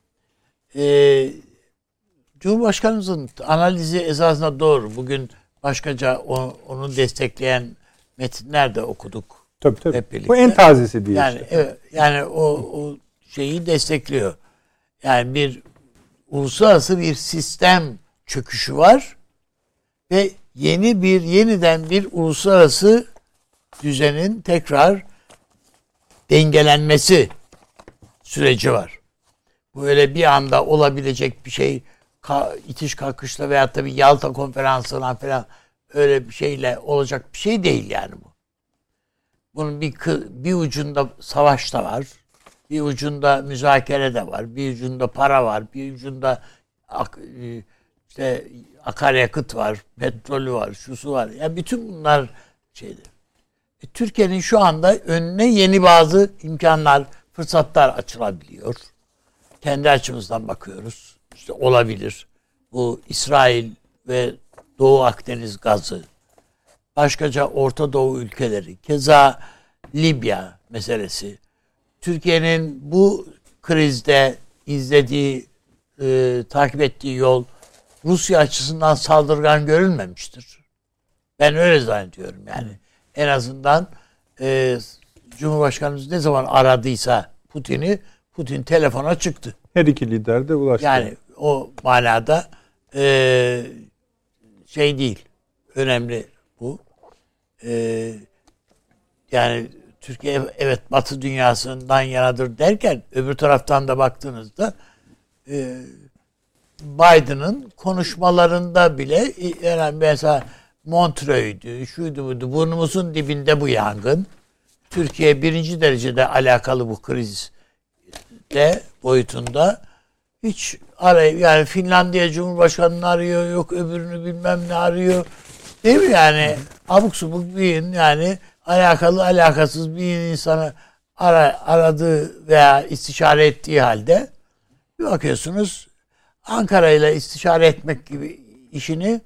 Speaker 2: Cumhurbaşkanımızın analizi esasında doğru. Bugün başkaca onu destekleyen metinler de okuduk.
Speaker 1: Tabii.
Speaker 2: Hep birlikte.
Speaker 1: Bu en tazesi diye.
Speaker 2: Yani işte. Yani o şeyi destekliyor. Yani bir uluslararası bir sistem çöküşü var ve yeniden bir uluslararası düzenin tekrar dengelenmesi süreci var. Bu öyle bir anda olabilecek bir şey, itiş kakışla veyahut da bir Yalta konferansına falan öyle bir şeyle olacak bir şey değil yani bu. Bunun bir ucunda savaş da var, bir ucunda müzakere de var, bir ucunda para var, bir ucunda işte akaryakıt var, petrolü var, şusu var. Yani bütün bunlar şeydir. Türkiye'nin şu anda önüne yeni bazı imkanlar, fırsatlar açılabiliyor. Kendi açımızdan bakıyoruz. İşte olabilir. Bu İsrail ve Doğu Akdeniz gazı, başkaca Orta Doğu ülkeleri, keza Libya meselesi. Türkiye'nin bu krizde izlediği, takip ettiği yol Rusya açısından saldırgan görülmemiştir. Ben öyle zannediyorum yani. En azından Cumhurbaşkanımız ne zaman aradıysa Putin telefona çıktı.
Speaker 1: Her iki lider de ulaştı.
Speaker 2: Yani o manada şey değil. Önemli bu. Yani Türkiye evet Batı dünyasından yanadır derken öbür taraftan da baktığınızda Biden'ın konuşmalarında bile yani mesela Montreux'dü, şuydu buydu, burnumuzun dibinde bu yangın. Türkiye birinci derecede alakalı bu krizde boyutunda hiç yani Finlandiya Cumhurbaşkanı'nı arıyor, yok öbürünü bilmem ne arıyor. Değil mi yani? Abuk subuk bir yani alakasız bir insanı aradığı veya istişare ettiği halde bir bakıyorsunuz Ankara ile istişare etmek gibi işini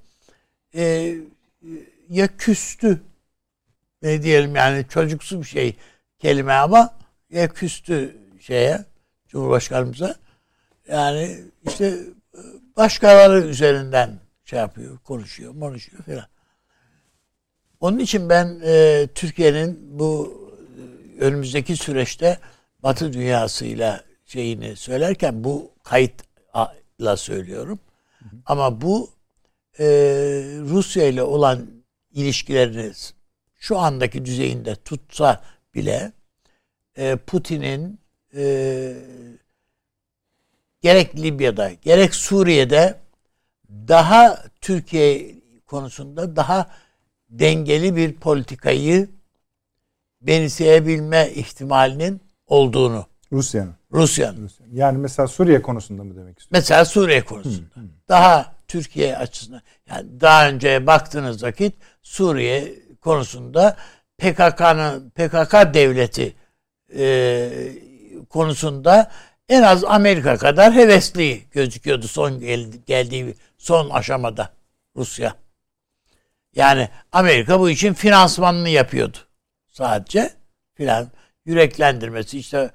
Speaker 2: ya küstü ne diyelim yani çocuksu bir şey kelime ama ya küstü Cumhurbaşkanımıza yani işte başkaları üzerinden şey yapıyor, konuşuyor filan. Onun için ben Türkiye'nin bu önümüzdeki süreçte Batı dünyasıyla şeyini söylerken bu kayıtla söylüyorum. Ama bu Rusya ile olan ilişkileriniz şu andaki düzeyinde tutsa bile Putin'in gerek Libya'da gerek Suriye'de daha Türkiye konusunda daha dengeli bir politikayı benimseyebilme ihtimalinin olduğunu. Rusya'nın.
Speaker 1: Yani mesela Suriye konusunda mı demek istiyorsun?
Speaker 2: Mesela Suriye konusunda. Daha Türkiye açısından. Yani daha önce baktığınız vakit Suriye konusunda PKK devleti konusunda en az Amerika kadar hevesli gözüküyordu geldiği son aşamada Rusya. Yani Amerika bu için finansmanını yapıyordu sadece filan yüreklendirmesi işte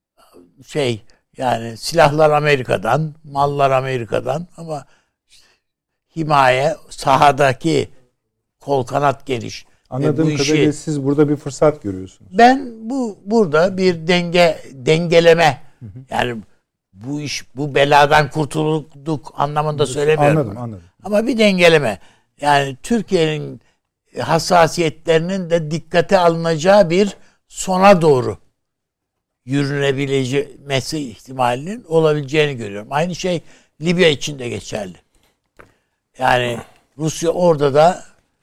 Speaker 2: yani silahlar Amerika'dan, mallar Amerika'dan ama işte himaye sahadaki kol kanat geniş.
Speaker 1: Anladığım kadarıyla siz burada bir fırsat görüyorsunuz.
Speaker 2: Ben burada bir dengeleme yani bu beladan kurtulduk anlamında söylemiyorum.
Speaker 1: Anladım.
Speaker 2: Ama bir dengeleme. Yani Türkiye'nin hassasiyetlerinin de dikkate alınacağı bir sona doğru yürünebilmesi ihtimalinin olabileceğini görüyorum. Aynı şey Libya için de geçerli. Yani Rusya orada da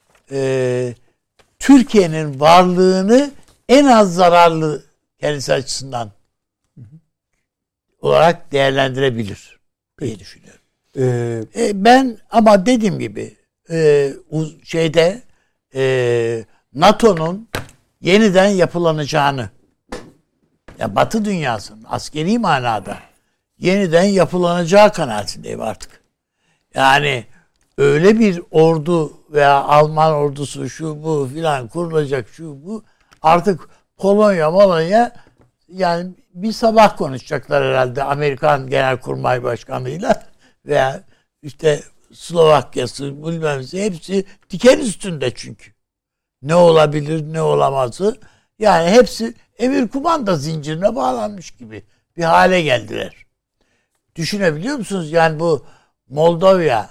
Speaker 2: Türkiye'nin varlığını en az zararlı kendisi açısından olarak değerlendirebilir diye düşünüyorum. Ben ama dediğim gibi NATO'nun yeniden yapılanacağını ya Batı dünyasının askeri manada yeniden yapılanacağı kanaatindeyim artık. Yani öyle bir ordu veya Alman ordusu şu bu filan kurulacak şu bu artık Polonya yani bir sabah konuşacaklar herhalde Amerikan Genelkurmay Başkanı'yla veya işte Slovakya'sı bilmem hepsi diken üstünde çünkü. Ne olabilir ne olamazı yani hepsi emir kumanda zincirine bağlanmış gibi bir hale geldiler. Düşünebiliyor musunuz? Yani bu Moldova,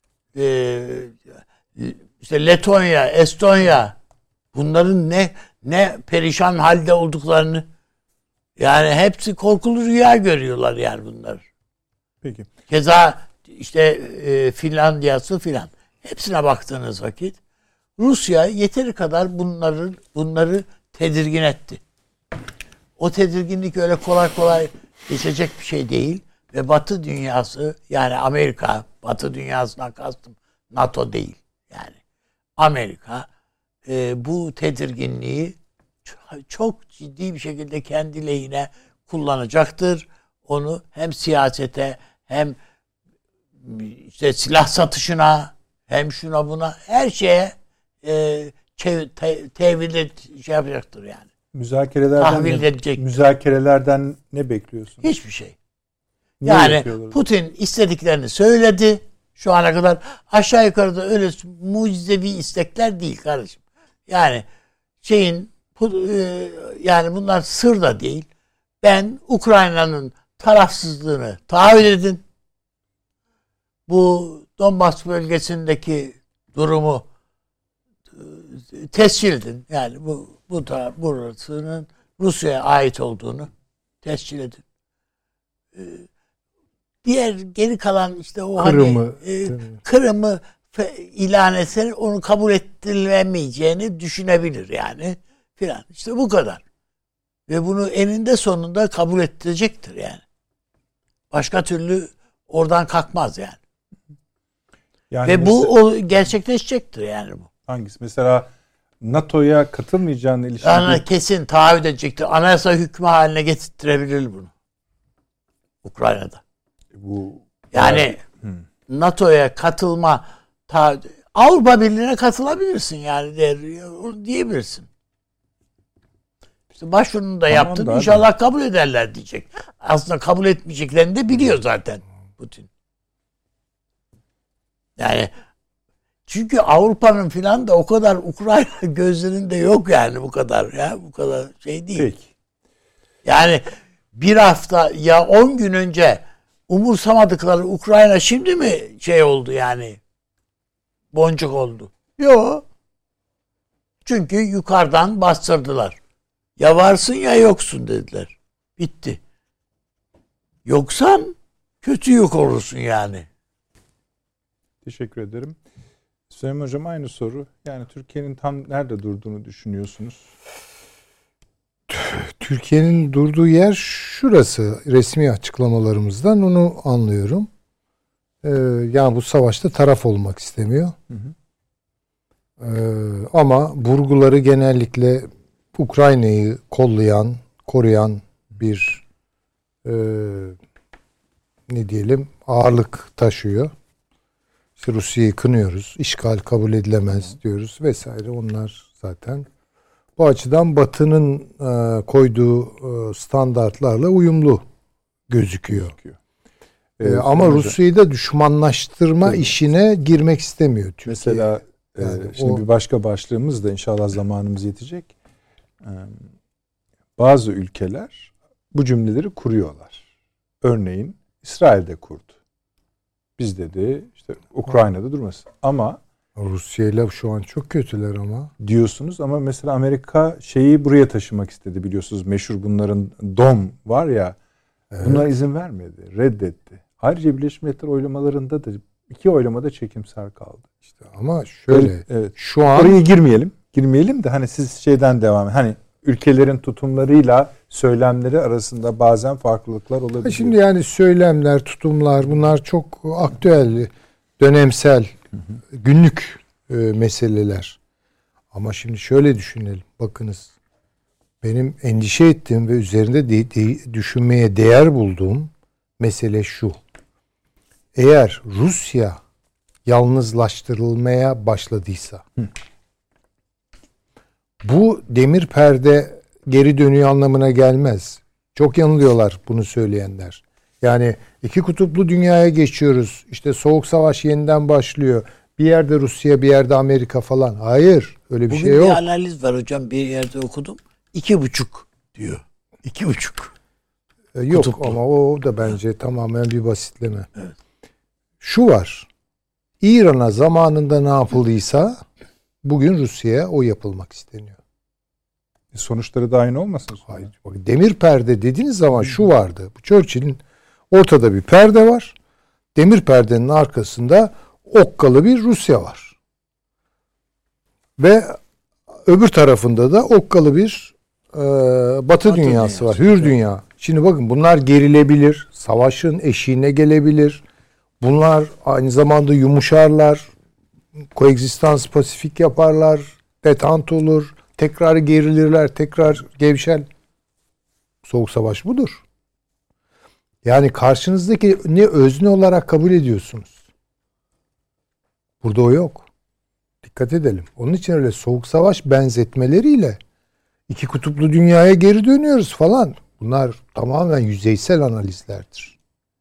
Speaker 2: işte Letonya, Estonya bunların ne perişan halde olduklarını yani hepsi korkulu rüya görüyorlar yani bunlar.
Speaker 1: Peki.
Speaker 2: Keza işte Finlandiya'sı filan. Hepsine baktığınız vakit Rusya yeteri kadar bunları tedirgin etti. O tedirginlik öyle kolay geçecek bir şey değil. Ve Batı dünyası yani Amerika, Batı dünyasından kastım NATO değil. Yani Amerika bu tedirginliği çok ciddi bir şekilde kendi lehine kullanacaktır. Onu hem siyasete hem işte silah satışına hem şuna buna her şeye tevhid yapacaktır yani. tahvil edecek.
Speaker 1: Müzakerelerden ne bekliyorsun?
Speaker 2: Hiçbir şey.
Speaker 1: Niye
Speaker 2: Yani
Speaker 1: yapıyorlar?
Speaker 2: Putin istediklerini söyledi. Şu ana kadar aşağı yukarıda öyle mucizevi istekler değil kardeşim. Yani yani bunlar sır da değil. Ben Ukrayna'nın tarafsızlığını tahayyül edin. Bu Donbas bölgesindeki durumu tescil edin. Yani burasının Rusya'ya ait olduğunu tescil edin. Diğer geri kalan işte o Kırım'ı ilan etse onu kabul ettirilmeyeceğini düşünebilir yani filan. İşte bu kadar. Ve bunu eninde sonunda kabul ettirecektir yani. Başka türlü oradan kalkmaz yani. Ve bu gerçekleşecektir yani bu.
Speaker 1: Hangisi? Mesela NATO'ya katılmayacağına ilişkin
Speaker 2: Yani kesin taahhüt edecektir. Anayasa hükmü haline getirtirebilir bunu. Ukrayna'da. Yani NATO'ya katılma Avrupa Birliği'ne katılabilirsin yani diyebilirsin. İşte başvurunu da yaptın. İnşallah kabul ederler diyecek. Aslında kabul etmeyeceklerini de biliyor zaten Putin. Yani çünkü Avrupa'nın filan da o kadar Ukrayna gözlerinde yok yani bu kadar ya. Bu kadar şey değil.
Speaker 1: Peki.
Speaker 2: Yani bir hafta ya 10 gün önce umursamadıkları Ukrayna şimdi mi şey oldu yani? Boncuk oldu. Yok. Çünkü yukarıdan bastırdılar. Ya varsın ya yoksun dediler. Bitti. Yoksan kötü yok olursun yani.
Speaker 1: Teşekkür ederim. Süleyman Hocam aynı soru. Yani Türkiye'nin tam nerede durduğunu düşünüyorsunuz?
Speaker 4: Türkiye'nin durduğu yer şurası. Resmi açıklamalarımızdan onu anlıyorum. Yani bu savaşta taraf olmak istemiyor. Hı hı. Ama vurguları genellikle Ukrayna'yı kollayan, koruyan bir ne diyelim ağırlık taşıyor. İşte Rusya'yı kınıyoruz, işgal kabul edilemez diyoruz vesaire. Onlar zaten bu açıdan Batı'nın koyduğu standartlarla uyumlu gözüküyor. Ama Rusya'yı da düşmanlaştırma işine girmek istemiyor Türkiye.
Speaker 1: Mesela şimdi bir başka başlığımız da inşallah zamanımız yetecek. Bazı ülkeler bu cümleleri kuruyorlar. Örneğin İsrail'de kurdu. Biz dedi işte Ukrayna'da durmasın. Ama
Speaker 4: Rusya ile şu an çok kötüler ama.
Speaker 1: Diyorsunuz ama mesela Amerika şeyi buraya taşımak istedi biliyorsunuz. Meşhur bunların DOM var ya. Evet. Buna izin vermedi. Reddetti. Ayrıca Birleşmiş Milletler oylamalarında da 2 oylamada çekimser kaldı.
Speaker 4: İşte ama şöyle
Speaker 1: evet.
Speaker 4: Şu an
Speaker 1: oraya girmeyelim de hani siz şeyden devam edin. Hani ülkelerin tutumlarıyla söylemleri arasında bazen farklılıklar olabiliyor.
Speaker 4: Şimdi yani söylemler, tutumlar bunlar çok aktüel, dönemsel, günlük meseleler. Ama şimdi şöyle düşünelim. Bakınız benim endişe ettiğim ve üzerinde düşünmeye değer bulduğum mesele şu. Eğer Rusya yalnızlaştırılmaya başladıysa bu demir perde geri dönüyor anlamına gelmez. Çok yanılıyorlar bunu söyleyenler. Yani 2 kutuplu dünyaya geçiyoruz. İşte soğuk savaş yeniden başlıyor. Bir yerde Rusya, bir yerde Amerika falan. Hayır, öyle bir şey yok.
Speaker 2: Bugün bir analiz var hocam. Bir yerde okudum. 2,5 diyor. 2,5.
Speaker 4: Yok
Speaker 2: kutuplu.
Speaker 4: Ama o da bence tamamen bir basitleme.
Speaker 2: Evet.
Speaker 4: Şu var. İran'a zamanında ne yapıldıysa bugün Rusya'ya o yapılmak isteniyor.
Speaker 1: Sonuçları da aynı olmasın?
Speaker 4: Hayır. Bak, demir perde dediğiniz zaman şu vardı. Bu Churchill'in ortada bir perde var. Demir perdenin arkasında okkalı bir Rusya var. Ve öbür tarafında da okkalı bir Batı dünyası var. Hür dünya. Şimdi bakın bunlar gerilebilir. Savaşın eşiğine gelebilir. Bunlar aynı zamanda yumuşarlar. Koegzistans pasifik yaparlar. Detant olur. Tekrar gerilirler. Tekrar gevşer. Soğuk savaş budur. Yani karşınızdaki ne özne olarak kabul ediyorsunuz. Burada o yok. Dikkat edelim. Onun için öyle soğuk savaş benzetmeleriyle İki kutuplu dünyaya geri dönüyoruz falan. Bunlar tamamen yüzeysel analizlerdir.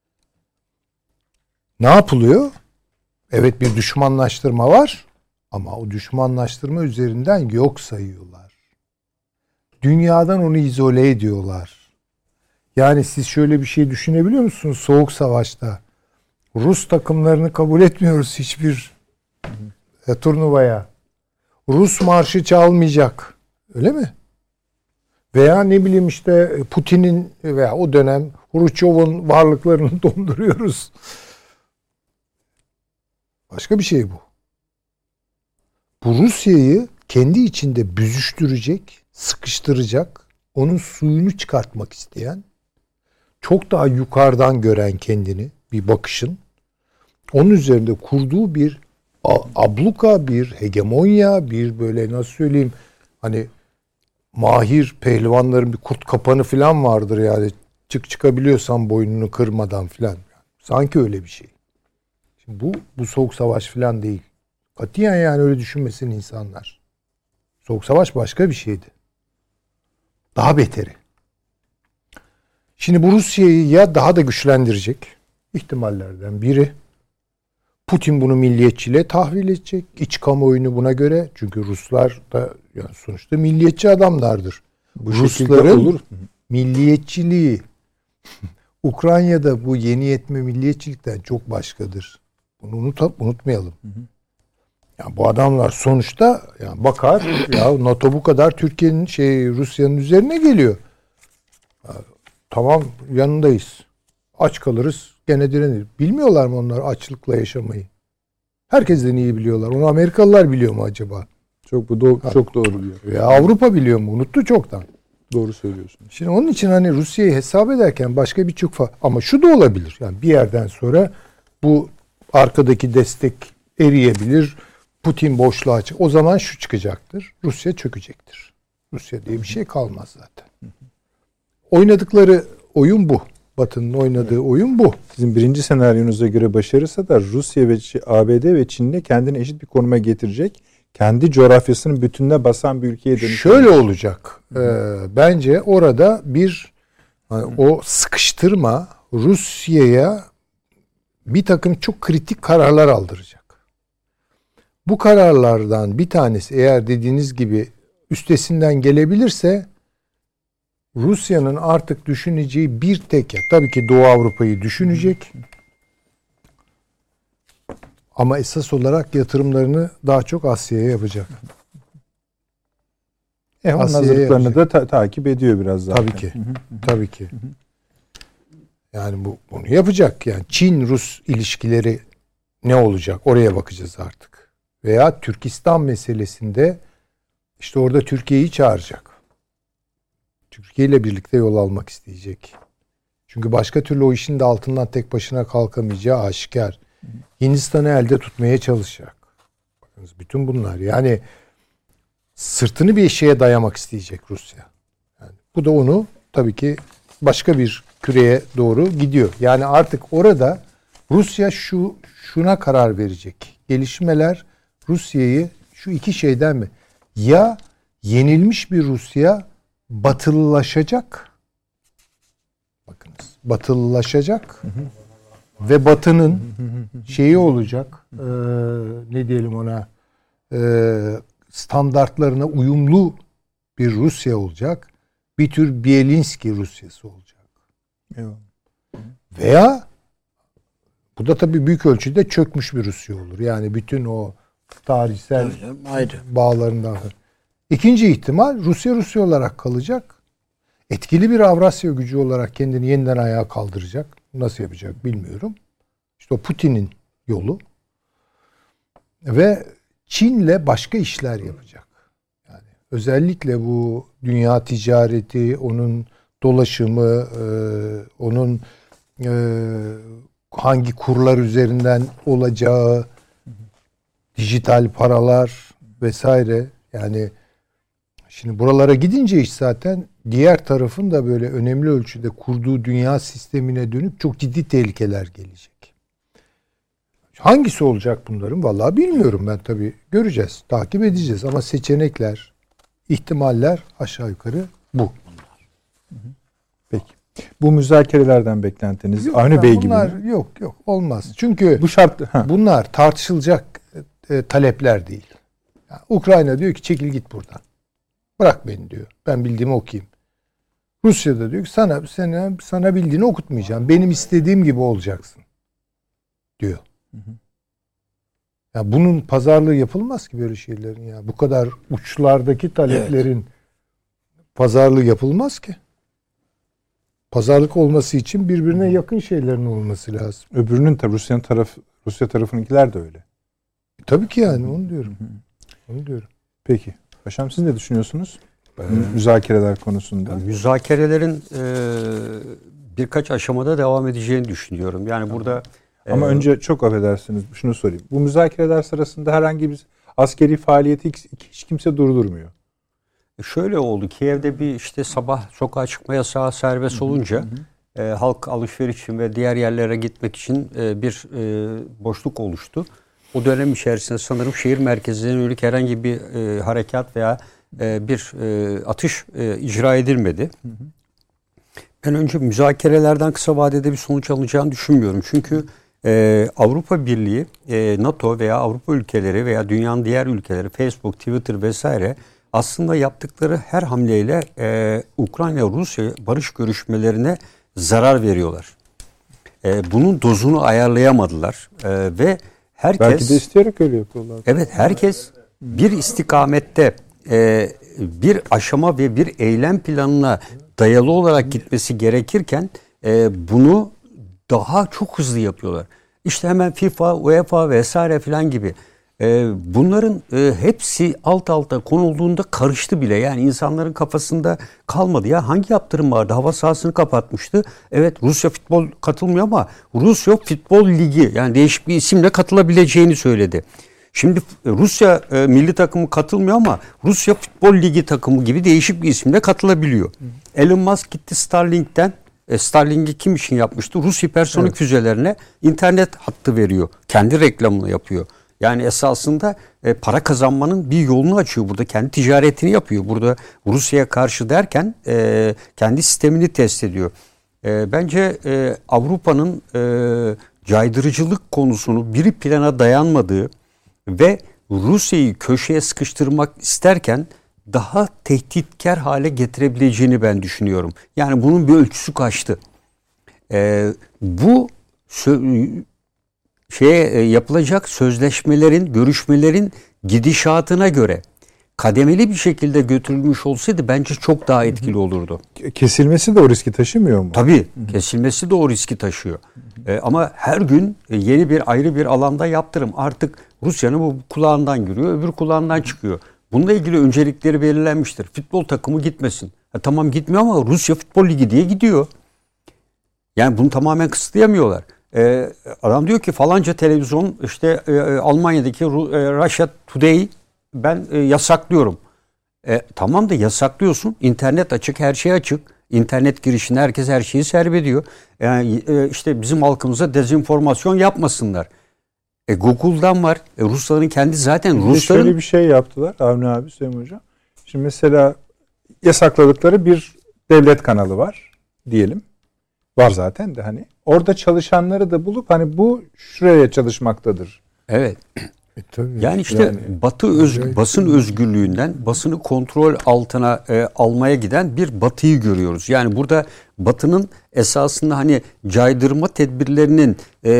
Speaker 4: Ne yapılıyor? Evet, bir düşmanlaştırma var ama o düşmanlaştırma üzerinden yok sayıyorlar. Dünyadan onu izole ediyorlar. Yani siz şöyle bir şey düşünebiliyor musunuz? Soğuk Savaş'ta Rus takımlarını kabul etmiyoruz hiçbir turnuvaya. Rus marşı çalmayacak. Öyle mi? Veya ne bileyim işte Putin'in veya o dönem Hruçov'un varlıklarını donduruyoruz. Başka bir şey bu. Bu Rusya'yı kendi içinde büzüştürecek, sıkıştıracak, onun suyunu çıkartmak isteyen, çok daha yukarıdan gören kendini bir bakışın, onun üzerinde kurduğu bir abluka, bir hegemonya, bir böyle nasıl söyleyeyim, hani mahir pehlivanların bir kurt kapanı falan vardır yani, çıkabiliyorsan boynunu kırmadan falan. Sanki öyle bir şey. Şimdi bu soğuk savaş falan değil. Katiyen yani öyle düşünmesin insanlar. Soğuk savaş başka bir şeydi. Daha beteri. Şimdi bu Rusya'yı ya daha da güçlendirecek ihtimallerden biri. Putin bunu milliyetçiliğe tahvil edecek. İç kamuoyunu buna göre. Çünkü Ruslar da yani sonuçta milliyetçi adamlardır.
Speaker 1: Bu
Speaker 4: Rusların
Speaker 1: olur.
Speaker 4: milliyetçiliği Ukrayna'da bu yeni yetme milliyetçilikten çok başkadır. Bunu unutmayalım. Yani bu adamlar sonuçta yani bakar ya NATO bu kadar Türkiye'nin Rusya'nın üzerine geliyor. Ya, tamam yanındayız. Aç kalırız gene direnir. Bilmiyorlar mı onlar açlıkla yaşamayı? Herkesten iyi biliyorlar. Onu Amerikalılar biliyor mu acaba?
Speaker 1: Çok doğru diyor.
Speaker 4: Ya Avrupa biliyor mu? Unuttu çoktan.
Speaker 1: Doğru söylüyorsun.
Speaker 4: Şimdi onun için hani Rusya'yı hesap ederken başka birçok ama şu da olabilir. Yani bir yerden sonra bu arkadaki destek eriyebilir. Putin boşluğa çık. O zaman şu çıkacaktır. Rusya çökecektir. Rusya diye bir şey kalmaz zaten. Oynadıkları oyun bu. Batı'nın oynadığı oyun bu.
Speaker 1: Sizin birinci senaryonuza göre başarırsa da Rusya ve ABD ve Çin'le kendini eşit bir konuma getirecek. Kendi coğrafyasının bütününe basan bir ülkeye dönüşecek.
Speaker 4: Şöyle olacak. Bence orada bir o sıkıştırma Rusya'ya bir takım çok kritik kararlar aldıracak. Bu kararlardan bir tanesi eğer dediğiniz gibi üstesinden gelebilirse Rusya'nın artık düşüneceği bir tek yer. Tabii ki Doğu Avrupa'yı düşünecek. Ama esas olarak yatırımlarını daha çok Asya'ya yapacak.
Speaker 1: Onun hazırlıklarını da takip ediyor biraz zaten.
Speaker 4: Tabii ki. Tabii ki. Yani bunu yapacak. Yani Çin-Rus ilişkileri ne olacak? Oraya bakacağız artık. Veya Türkistan meselesinde işte orada Türkiye'yi çağıracak. Türkiye ile birlikte yol almak isteyecek. Çünkü başka türlü o işin de altından tek başına kalkamayacağı aşikar. Hindistan'ı elde tutmaya çalışacak. Bakınız bütün bunlar yani sırtını bir şeye dayamak isteyecek Rusya. Yani bu da onu tabii ki başka bir küreye doğru gidiyor. Yani artık orada Rusya şuna karar verecek. Gelişmeler Rusya'yı şu iki şeyden mi? Ya yenilmiş bir Rusya batılılaşacak. Bakınız batılılaşacak. Ve Batı'nın şeyi olacak. Ne diyelim ona? Standartlarına uyumlu bir Rusya olacak. Bir tür Bielinski Rusyası olacak.
Speaker 1: Evet.
Speaker 4: Veya bu da tabii büyük ölçüde çökmüş bir Rusya olur. Yani bütün o tarihsel bağlarından. İkinci ihtimal Rusya olarak kalacak. Etkili bir Avrasya gücü olarak kendini yeniden ayağa kaldıracak. Nasıl yapacak bilmiyorum. İşte o Putin'in yolu. Ve Çin'le başka işler yapacak. Yani özellikle bu dünya ticareti, onun dolaşımı, onun hangi kurlar üzerinden olacağı, dijital paralar vesaire. Yani şimdi buralara gidince iş zaten diğer tarafın da böyle önemli ölçüde kurduğu dünya sistemine dönüp çok ciddi tehlikeler gelecek. Hangisi olacak bunların? Vallahi bilmiyorum ben tabii. Göreceğiz, takip edeceğiz ama seçenekler ihtimaller aşağı yukarı bu.
Speaker 1: Peki. Bu müzakerelerden beklentiniz Avni Bey gibi mi?
Speaker 4: Yok olmaz. Çünkü
Speaker 1: bu şart
Speaker 4: bunlar tartışılacak talepler değil. Yani Ukrayna diyor ki çekil git buradan. Bırak beni diyor. Ben bildiğimi okuyayım. Rusya da diyor ki sana bildiğini okutmayacağım. Benim istediğim gibi olacaksın diyor. Ya bunun pazarlığı yapılmaz ki böyle şeylerin ya. Bu kadar uçlardaki taleplerin pazarlığı yapılmaz ki. Pazarlık olması için birbirine yakın şeylerin olması lazım.
Speaker 1: Öbürünün tabii Rusya tarafınınkiler de öyle.
Speaker 4: Tabii ki yani onu diyorum. Onu diyorum.
Speaker 1: Peki. Paşam siz ne düşünüyorsunuz? Müzakereler konusunda.
Speaker 3: Müzakerelerin birkaç aşamada devam edeceğini düşünüyorum. Yani burada
Speaker 1: ama önce çok affedersiniz şunu sorayım. Bu müzakereler sırasında herhangi bir askeri faaliyeti hiç kimse durdurmuyor.
Speaker 3: Şöyle oldu. Kiev'de bir işte sabah sokağa çıkma yasağı serbest olunca halk alışveriş için ve diğer yerlere gitmek için bir boşluk oluştu. O dönem içerisinde sanırım şehir merkezine yönelik herhangi bir harekat veya bir atış icra edilmedi. Ben önce müzakerelerden kısa vadede bir sonuç alınacağını düşünmüyorum. Çünkü Avrupa Birliği, NATO veya Avrupa ülkeleri veya dünyanın diğer ülkeleri, Facebook, Twitter vesaire aslında yaptıkları her hamleyle Ukrayna-Rusya barış görüşmelerine zarar veriyorlar. Bunun dozunu ayarlayamadılar ve herkes...
Speaker 1: Belki de isteyerek öyle yapıyorlar.
Speaker 3: Evet, herkes bir istikamette bir aşama ve bir eylem planına dayalı olarak gitmesi gerekirken bunu daha çok hızlı yapıyorlar. İşte hemen FIFA, UEFA vesaire filan gibi bunların hepsi alt alta konulduğunda karıştı bile. Yani insanların kafasında kalmadı. Ya hangi yaptırım vardı? Hava sahasını kapatmıştı. Evet, Rusya futbol katılmıyor ama Rusya Futbol Ligi, yani değişik bir isimle katılabileceğini söyledi. Şimdi Rusya milli takımı katılmıyor ama Rusya Futbol Ligi takımı gibi değişik bir isimle katılabiliyor. Elon Musk gitti Starlink'ten. Starlink'i kim için yapmıştı? Rus hipersonik füzelerine internet hattı veriyor. Kendi reklamını yapıyor. Yani esasında para kazanmanın bir yolunu açıyor burada. Kendi ticaretini yapıyor. Burada Rusya'ya karşı derken kendi sistemini test ediyor. Bence Avrupa'nın caydırıcılık konusunu bir plana dayanmadığı ve Rusya'yı köşeye sıkıştırmak isterken daha tehditkar hale getirebileceğini ben düşünüyorum. Yani bunun bir ölçüsü kaçtı. Bu yapılacak sözleşmelerin, görüşmelerin gidişatına göre kademeli bir şekilde götürülmüş olsaydı bence çok daha etkili olurdu.
Speaker 1: Kesilmesi de o riski taşımıyor mu?
Speaker 3: Tabii. Kesilmesi de o riski taşıyor. Ama her gün yeni bir ayrı bir alanda yaptırım. Artık Rusya'nın bu kulağından giriyor, öbür kulağından çıkıyor. Bununla ilgili öncelikleri belirlenmiştir. Futbol takımı gitmesin. Tamam gitmiyor ama Rusya Futbol Ligi diye gidiyor. Yani bunu tamamen kısıtlayamıyorlar. Adam diyor ki falanca televizyon işte Almanya'daki Russia Today ben yasaklıyorum. Tamam da yasaklıyorsun. İnternet açık, her şey açık. İnternet girişinde herkes her şeyi serbediyor. Yani işte bizim halkımıza dezenformasyon yapmasınlar. Google'dan var. Rusların kendi zaten Rusların...
Speaker 1: Şöyle bir şey yaptılar Avni abi, Süleyman Hocam. Şimdi mesela yasakladıkları bir devlet kanalı var diyelim. Var zaten de hani. Orada çalışanları da bulup hani bu şuraya çalışmaktadır.
Speaker 3: Evet.
Speaker 4: Tabii.
Speaker 3: Yani işte basın özgürlüğünden basını kontrol altına almaya giden bir Batı'yı görüyoruz. Yani burada Batı'nın esasında hani caydırma tedbirlerinin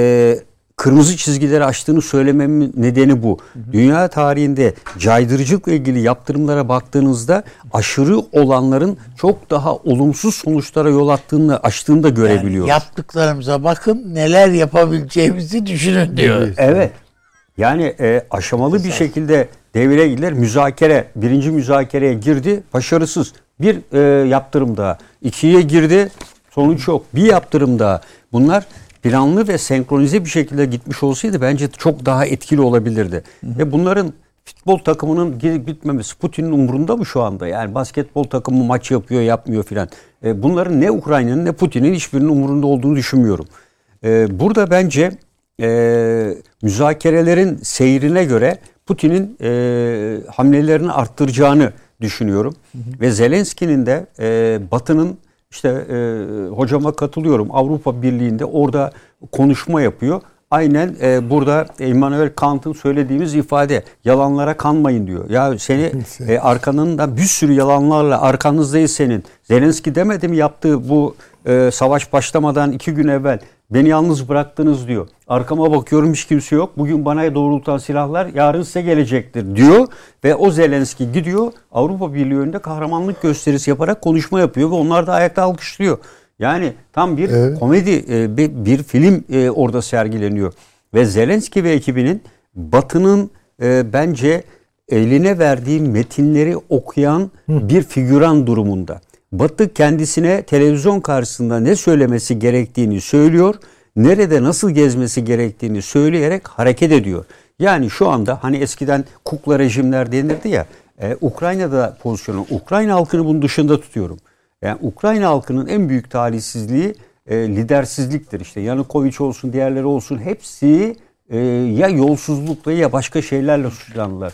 Speaker 3: kırmızı çizgileri aştığını söylememin nedeni bu. Dünya tarihinde caydırıcılıkla ilgili yaptırımlara baktığınızda aşırı olanların çok daha olumsuz sonuçlara yol açtığını da görebiliyoruz.
Speaker 2: Yani yaptıklarımıza bakın, neler yapabileceğimizi düşünün diyor.
Speaker 3: Evet. Yani aşamalı bir şekilde devreye girdiler. Birinci müzakereye girdi, başarısız. Bir yaptırım daha. 2'ye girdi, sonuç yok. Bir yaptırım daha. Bunlar planlı ve senkronize bir şekilde gitmiş olsaydı bence çok daha etkili olabilirdi. Ve bunların futbol takımının gidip gitmemesi Putin'in umurunda mı şu anda? Yani basketbol takımı maç yapıyor, yapmıyor filan. Bunların ne Ukrayna'nın ne Putin'in hiçbirinin umurunda olduğunu düşünmüyorum. Burada bence müzakerelerin seyrine göre Putin'in hamlelerini arttıracağını düşünüyorum. Ve Zelenski'nin de Batı'nın işte hocama katılıyorum, Avrupa Birliği'nde orada konuşma yapıyor. Aynen burada Immanuel Kant'ın söylediğimiz ifade, yalanlara kanmayın diyor. Ya seni arkanında bir sürü yalanlarla, arkanızdayız senin. Zelenski demedi mi yaptığı bu savaş başlamadan 2 gün evvel beni yalnız bıraktınız diyor. Arkama bakıyorum hiç kimse yok. Bugün bana doğrultan silahlar yarın size gelecektir diyor. Ve o Zelenski gidiyor Avrupa Birliği önünde kahramanlık gösterisi yaparak konuşma yapıyor ve onlar da ayakta alkışlıyor. Yani tam bir komedi, bir film orada sergileniyor. Ve Zelenski ve ekibinin Batı'nın bence eline verdiği metinleri okuyan bir figüran durumunda. Batı kendisine televizyon karşısında ne söylemesi gerektiğini söylüyor, nerede nasıl gezmesi gerektiğini söyleyerek hareket ediyor. Yani şu anda hani eskiden kukla rejimler denirdi ya, Ukrayna'da pozisyonu, Ukrayna halkını bunun dışında tutuyorum. Yani Ukrayna halkının en büyük talihsizliği lidersizliktir. İşte Yanukovych olsun, diğerleri olsun hepsi ya yolsuzlukla ya başka şeylerle suçlandılar.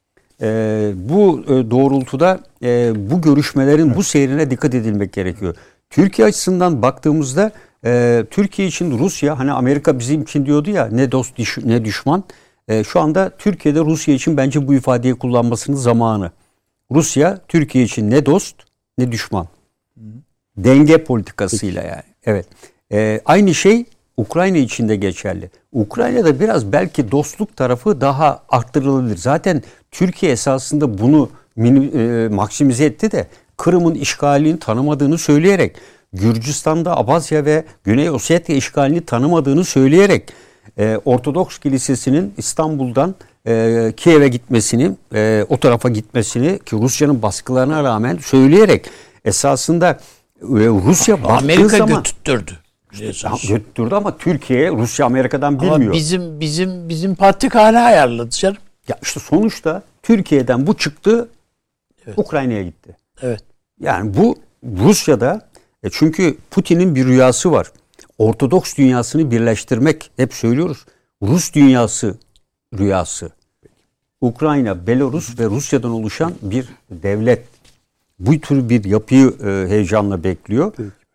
Speaker 3: Bu doğrultuda bu görüşmelerin bu seyrine dikkat edilmek gerekiyor. Türkiye açısından baktığımızda Türkiye için Rusya, hani Amerika bizim için diyordu ya, ne dost ne düşman. Şu anda Türkiye'de Rusya için bence bu ifadeyi kullanmasının zamanı. Rusya Türkiye için ne dost ne düşman. Denge politikasıyla yani. Evet. Aynı şey Ukrayna için de geçerli. Ukrayna'da biraz belki dostluk tarafı daha arttırılabilir. Zaten Türkiye esasında bunu maksimize etti de Kırım'ın işgalini tanımadığını söyleyerek, Gürcistan'da Abhazya ve Güney Ossetya işgalini tanımadığını söyleyerek, Ortodoks Kilisesi'nin İstanbul'dan Kiev'e gitmesini, o tarafa gitmesini ki Rusya'nın baskılarına rağmen söyleyerek esasında Rusya baktığı
Speaker 2: Amerika
Speaker 3: zaman
Speaker 2: götürdü.
Speaker 3: Götürdü ama Türkiye, Rusya Amerika'dan bilmiyor.
Speaker 2: Ama bizim patikhane ayarladı canım.
Speaker 3: Ya işte sonuçta Türkiye'den bu çıktı, evet. Ukrayna'ya gitti.
Speaker 2: Evet.
Speaker 3: Yani bu Rusya'da çünkü Putin'in bir rüyası var. Ortodoks dünyasını birleştirmek, hep söylüyoruz. Rus dünyası rüyası. Ukrayna, Belarus ve Rusya'dan oluşan bir devlet. Bu tür bir yapıyı heyecanla bekliyor.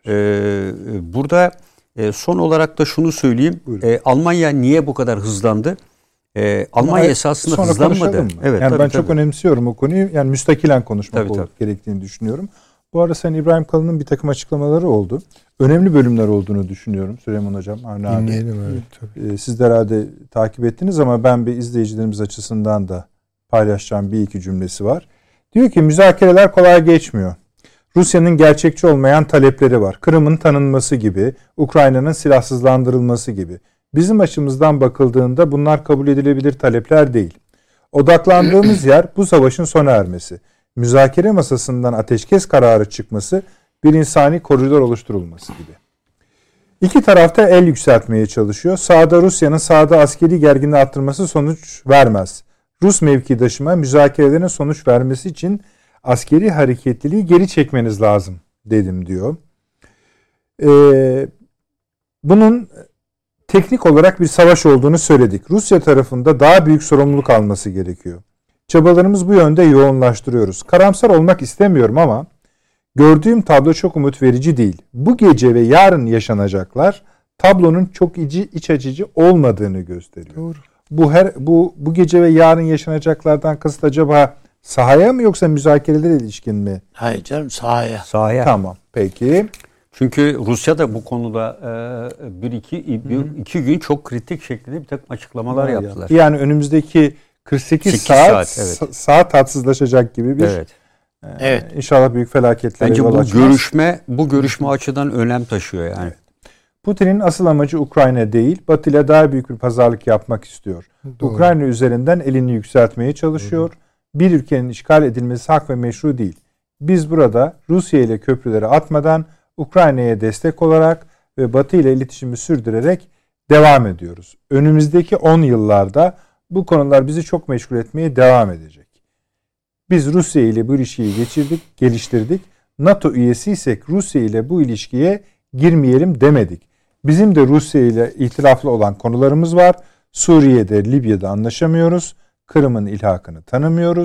Speaker 3: Burada son olarak da şunu söyleyeyim. Almanya niye bu kadar hızlandı? Almanya esasında hızlanmadı.
Speaker 1: Evet, yani ben çok önemsiyorum o konuyu. Yani müstakilen konuşmak gerektiğini düşünüyorum. Bu arada Sayın İbrahim Kalın'ın bir takım açıklamaları oldu. Önemli bölümler olduğunu düşünüyorum Süleyman Hocam.
Speaker 4: Dinleyelim, evet, tabii.
Speaker 1: Siz de herhalde takip ettiniz ama ben bir izleyicilerimiz açısından da paylaşacağım bir iki cümlesi var. Diyor ki müzakereler kolay geçmiyor. Rusya'nın gerçekçi olmayan talepleri var. Kırım'ın tanınması gibi, Ukrayna'nın silahsızlandırılması gibi. Bizim açımızdan bakıldığında bunlar kabul edilebilir talepler değil. Odaklandığımız yer bu savaşın sona ermesi. Müzakere masasından ateşkes kararı çıkması, bir insani koridor oluşturulması gibi. İki tarafta el yükseltmeye çalışıyor. Sağda Rusya'nın sağda askeri gerginliği arttırması sonuç vermez. Rus mevkidaşıma müzakerelerin sonuç vermesi için askeri hareketliliği geri çekmeniz lazım dedim diyor. Bunun teknik olarak bir savaş olduğunu söyledik. Rusya tarafında daha büyük sorumluluk alması gerekiyor. Çabalarımız bu yönde yoğunlaştırıyoruz. Karamsar olmak istemiyorum ama gördüğüm tablo çok umut verici değil. Bu gece ve yarın yaşanacaklar tablonun çok iç açıcı olmadığını gösteriyor.
Speaker 4: Doğru.
Speaker 1: Bu gece ve yarın yaşanacaklardan kasıt acaba sahaya mı yoksa müzakerelere ilişkin mi?
Speaker 2: Hayır canım, sahaya.
Speaker 3: Sahaya.
Speaker 1: Tamam, peki.
Speaker 3: Çünkü Rusya da bu konuda iki gün çok kritik şekilde bir takım açıklamalar yaptılar.
Speaker 1: Yani önümüzdeki 48 saat evet. Saat tatsızlaşacak gibi bir.
Speaker 3: Evet.
Speaker 2: Evet.
Speaker 1: İnşallah büyük felaketlere
Speaker 3: bence
Speaker 1: yol açmaz.
Speaker 3: bu görüşme açıdan önem taşıyor yani.
Speaker 1: Evet. Putin'in asıl amacı Ukrayna değil, Batı ile daha büyük bir pazarlık yapmak istiyor. Doğru. Ukrayna üzerinden elini yükseltmeye çalışıyor. Doğru. Bir ülkenin işgal edilmesi hak ve meşru değil. Biz burada Rusya ile köprüleri atmadan Ukrayna'ya destek olarak ve Batı ile iletişimi sürdürerek devam ediyoruz. Önümüzdeki 10 yıllarda bu konular bizi çok meşgul etmeye devam edecek. Biz Rusya ile bu ilişkiyi geliştirdik. NATO üyesiysek Rusya ile bu ilişkiye girmeyelim demedik. Bizim de Rusya ile ihtilaflı olan konularımız var. Suriye'de, Libya'da anlaşamıyoruz. Kırım'ın ilhakını tanımıyoruz.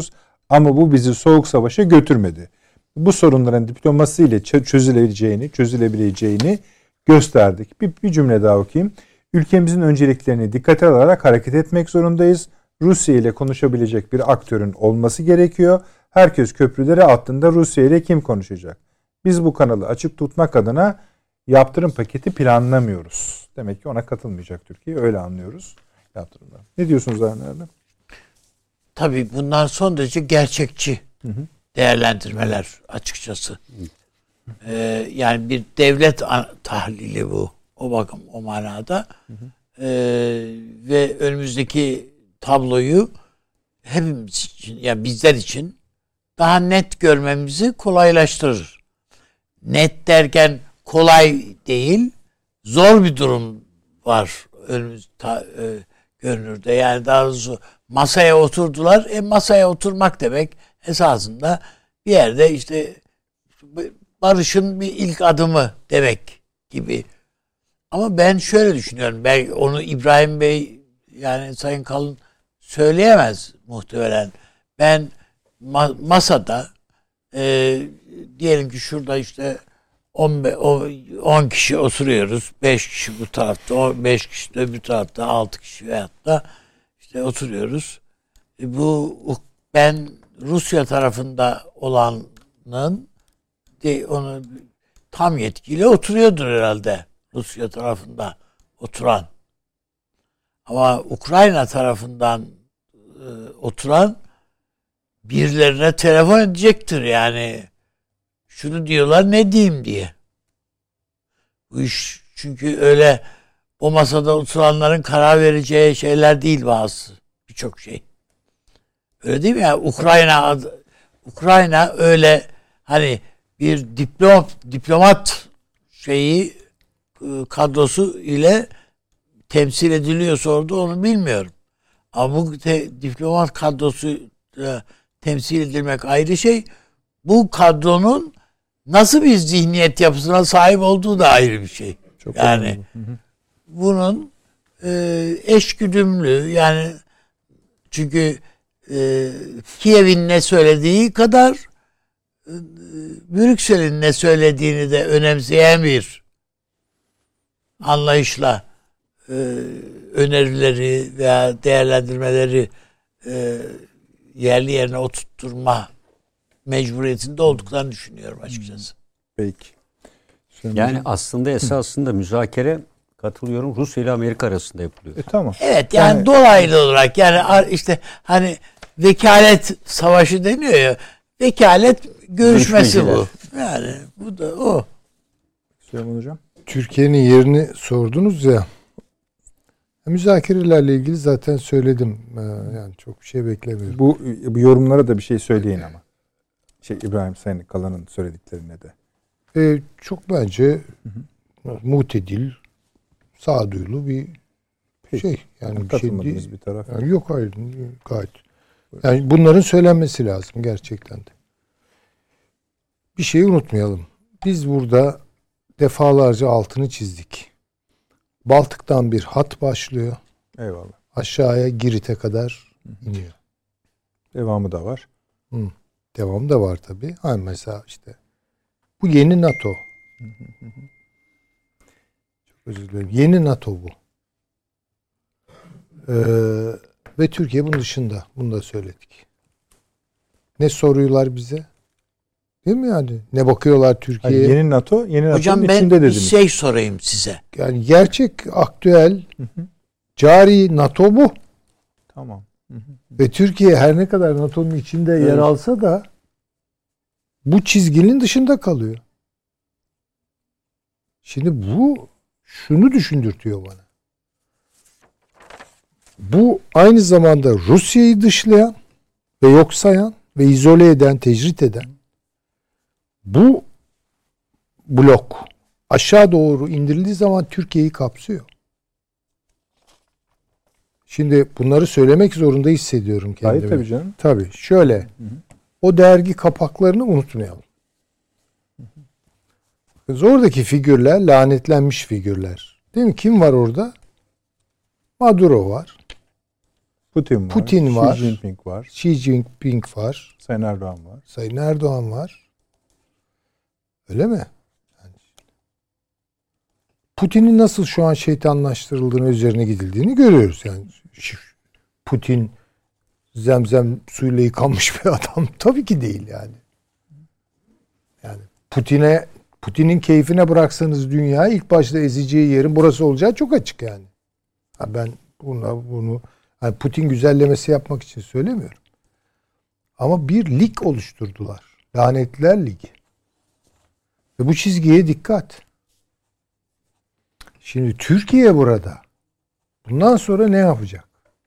Speaker 1: Ama bu bizi soğuk savaşa götürmedi. Bu sorunların diplomasiyle çözülebileceğini gösterdik. Bir cümle daha okuyayım. Ülkemizin önceliklerini dikkate alarak hareket etmek zorundayız. Rusya ile konuşabilecek bir aktörün olması gerekiyor. Herkes köprüleri attığında Rusya ile kim konuşacak? Biz bu kanalı açık tutmak adına yaptırım paketi planlamıyoruz. Demek ki ona katılmayacak Türkiye. Öyle anlıyoruz yaptırımlar. Ne diyorsunuz Avni Erdem?
Speaker 2: Tabii bunlar son derece gerçekçi değerlendirmeler açıkçası. Yani bir devlet tahlili bu. O manada. Ve önümüzdeki tabloyu hepimiz için, yani bizler için daha net görmemizi kolaylaştırır. Net derken kolay değil, zor bir durum var görünürde. Yani daha doğrusu masaya oturdular. Masaya oturmak demek esasında bir yerde işte barışın bir ilk adımı demek gibi. Ama ben şöyle düşünüyorum. Belki onu İbrahim Bey, yani Sayın Kalın söyleyemez muhtemelen. Ben masada diyelim ki şurada işte 10 kişi oturuyoruz. 5 kişi bu tarafta, 5 kişi de öbür tarafta, 6 kişi veyahut da işte oturuyoruz. Ben Rusya tarafında olanın onu tam yetkili oturuyordur herhalde. Rusya tarafında oturan. Ama Ukrayna tarafından oturan birilerine telefon edecektir yani. Şunu diyorlar, ne diyeyim diye. Bu iş çünkü öyle o masada oturanların karar vereceği şeyler değil bazı. Birçok şey. Öyle değil mi ya? Ukrayna öyle hani bir diplomat kadrosu ile temsil ediliyorsa orada onu bilmiyorum. Ama bu diplomat kadrosu temsil edilmek ayrı şey. Bu kadronun nasıl bir zihniyet yapısına sahip olduğu da ayrı bir şey.
Speaker 1: Çok
Speaker 2: yani bunun eşgüdümlü, yani çünkü Kiev'in ne söylediği kadar Brüksel'in ne söylediğini de önemseyen bir anlayışla önerileri veya değerlendirmeleri yerli yerine oturtturma mecburiyetinde olduklarını düşünüyorum açıkçası.
Speaker 1: Peki.
Speaker 3: Yani aslında esasında müzakere, katılıyorum, Rusya ile Amerika arasında yapılıyor.
Speaker 1: Tamam.
Speaker 2: Evet, yani dolaylı olarak, yani işte hani vekalet savaşı deniyor ya, vekalet görüşmesi bu. Yani bu da o.
Speaker 1: Süleyman Hocam.
Speaker 4: Türkiye'nin yerini sordunuz ya. Müzakerelerle ilgili zaten söyledim. Yani çok bir şey beklemiyorum.
Speaker 1: Bu yorumlara da bir şey söyleyin ama. İbrahim Sayın Kalan'ın söylediklerine de.
Speaker 4: Çok bence mutedil, sağduyulu bir şey. Yani bir şey değil.
Speaker 1: Bir taraf.
Speaker 4: Yani yok, hayır, gayet. Yani bunların söylenmesi lazım gerçekten de. Bir şeyi unutmayalım. Biz burada defalarca altını çizdik. Baltık'tan bir hat başlıyor.
Speaker 1: Eyvallah.
Speaker 4: Aşağıya Girit'e kadar iniyor.
Speaker 1: Devamı da var.
Speaker 4: Devamı da var tabii. Mesela işte bu yeni NATO. Çok özür dilerim. Yeni NATO bu. Ve Türkiye bunun dışında. Bunu da söyledik. Ne soruyorlar bize? Değil mi yani? Ne bakıyorlar Türkiye'ye?
Speaker 1: Yani yeni NATO'nun içinde
Speaker 2: Hocam ben bir şey sorayım size.
Speaker 4: Yani gerçek, aktüel, cari NATO bu.
Speaker 1: Tamam.
Speaker 4: Ve Türkiye her ne kadar NATO'nun içinde yer alsa da bu çizginin dışında kalıyor. Şimdi bu şunu düşündürtüyor bana. Bu aynı zamanda Rusya'yı dışlayan ve yok sayan ve izole eden, tecrit eden bu blok aşağı doğru indirildiği zaman Türkiye'yi kapsıyor. Şimdi bunları söylemek zorunda hissediyorum kendimi.
Speaker 1: Hayır, tabii canım.
Speaker 4: Tabii. Şöyle. O dergi kapaklarını unutmayalım. Oradaki figürler lanetlenmiş figürler. Değil mi? Kim var orada? Maduro var.
Speaker 1: Putin var.
Speaker 4: Xi Jinping var. Xi Jinping var.
Speaker 1: Sayın Erdoğan var.
Speaker 4: Sayın Erdoğan var. Öyle mi? Yani Putin'in nasıl şu an şeytanlaştırıldığını, üzerine gidildiğini görüyoruz. Yani Putin zemzem suyuyla yıkanmış bir adam tabii ki değil yani. Yani Putin'in keyfine bıraksanız dünyayı, ilk başta ezeceği yerin burası olacağı çok açık yani. Ben bunu yani Putin güzellemesi yapmak için söylemiyorum. Ama bir lig oluşturdular. Lanetliler Ligi. Ve bu çizgiye dikkat. Şimdi Türkiye burada. Bundan sonra ne yapacak?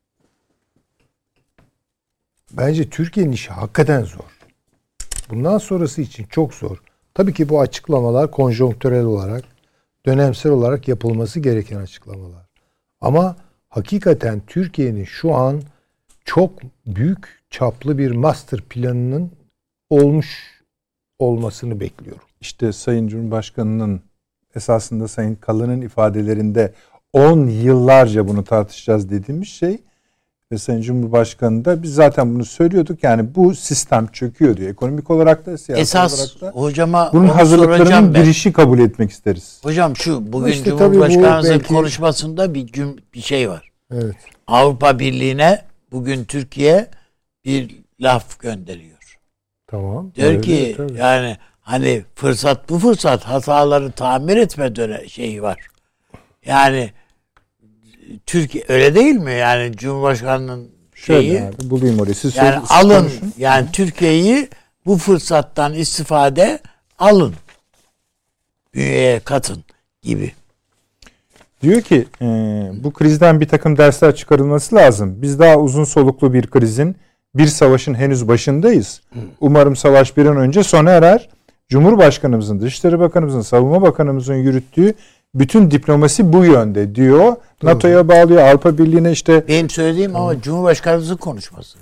Speaker 4: Bence Türkiye'nin işi hakikaten zor. Bundan sonrası için çok zor. Tabii ki bu açıklamalar konjonktürel olarak, dönemsel olarak yapılması gereken açıklamalar. Ama hakikaten Türkiye'nin şu an çok büyük çaplı bir master planının olmuş olmasını bekliyorum.
Speaker 1: İşte Sayın Cumhurbaşkanı'nın, esasında Sayın Kalın'ın ifadelerinde 10 yıllarca bunu tartışacağız dediğimiz şey ve Sayın Cumhurbaşkanı da biz zaten bunu söylüyorduk, yani bu sistem çöküyor diyor. Ekonomik olarak da, siyasi olarak da.
Speaker 2: Hocama
Speaker 1: bunun hazırlıklarının girişi kabul etmek isteriz.
Speaker 2: Hocam bugün
Speaker 1: İşte
Speaker 2: Cumhurbaşkanımızın konuşmasında bir şey var.
Speaker 4: Evet.
Speaker 2: Avrupa Birliği'ne bugün Türkiye bir laf gönderiyor.
Speaker 4: Tamam.
Speaker 2: Diyor ki tabii. Yani hani bu fırsat hataları tamir etme şeyi var. Yani Türkiye öyle değil mi? Yani Cumhurbaşkanının şeyi.
Speaker 1: Şöyle abi, bulayım orayı. Siz
Speaker 2: yani alın. Yani Türkiye'yi bu fırsattan istifade alın. Bünyeye katın gibi.
Speaker 1: Diyor ki bu krizden bir takım dersler çıkarılması lazım. Biz daha uzun soluklu bir krizin, bir savaşın henüz başındayız. Umarım savaş bir an önce sona erer. Cumhurbaşkanımızın, Dışişleri Bakanımızın, Savunma Bakanımızın yürüttüğü bütün diplomasi bu yönde diyor. NATO'ya bağlıyor, Avrupa Birliği'ne işte.
Speaker 2: Benim söylediğim ama Cumhurbaşkanımızın konuşması.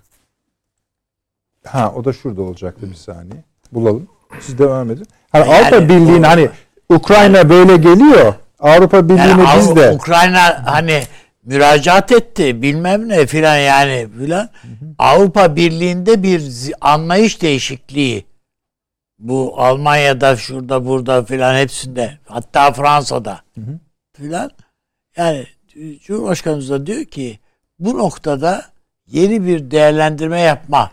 Speaker 1: O da şurada olacaktı, bir saniye. Bulalım. Siz devam edin. Avrupa Birliği'ne hani Ukrayna böyle geliyor. Avrupa Birliği'ne biz de.
Speaker 2: Ukrayna hani müracaat etti bilmem ne filan yani filan. Avrupa Birliği'nde bir anlayış değişikliği. Bu Almanya'da, şurada, burada filan hepsinde. Hatta Fransa'da filan. Yani Cumhurbaşkanımız da diyor ki bu noktada yeni bir değerlendirme yapma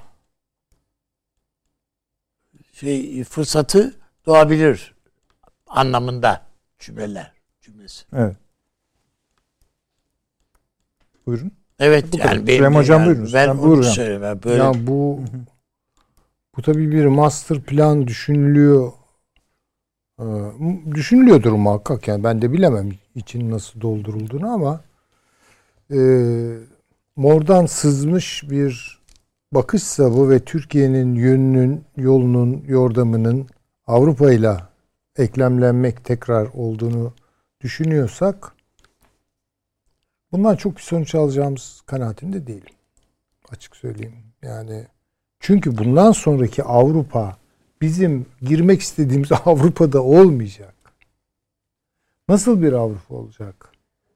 Speaker 2: fırsatı doğabilir anlamında cümlesi.
Speaker 1: Evet. Buyurun.
Speaker 2: Evet
Speaker 1: bu
Speaker 2: yani
Speaker 1: benim hocam buyurun.
Speaker 2: Ben onu söyleyeyim. Böyle.
Speaker 4: Ya bu tabii bir master plan düşünülüyor. Düşünülüyordur muhakkak, yani ben de bilemem için nasıl doldurulduğunu ama mordan sızmış bir bakışsa bu ve Türkiye'nin yönünün, yolunun, yordamının Avrupa ile eklemlenmek tekrar olduğunu düşünüyorsak bundan çok bir sonuç alacağımız kanaatinde değilim. Açık söyleyeyim. Yani çünkü bundan sonraki Avrupa bizim girmek istediğimiz Avrupa'da olmayacak. Nasıl bir Avrupa olacak?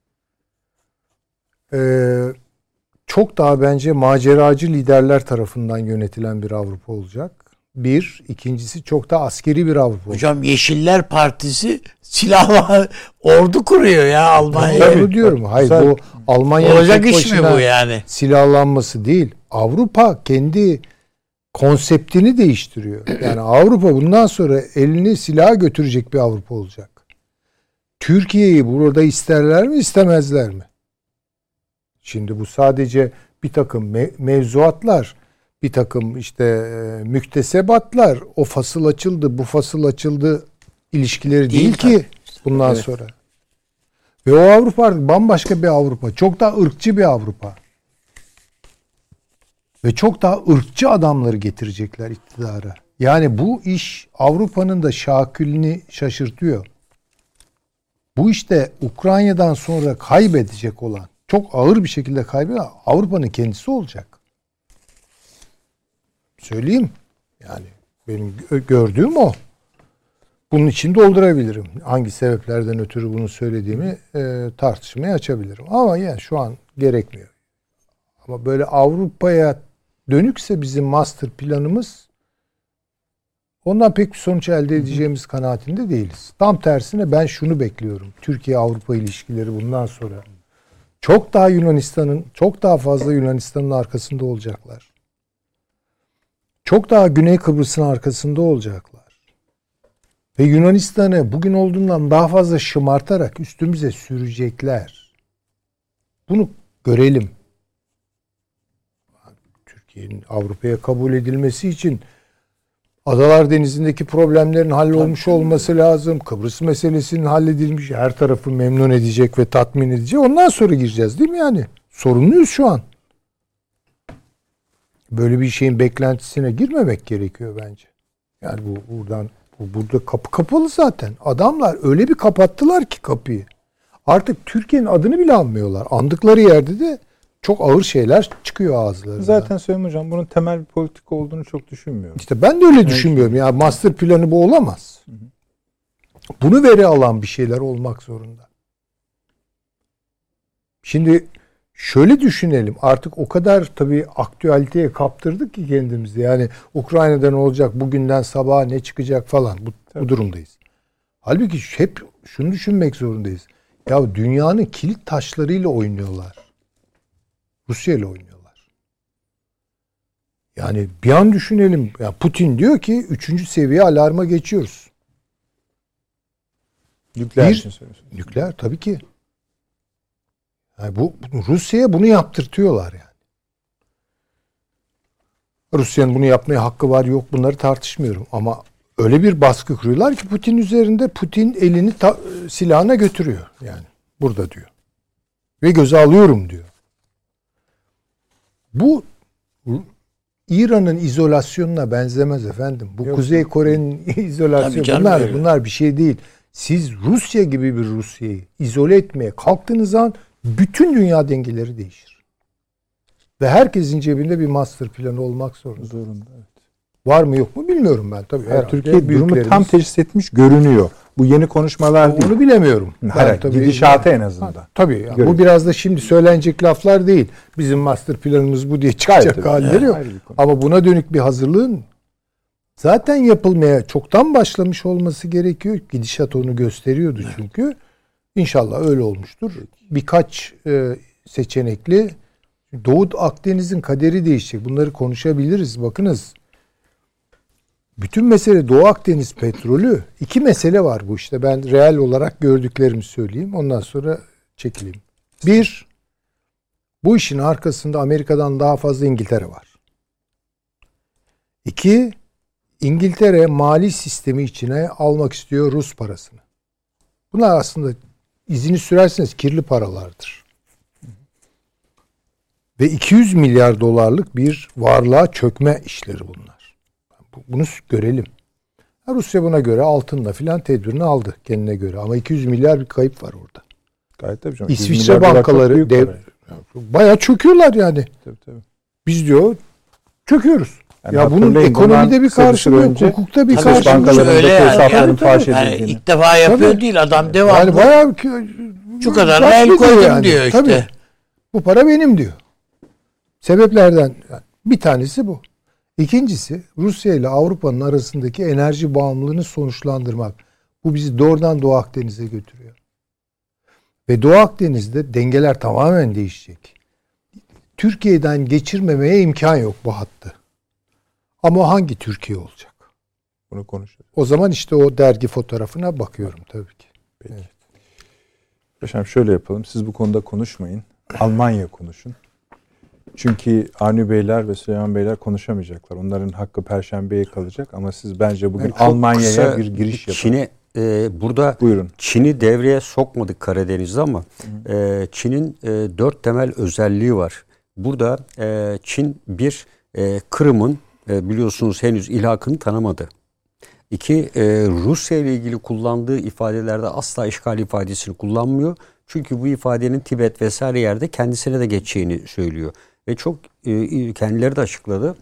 Speaker 4: Çok daha bence maceracı liderler tarafından yönetilen bir Avrupa olacak. Bir. İkincisi çok daha askeri bir Avrupa olacak.
Speaker 2: Hocam Yeşiller Partisi silahla ordu kuruyor ya Almanya.
Speaker 4: Onu diyorum. Hayır, bu Almanya
Speaker 2: olacak iş mi bu yani?
Speaker 4: Silahlanması değil. Avrupa kendi konseptini değiştiriyor. Yani Avrupa bundan sonra elini silaha götürecek bir Avrupa olacak. Türkiye'yi burada isterler mi, istemezler mi? Şimdi bu sadece bir takım mevzuatlar, bir takım işte müktesebatlar, o fasıl açıldı, bu fasıl açıldı ilişkileri değil ki bundan sonra. Ve o Avrupa bambaşka bir Avrupa. Çok daha ırkçı bir Avrupa. Ve çok daha ırkçı adamları getirecekler iktidara. Yani bu iş Avrupa'nın da şakülünü şaşırtıyor. Bu işte Ukrayna'dan sonra kaybedecek olan, çok ağır bir şekilde kaybeden Avrupa'nın kendisi olacak. Söyleyeyim. Yani benim gördüğüm o. Bunun için doldurabilirim. Hangi sebeplerden ötürü bunu söylediğimi tartışmaya açabilirim. Ama yani şu an gerekmiyor. Ama böyle Avrupa'ya dönükse bizim master planımız, ondan pek bir sonuç elde edeceğimiz kanaatinde değiliz. Tam tersine ben şunu bekliyorum. Türkiye-Avrupa ilişkileri bundan sonra çok daha fazla Yunanistan'ın arkasında olacaklar. Çok daha Güney Kıbrıs'ın arkasında olacaklar. Ve Yunanistan'ı bugün olduğundan daha fazla şımartarak üstümüze sürecekler. Bunu görelim. Türkiye'nin Avrupa'ya kabul edilmesi için Adalar Denizi'ndeki problemlerin hallolmuş olması lazım. Kıbrıs meselesinin halledilmiş, her tarafı memnun edecek ve tatmin edecek. Ondan sonra gireceğiz değil mi yani? Sorumluyuz şu an. Böyle bir şeyin beklentisine girmemek gerekiyor bence. Yani burada kapı kapalı zaten. Adamlar öyle bir kapattılar ki kapıyı. Artık Türkiye'nin adını bile anmıyorlar. Andıkları yerde de çok ağır şeyler çıkıyor ağızlarından.
Speaker 1: Zaten Süleyman Hocam bunun temel bir politika olduğunu çok düşünmüyorum.
Speaker 4: İşte ben de öyle düşünmüyorum. Ya master planı bu olamaz. Bunu veri alan bir şeyler olmak zorunda. Şimdi şöyle düşünelim. Artık o kadar tabii aktüaliteye kaptırdık ki kendimizi. Yani Ukrayna'da ne olacak, bugünden sabaha ne çıkacak falan. Bu durumdayız. Halbuki hep şunu düşünmek zorundayız. Ya dünyanın kilit taşlarıyla oynuyorlar. Rusya ile oynuyorlar. Yani bir an düşünelim. Ya Putin diyor ki 3. seviye alarma geçiyoruz.
Speaker 1: Nükleer için söylüyorsun.
Speaker 4: Nükleer tabii ki. Yani Rusya'ya bunu yaptırtıyorlar yani. Rusya'nın bunu yapmaya hakkı var yok bunları tartışmıyorum. Ama öyle bir baskı kuruyorlar ki Putin üzerinde, Putin elini silahına götürüyor. Yani burada diyor. Ve göze alıyorum diyor. Bu İran'ın izolasyonuna benzemez efendim. Bu yok. Kuzey Kore'nin izolasyonu. Bunlar bir şey değil. Siz Rusya gibi bir Rusya'yı izole etmeye kalktığınız an bütün dünya dengeleri değişir. Ve herkesin cebinde bir master planı olmak zorunda. Evet. Var mı yok mu bilmiyorum ben tabii.
Speaker 1: Yani Türkiye durumu tam teşhis etmiş görünüyor. Bu yeni konuşmalar değil.
Speaker 4: Onu bilemiyorum.
Speaker 1: Gidişatı en azından.
Speaker 4: Tabii. Yani bu biraz da şimdi söylenecek laflar değil. Bizim master planımız bu diye çıkacak halleri yok. Ama buna dönük bir hazırlığın zaten yapılmaya çoktan başlamış olması gerekiyor. Gidişat onu gösteriyordu çünkü. İnşallah öyle olmuştur. Birkaç seçenekli Doğu Akdeniz'in kaderi değişecek. Bunları konuşabiliriz. Bakınız. Bütün mesele Doğu Akdeniz petrolü. 2 mesele var bu işte. Ben reel olarak gördüklerimi söyleyeyim. Ondan sonra çekileyim. 1. Bu işin arkasında Amerika'dan daha fazla İngiltere var. 2. İngiltere mali sistemi içine almak istiyor Rus parasını. Bunlar aslında izini sürerseniz kirli paralardır. Ve 200 milyar dolarlık bir varlığa çökme işleri bunlar. Bunu görelim. Rusya buna göre altınla filan tedbirini aldı kendine göre. Ama 200 milyar bir kayıp var orada.
Speaker 1: Gayet tabii canım.
Speaker 4: İsviçre bankaları bayağı çöküyorlar yani. Tabii. Biz diyor çöküyoruz. Yani ya bunun ekonomide bir karşılığı yok, hukukta bir karşılığı yok.
Speaker 2: Öyle yani ilk defa yapıyor değil adam devamlı. Yani
Speaker 4: bayağı
Speaker 2: şu kadar el koydum yani diyor işte. Tabii.
Speaker 4: Bu para benim diyor. Sebeplerden bir tanesi bu. İkincisi Rusya ile Avrupa'nın arasındaki enerji bağımlılığını sonuçlandırmak. Bu bizi doğrudan Doğu Akdeniz'e götürüyor. Ve Doğu Akdeniz'de dengeler tamamen değişecek. Türkiye'den geçirmemeye imkan yok bu hattı. Ama hangi Türkiye olacak?
Speaker 1: Bunu konuşalım.
Speaker 4: O zaman işte o dergi fotoğrafına bakıyorum tabii ki.
Speaker 1: Peki. Evet. Paşam şöyle yapalım. Siz bu konuda konuşmayın. Almanya konuşun. Çünkü Avni Beyler ve Süleyman Beyler konuşamayacaklar. Onların hakkı Perşembe'ye kalacak. Ama siz bence bugün Almanya'ya bir giriş yapın.
Speaker 3: Çin'e burada
Speaker 1: buyurun.
Speaker 3: Çin'i devreye sokmadık Karadeniz'de ama Çin'in 4 temel özelliği var. Burada Çin bir Kırım'ın biliyorsunuz henüz ilhakını tanımadı. 2 Rusya ile ilgili kullandığı ifadelerde asla işgal ifadesini kullanmıyor. Çünkü bu ifadenin Tibet vesaire yerde kendisine de geçeceğini söylüyor. Ve çok kendileri de açıkladı.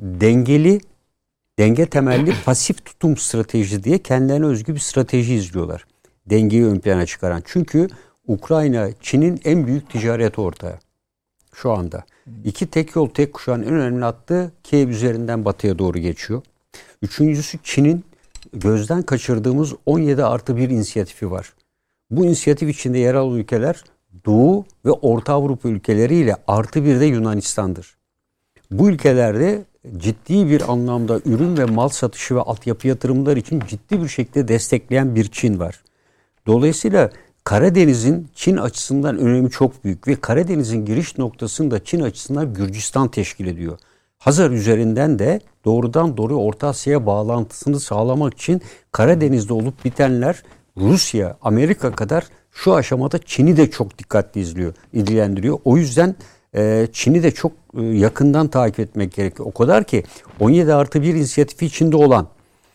Speaker 3: Denge temelli pasif tutum strateji diye kendilerine özgü bir strateji izliyorlar. Dengeyi ön plana çıkaran. Çünkü Ukrayna Çin'in en büyük ticaret ortağı. şu anda. İki, tek yol tek kuşağın en önemli hattı Kiev üzerinden batıya doğru geçiyor. Üçüncüsü, Çin'in gözden kaçırdığımız 17+1 inisiyatifi var. Bu inisiyatif içinde yer alan ülkeler Doğu ve Orta Avrupa ülkeleriyle +1 de Yunanistan'dır. Bu ülkelerde ciddi bir anlamda ürün ve mal satışı ve altyapı yatırımları için ciddi bir şekilde destekleyen bir Çin var. Dolayısıyla Karadeniz'in Çin açısından önemi çok büyük ve Karadeniz'in giriş noktasında Çin açısından Gürcistan teşkil ediyor. Hazar üzerinden de doğrudan doğruya Orta Asya'ya bağlantısını sağlamak için Karadeniz'de olup bitenler Rusya, Amerika kadar şu aşamada Çin'i de çok dikkatli ilgilendiriyor. O yüzden Çin'i de çok yakından takip etmek gerekiyor. O kadar ki 17+1 inisiyatifi içinde olan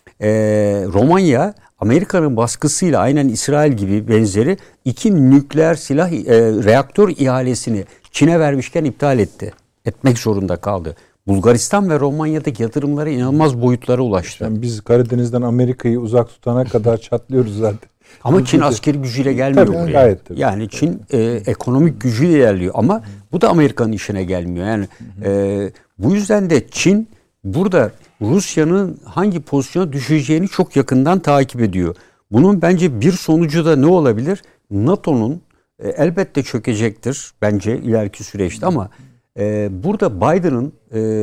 Speaker 3: Romanya, Amerika'nın baskısıyla aynen İsrail gibi benzeri 2 nükleer silah reaktör ihalesini Çin'e vermişken iptal etmek zorunda kaldı. Bulgaristan ve Romanya'daki yatırımlara inanılmaz boyutlara ulaştı.
Speaker 1: Yani biz Karadeniz'den Amerika'yı uzak tutana kadar çatlıyoruz zaten.
Speaker 3: Ama Çin askeri gücüyle gelmiyor
Speaker 1: tabii,
Speaker 3: buraya.
Speaker 1: gayet tabii.
Speaker 3: Yani Çin ekonomik gücüyle ilerliyor ama bu da Amerika'nın işine gelmiyor. Yani bu yüzden de Çin burada Rusya'nın hangi pozisyona düşeceğini çok yakından takip ediyor. Bunun bence bir sonucu da ne olabilir? NATO'nun elbette çökecektir bence ileriki süreçte ama burada Biden'ın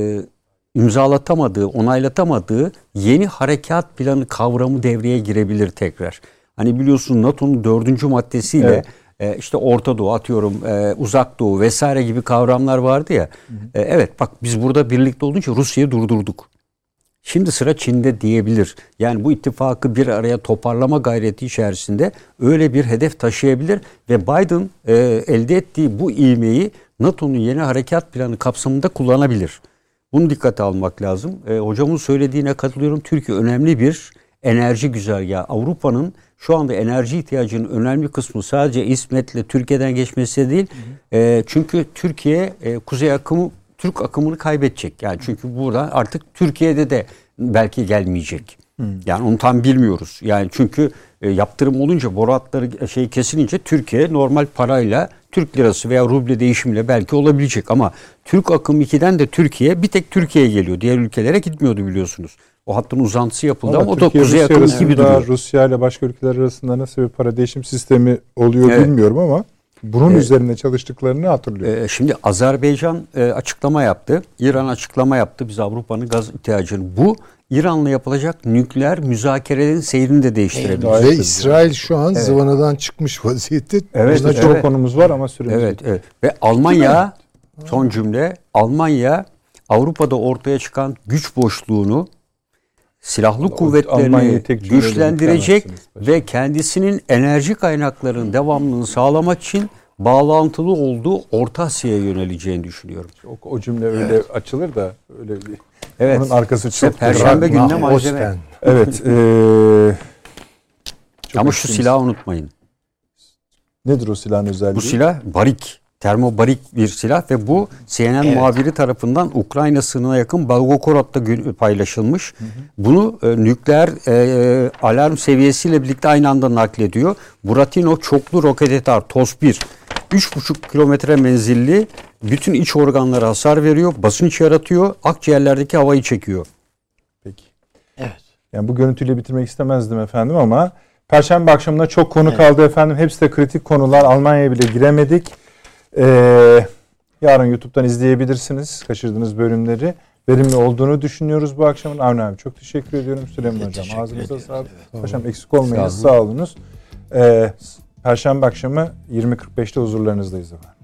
Speaker 3: imzalatamadığı, onaylatamadığı yeni harekat planı kavramı devreye girebilir tekrar. Hani biliyorsun NATO'nun 4. maddesiyle işte Orta Doğu, atıyorum Uzak Doğu vesaire gibi kavramlar vardı ya. Evet bak biz burada birlikte olunca Rusya'yı durdurduk. Şimdi sıra Çin'de diyebilir. Yani bu ittifakı bir araya toparlama gayreti içerisinde öyle bir hedef taşıyabilir ve Biden elde ettiği bu ivmeyi NATO'nun yeni harekat planı kapsamında kullanabilir. Bunu dikkate almak lazım. Hocamın söylediğine katılıyorum. Türkiye önemli bir enerji güzergahı. Avrupa'nın şu anda enerji ihtiyacının önemli kısmı sadece İsmet'le Türkiye'den geçmesi değil. Çünkü Türkiye kuzey akımı, Türk akımını kaybedecek. Yani çünkü buradan artık Türkiye'de de belki gelmeyecek. Yani onu tam bilmiyoruz. Yani çünkü yaptırım olunca, boru hatları kesilince Türkiye normal parayla Türk lirası veya ruble değişimiyle belki olabilecek ama Türk akım 2'den de Türkiye bir tek Türkiye'ye geliyor. Diğer ülkelere gitmiyordu biliyorsunuz. O hattın uzantısı yapıldı ama o da kuzey akımı gibi duruyor.
Speaker 1: Rusya ile başka ülkeler arasında nasıl bir para değişim sistemi oluyor bilmiyorum ama bunun üzerine çalıştıklarını hatırlıyorum.
Speaker 3: Şimdi Azerbaycan açıklama yaptı. İran açıklama yaptı. Biz Avrupa'nın gaz ihtiyacını. Bu İran'la yapılacak nükleer müzakerelerin seyrini de değiştirebilir.
Speaker 4: Ve İsrail şu an zıvanadan çıkmış vaziyette.
Speaker 1: Evet, çok konumuz var ama süremiz
Speaker 3: evet. Ve Almanya, son cümle, Almanya Avrupa'da ortaya çıkan güç boşluğunu, silahlı kuvvetlerini güçlendirecek ve kendisinin enerji kaynaklarının devamlılığını sağlamak için bağlantılı olduğu Orta Asya'ya yöneleceğini düşünüyorum.
Speaker 1: O cümle öyle açılır da öyle bir.
Speaker 3: Evet.
Speaker 1: Onun arkası çok.
Speaker 3: Perşembe gününe malzeme.
Speaker 1: Evet.
Speaker 3: Ama şu silahı unutmayın.
Speaker 1: Nedir o silahın özelliği?
Speaker 3: Bu silah barik. Termobarik bir silah ve bu CNN muhabiri tarafından Ukrayna sınırına yakın Belgorod'da paylaşılmış. Bunu nükleer alarm seviyesiyle birlikte aynı anda naklediyor. Buratino çoklu roket atar TOS-1. 3,5 kilometre menzilli, bütün iç organlara hasar veriyor, basınç yaratıyor, akciğerlerdeki havayı çekiyor.
Speaker 1: Peki. Evet. Yani bu görüntüyle bitirmek istemezdim efendim ama Perşembe akşamına çok konu kaldı efendim. Hepsi de kritik konular. Almanya'ya bile giremedik. Yarın YouTube'dan izleyebilirsiniz kaçırdığınız bölümleri. Verimli olduğunu düşünüyoruz bu akşamın. Avni abi çok teşekkür ediyorum. Süleyman Hocam ağzınıza sağlık. Paşam eksik olmayınız. Sağ olunuz. Perşembe akşamı 20.45'te huzurlarınızdayız efendim.